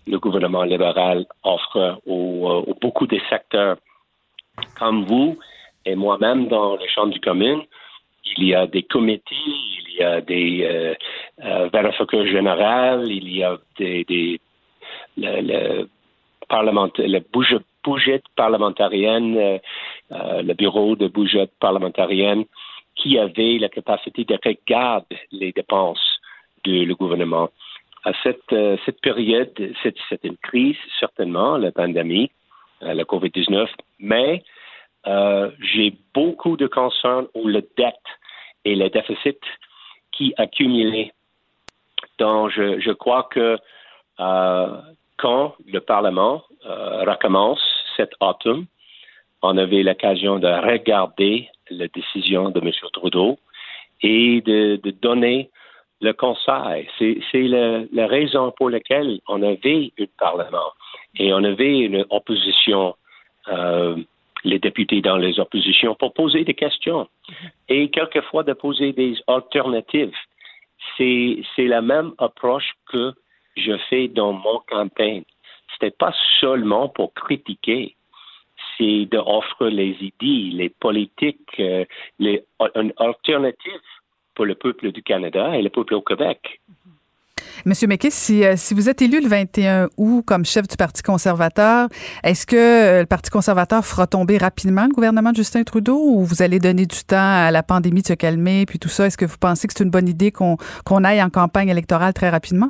le gouvernement libéral offre aux, aux beaucoup de secteurs comme vous et moi-même dans les chambres du commune. Il y a des comités, il y a des euh, euh, vérificateurs généraux, il y a des, des le, le, parlement, le budget, budget parlementarien, euh, euh, le bureau de budget parlementarien qui avait la capacité de regarder les dépenses du le gouvernement. À cette, euh, cette période, c'est, c'est une crise, certainement, la pandémie, euh, la covid dix-neuf, mais euh, j'ai beaucoup de concerns où la dette et le déficit qui accumulaient. Donc, je, je crois que euh, quand le Parlement euh, recommence cet automne, on avait l'occasion de regarder la décision de M. Trudeau et de, de donner le conseil. C'est, c'est la, la raison pour laquelle on avait un Parlement et on avait une opposition, euh, les députés dans les oppositions, pour poser des questions et quelquefois de poser des alternatives. C'est, c'est la même approche que je fais dans mon campagne. C'était pas seulement pour critiquer, c'est d'offrir les idées, les politiques, euh, les, une alternative pour le peuple du Canada et le peuple au Québec. Monsieur McKay, si, si vous êtes élu le vingt et un août comme chef du Parti conservateur, est-ce que le Parti conservateur fera tomber rapidement le gouvernement de Justin Trudeau ou vous allez donner du temps à la pandémie de se calmer puis tout ça? Est-ce que vous pensez que c'est une bonne idée qu'on, qu'on aille en campagne électorale très rapidement?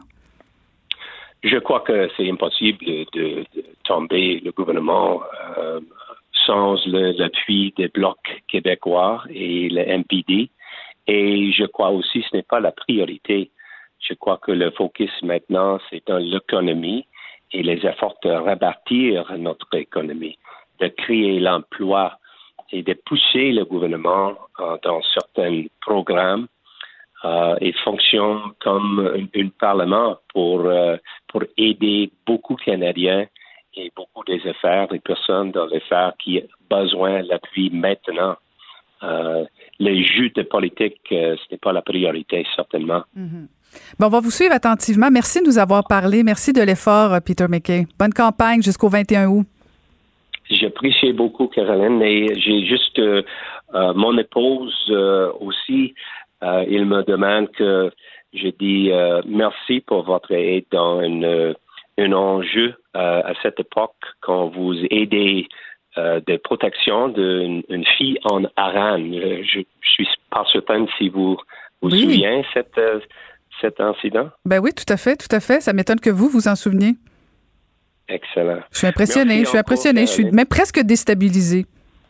Je crois que c'est impossible de, de tomber le gouvernement euh, sans le, l'appui des blocs québécois et le M P D. Et je crois aussi que ce n'est pas la priorité. Je crois que le focus maintenant, c'est dans l'économie et les efforts de rebâtir notre économie, de créer l'emploi et de pousser le gouvernement euh, dans certains programmes euh, et fonctionne comme un, un parlement pour, euh, pour aider beaucoup de Canadiens et beaucoup des affaires, des personnes dans les affaires qui ont besoin d'appui maintenant. Euh, les jeux de politique, euh, ce n'est pas la priorité, certainement. Mm-hmm. Bon, on va vous suivre attentivement. Merci de nous avoir parlé. Merci de l'effort, Peter McKay. Bonne campagne jusqu'au vingt et un août. J'apprécie beaucoup, Caroline. Et j'ai juste euh, euh, mon épouse euh, aussi. Euh, il me demande que je dis euh, merci pour votre aide dans une, un enjeu euh, à cette époque quand vous aidez euh, de protection d'une une fille en Iran. Je, je suis pas certain si vous vous oui. souvenez cette euh, cet incident? Ben oui, tout à fait, tout à fait. Ça m'étonne que vous vous en souveniez. Excellent. Je suis impressionnée, je suis impressionnée. Je suis même presque déstabilisée.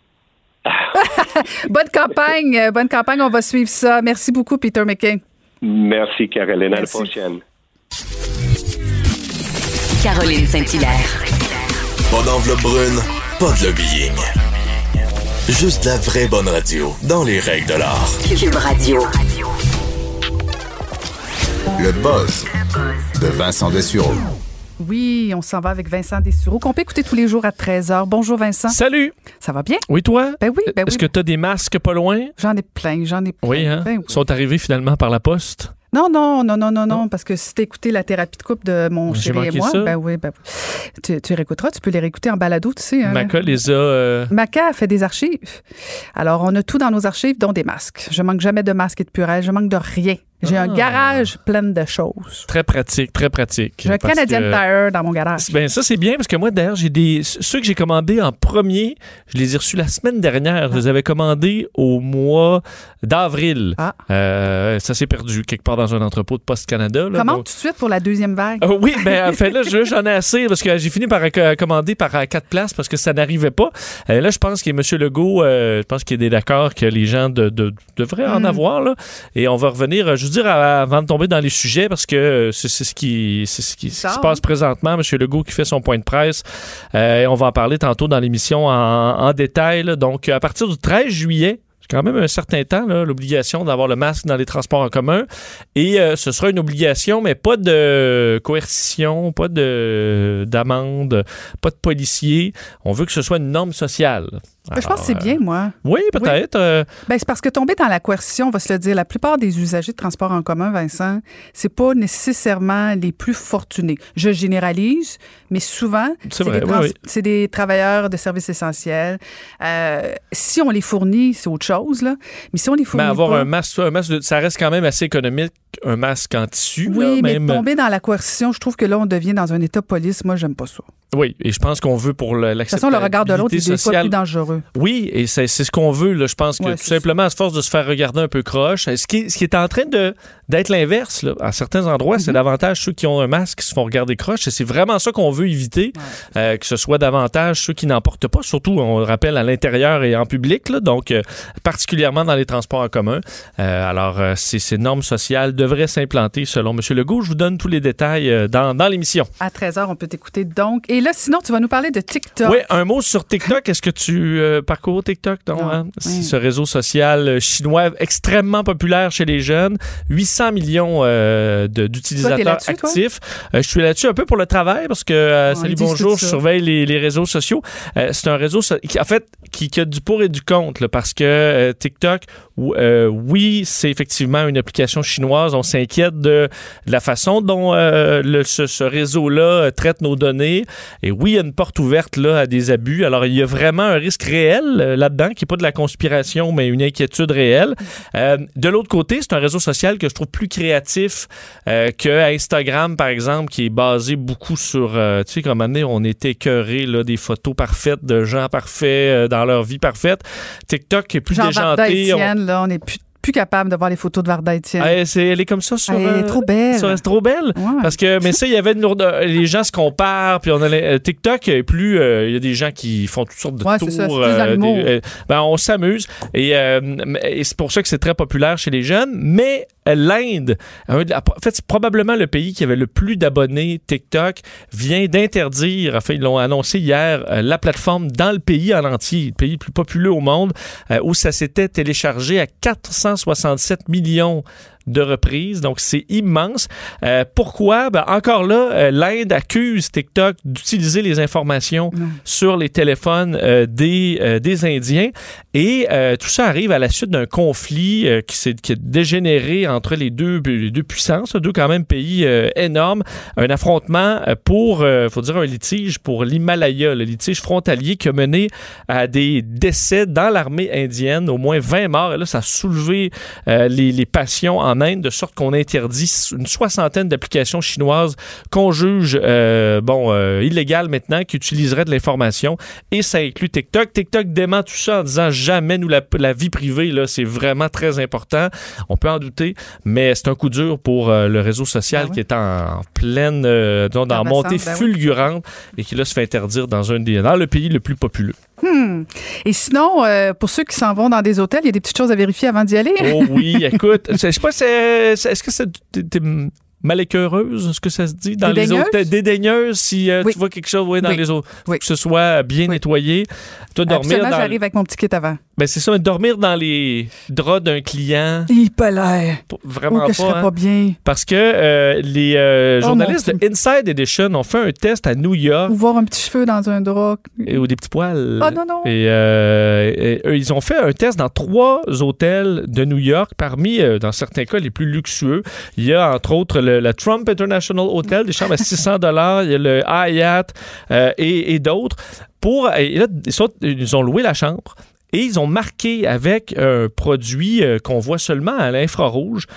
Bonne campagne, bonne campagne, on va suivre ça. Merci beaucoup, Peter McKay. Merci, Caroline. Merci. À la prochaine. Caroline Saint-Hilaire. Pas d'enveloppe brune, pas de lobbying. Juste la vraie bonne radio, dans les règles de l'art. Cube Radio. Le buzz de Vincent Dessureau. Oui, on s'en va avec Vincent Dessureau, qu'on peut écouter tous les jours à treize heures. Bonjour Vincent. Salut. Ça va bien? Oui, toi? Ben oui, ben oui. Est-ce que tu as des masques pas loin? J'en ai plein, j'en ai plein. Oui, hein? Ben oui. Ils sont arrivés finalement par la poste? Non, non, non, non, non, non, parce que si t'as écouté la thérapie de couple de mon J'ai chéri et moi, ça. ben oui, ben oui. Tu, tu réécouteras, tu peux les réécouter en balado, tu sais. Hein, Maca les a... Euh... Maca a fait des archives. Alors, on a tout dans nos archives, dont des masques. Je manque jamais de masques et de purée, je manque de rien. J'ai ah. un garage plein de choses. Très pratique, très pratique. J'ai un Canadian que... Tire dans mon garage. Ben ça, c'est bien parce que moi, d'ailleurs, j'ai des... Ceux que j'ai commandés en premier, je les ai reçus la semaine dernière. Ah. Je les avais commandés au mois d'avril. Ah. Euh, ça s'est perdu quelque part dans un entrepôt de Poste Canada. Là, Commande donc... tout de suite pour la deuxième vague. Euh, oui, ben en fait, là, j'en ai assez parce que j'ai fini par euh, commander par euh, quatre places parce que ça n'arrivait pas. Euh, là, je pense que M. Legault, euh, je pense qu'il est d'accord que les gens de, de, devraient en mm. avoir. Là. Et on va revenir, je veux dire, avant de tomber dans les sujets, parce que c'est, c'est ce qui, c'est ce qui, ce qui se passe présentement. M. Legault qui fait son point de presse. Euh, et on va en parler tantôt dans l'émission en, en détail. Là. Donc, à partir du treize juillet, c'est quand même un certain temps, là, l'obligation d'avoir le masque dans les transports en commun. Et euh, ce sera une obligation, mais pas de coercition, pas de, d'amende, pas de policier. On veut que ce soit une norme sociale. Alors, je pense que c'est bien, moi. Oui, peut-être. Oui. Euh... Ben, c'est parce que tomber dans la coercition, on va se le dire, la plupart des usagers de transport en commun, Vincent, c'est pas nécessairement les plus fortunés. Je généralise, mais souvent, c'est, c'est, des, trans- oui, oui. c'est des travailleurs de services essentiels. Euh, si on les fournit, c'est autre chose, là. Mais si on les fournit mais avoir pas, un masque, un masque, ça reste quand même assez économique, un masque en tissu. Oui, là, mais même... tomber dans la coercition, je trouve que là, on devient dans un état police. Moi, j'aime pas ça. Oui, et je pense qu'on veut pour le, l'acceptabilité sociale. De toute façon, le regard de l'autre est des fois plus dangereux. Oui, et c'est, c'est ce qu'on veut. Là. Je pense que ouais, tout simplement, ça. à force de se faire regarder un peu croche, ce qui, ce qui est en train de, d'être l'inverse, là, à certains endroits, mm-hmm. c'est davantage ceux qui ont un masque qui se font regarder croche. Et c'est vraiment ça qu'on veut éviter, ouais. euh, que ce soit davantage ceux qui n'en portent pas, surtout, on le rappelle, à l'intérieur et en public, là, donc euh, particulièrement dans les transports en commun. Euh, alors, euh, ces, ces normes sociales devraient s'implanter selon M. Legault. Je vous donne tous les détails euh, dans, dans l'émission. À treize heures, on peut t'écouter donc. Et là, sinon, tu vas nous parler de TikTok. Oui, un mot sur TikTok. Est-ce que tu euh, parcours TikTok? Non, non. Hein? Oui. C'est ce réseau social chinois extrêmement populaire chez les jeunes. huit cents millions euh, de, d'utilisateurs toi, actifs. Euh, je suis là-dessus un peu pour le travail parce que, euh, salut, bonjour, je surveille les, les réseaux sociaux. Euh, c'est un réseau, qui, en fait, qui, qui a du pour et du contre là, parce que euh, TikTok, euh, oui, c'est effectivement une application chinoise. On s'inquiète de, de la façon dont euh, le, ce, ce réseau-là traite nos données. Et oui, il y a une porte ouverte là, à des abus. Alors, il y a vraiment un risque réel euh, là-dedans, qui n'est pas de la conspiration, mais une inquiétude réelle. Euh, de l'autre côté, c'est un réseau social que je trouve plus créatif euh, que Instagram, par exemple, qui est basé beaucoup sur, euh, tu sais, comme année, on était écœuré là, des photos parfaites de gens parfaits euh, dans leur vie parfaite. TikTok est plus Jean déjanté. On... là, on est plus plus capable de voir les photos de Varda Étienne. Elle, c'est, elle est comme ça sur... Elle est euh, trop belle. Sur, elle est trop belle. Ouais. Parce que, mais ça, il y avait une lourde... Les gens se comparent, puis on a les, TikTok, il y a plus... Euh, il y a des gens qui font toutes sortes de ouais, tours. C'est ça, c'est euh, plus des, euh, ben, on s'amuse. Et, euh, et c'est pour ça que c'est très populaire chez les jeunes. Mais l'Inde, en fait, c'est probablement le pays qui avait le plus d'abonnés TikTok, vient d'interdire, enfin, ils l'ont annoncé hier, euh, la plateforme dans le pays en entier, le pays le plus populeux au monde, euh, où ça s'était téléchargé à quatre cent soixante-sept millions de reprises, donc c'est immense. Euh, pourquoi? Ben, encore là, euh, l'Inde accuse TikTok d'utiliser les informations mmh. sur les téléphones euh, des, euh, des Indiens et euh, tout ça arrive à la suite d'un conflit euh, qui, s'est, qui a dégénéré entre les deux, les deux puissances, deux quand même pays euh, énormes, un affrontement pour, il euh, faut dire un litige pour l'Himalaya, le litige frontalier qui a mené à des décès dans l'armée indienne, au moins vingt morts, et là ça a soulevé euh, les, les passions en Inde, de sorte qu'on interdit une soixantaine d'applications chinoises qu'on juge euh, bon, euh, illégales maintenant, qui utiliseraient de l'information, et ça inclut TikTok. TikTok dément tout ça en disant jamais nous la, la vie privée, là, c'est vraiment très important. On peut en douter, mais c'est un coup dur pour euh, le réseau social ben oui. qui est en, en pleine euh, dans, dans montée ben fulgurante oui. et qui là se fait interdire dans, un des, dans le pays le plus populeux. Hmm. Et sinon, euh, pour ceux qui s'en vont dans des hôtels, il y a des petites choses à vérifier avant d'y aller. Oh oui, écoute, je sais pas, c'est, c'est, est-ce que c'est... T'es, t'es malécœureuse, est-ce que ça se dit? Dans dédaigneuse? Les hôtels, dédaigneuse, si euh, oui. tu vois quelque chose oui, dans oui. les autres, oui. que ce soit bien oui. nettoyé. Toi, dormir dans... j'arrive avec mon petit kit avant. Ben c'est ça, mais dormir dans les draps d'un client. Il peut l'air. Vraiment oh, que pas. Je serais hein? pas bien. Parce que euh, les euh, oh, journalistes de Inside Edition ont fait un test à New York. Ou voir un petit cheveu dans un drap. Et, ou des petits poils. Oh non, non. Et, euh, et eux, ils ont fait un test dans trois hôtels de New York, parmi, euh, dans certains cas, les plus luxueux. Il y a, entre autres, le, la Trump International Hotel, des chambres à six cents dollars. Il y a le Hyatt euh, et, et d'autres. Pour, et là, ils, sont, ils ont loué la chambre. Et ils ont marqué avec un produit euh, qu'on voit seulement à l'infrarouge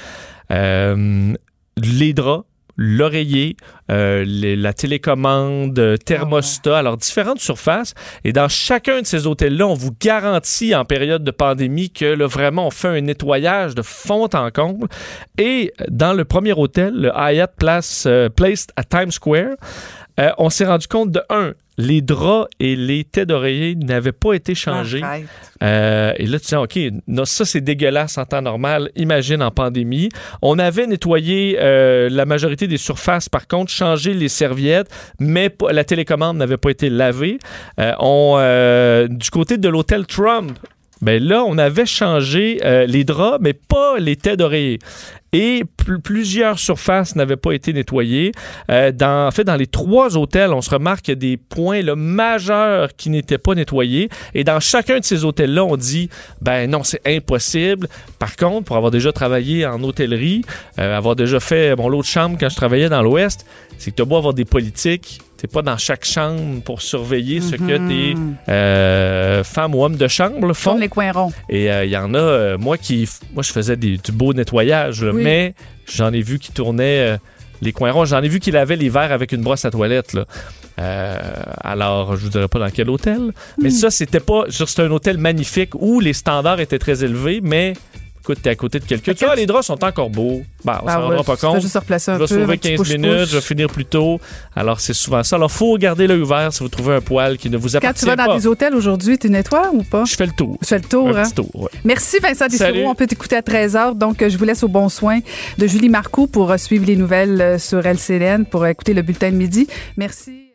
euh, les draps, l'oreiller, euh, les, la télécommande, thermostat, alors différentes surfaces. Et dans chacun de ces hôtels-là, on vous garantit en période de pandémie que là, vraiment, on fait un nettoyage de fond en comble. Et dans le premier hôtel, le Hyatt Place, euh, Placed à Times Square, euh, on s'est rendu compte de un, les draps et les têtes d'oreiller n'avaient pas été changés. Euh, et là, tu dis, OK, non, ça, c'est dégueulasse en temps normal. Imagine en pandémie. On avait nettoyé euh, la majorité des surfaces, par contre, changé les serviettes, mais p- la télécommande n'avait pas été lavée. Euh, on, euh, du côté de l'hôtel Trump, Ben là, on avait changé euh, les draps, mais pas les têtes d'oreiller. Et pl- plusieurs surfaces n'avaient pas été nettoyées. Euh, dans, en fait, dans les trois hôtels, on se remarque qu'il y a des points là, majeurs qui n'étaient pas nettoyés. Et dans chacun de ces hôtels-là, on dit, ben non, c'est impossible. Par contre, pour avoir déjà travaillé en hôtellerie, euh, avoir déjà fait mon lot de chambre quand je travaillais dans l'Ouest, c'est que tu as beau avoir des politiques, t'es pas dans chaque chambre pour surveiller mm-hmm. ce que tes euh, femmes ou hommes de chambre font. Tourne les coins ronds. Et il euh, y en a, euh, moi qui, moi je faisais des, du beau nettoyage, là, oui. mais j'en ai vu qui tournaient euh, les coins ronds. J'en ai vu qui lavaient les verres avec une brosse à toilette. Là. Euh, alors, je vous dirais pas dans quel hôtel, mm. mais ça, c'était pas, c'était un hôtel magnifique où les standards étaient très élevés, mais écoute, t'es à côté de quelqu'un. Tu vois, les draps sont encore beaux. Bon, on ben s'en ouais, rendra pas compte. Juste replacer un je vais peu, sauver quinze minutes, je vais finir plus tôt. Alors, c'est souvent ça. Alors, faut garder l'œil ouvert si vous trouvez un poil qui ne vous appartient pas. Quand tu vas dans pas. des hôtels aujourd'hui, tu nettoies ou pas? Je fais le tour. Je fais le tour, un hein? Petit tour, ouais. Merci Vincent Dessureau. On peut t'écouter à treize heures. Donc, je vous laisse au bon soin de Julie Marcoux pour suivre les nouvelles sur L C N, pour écouter le bulletin de midi. Merci.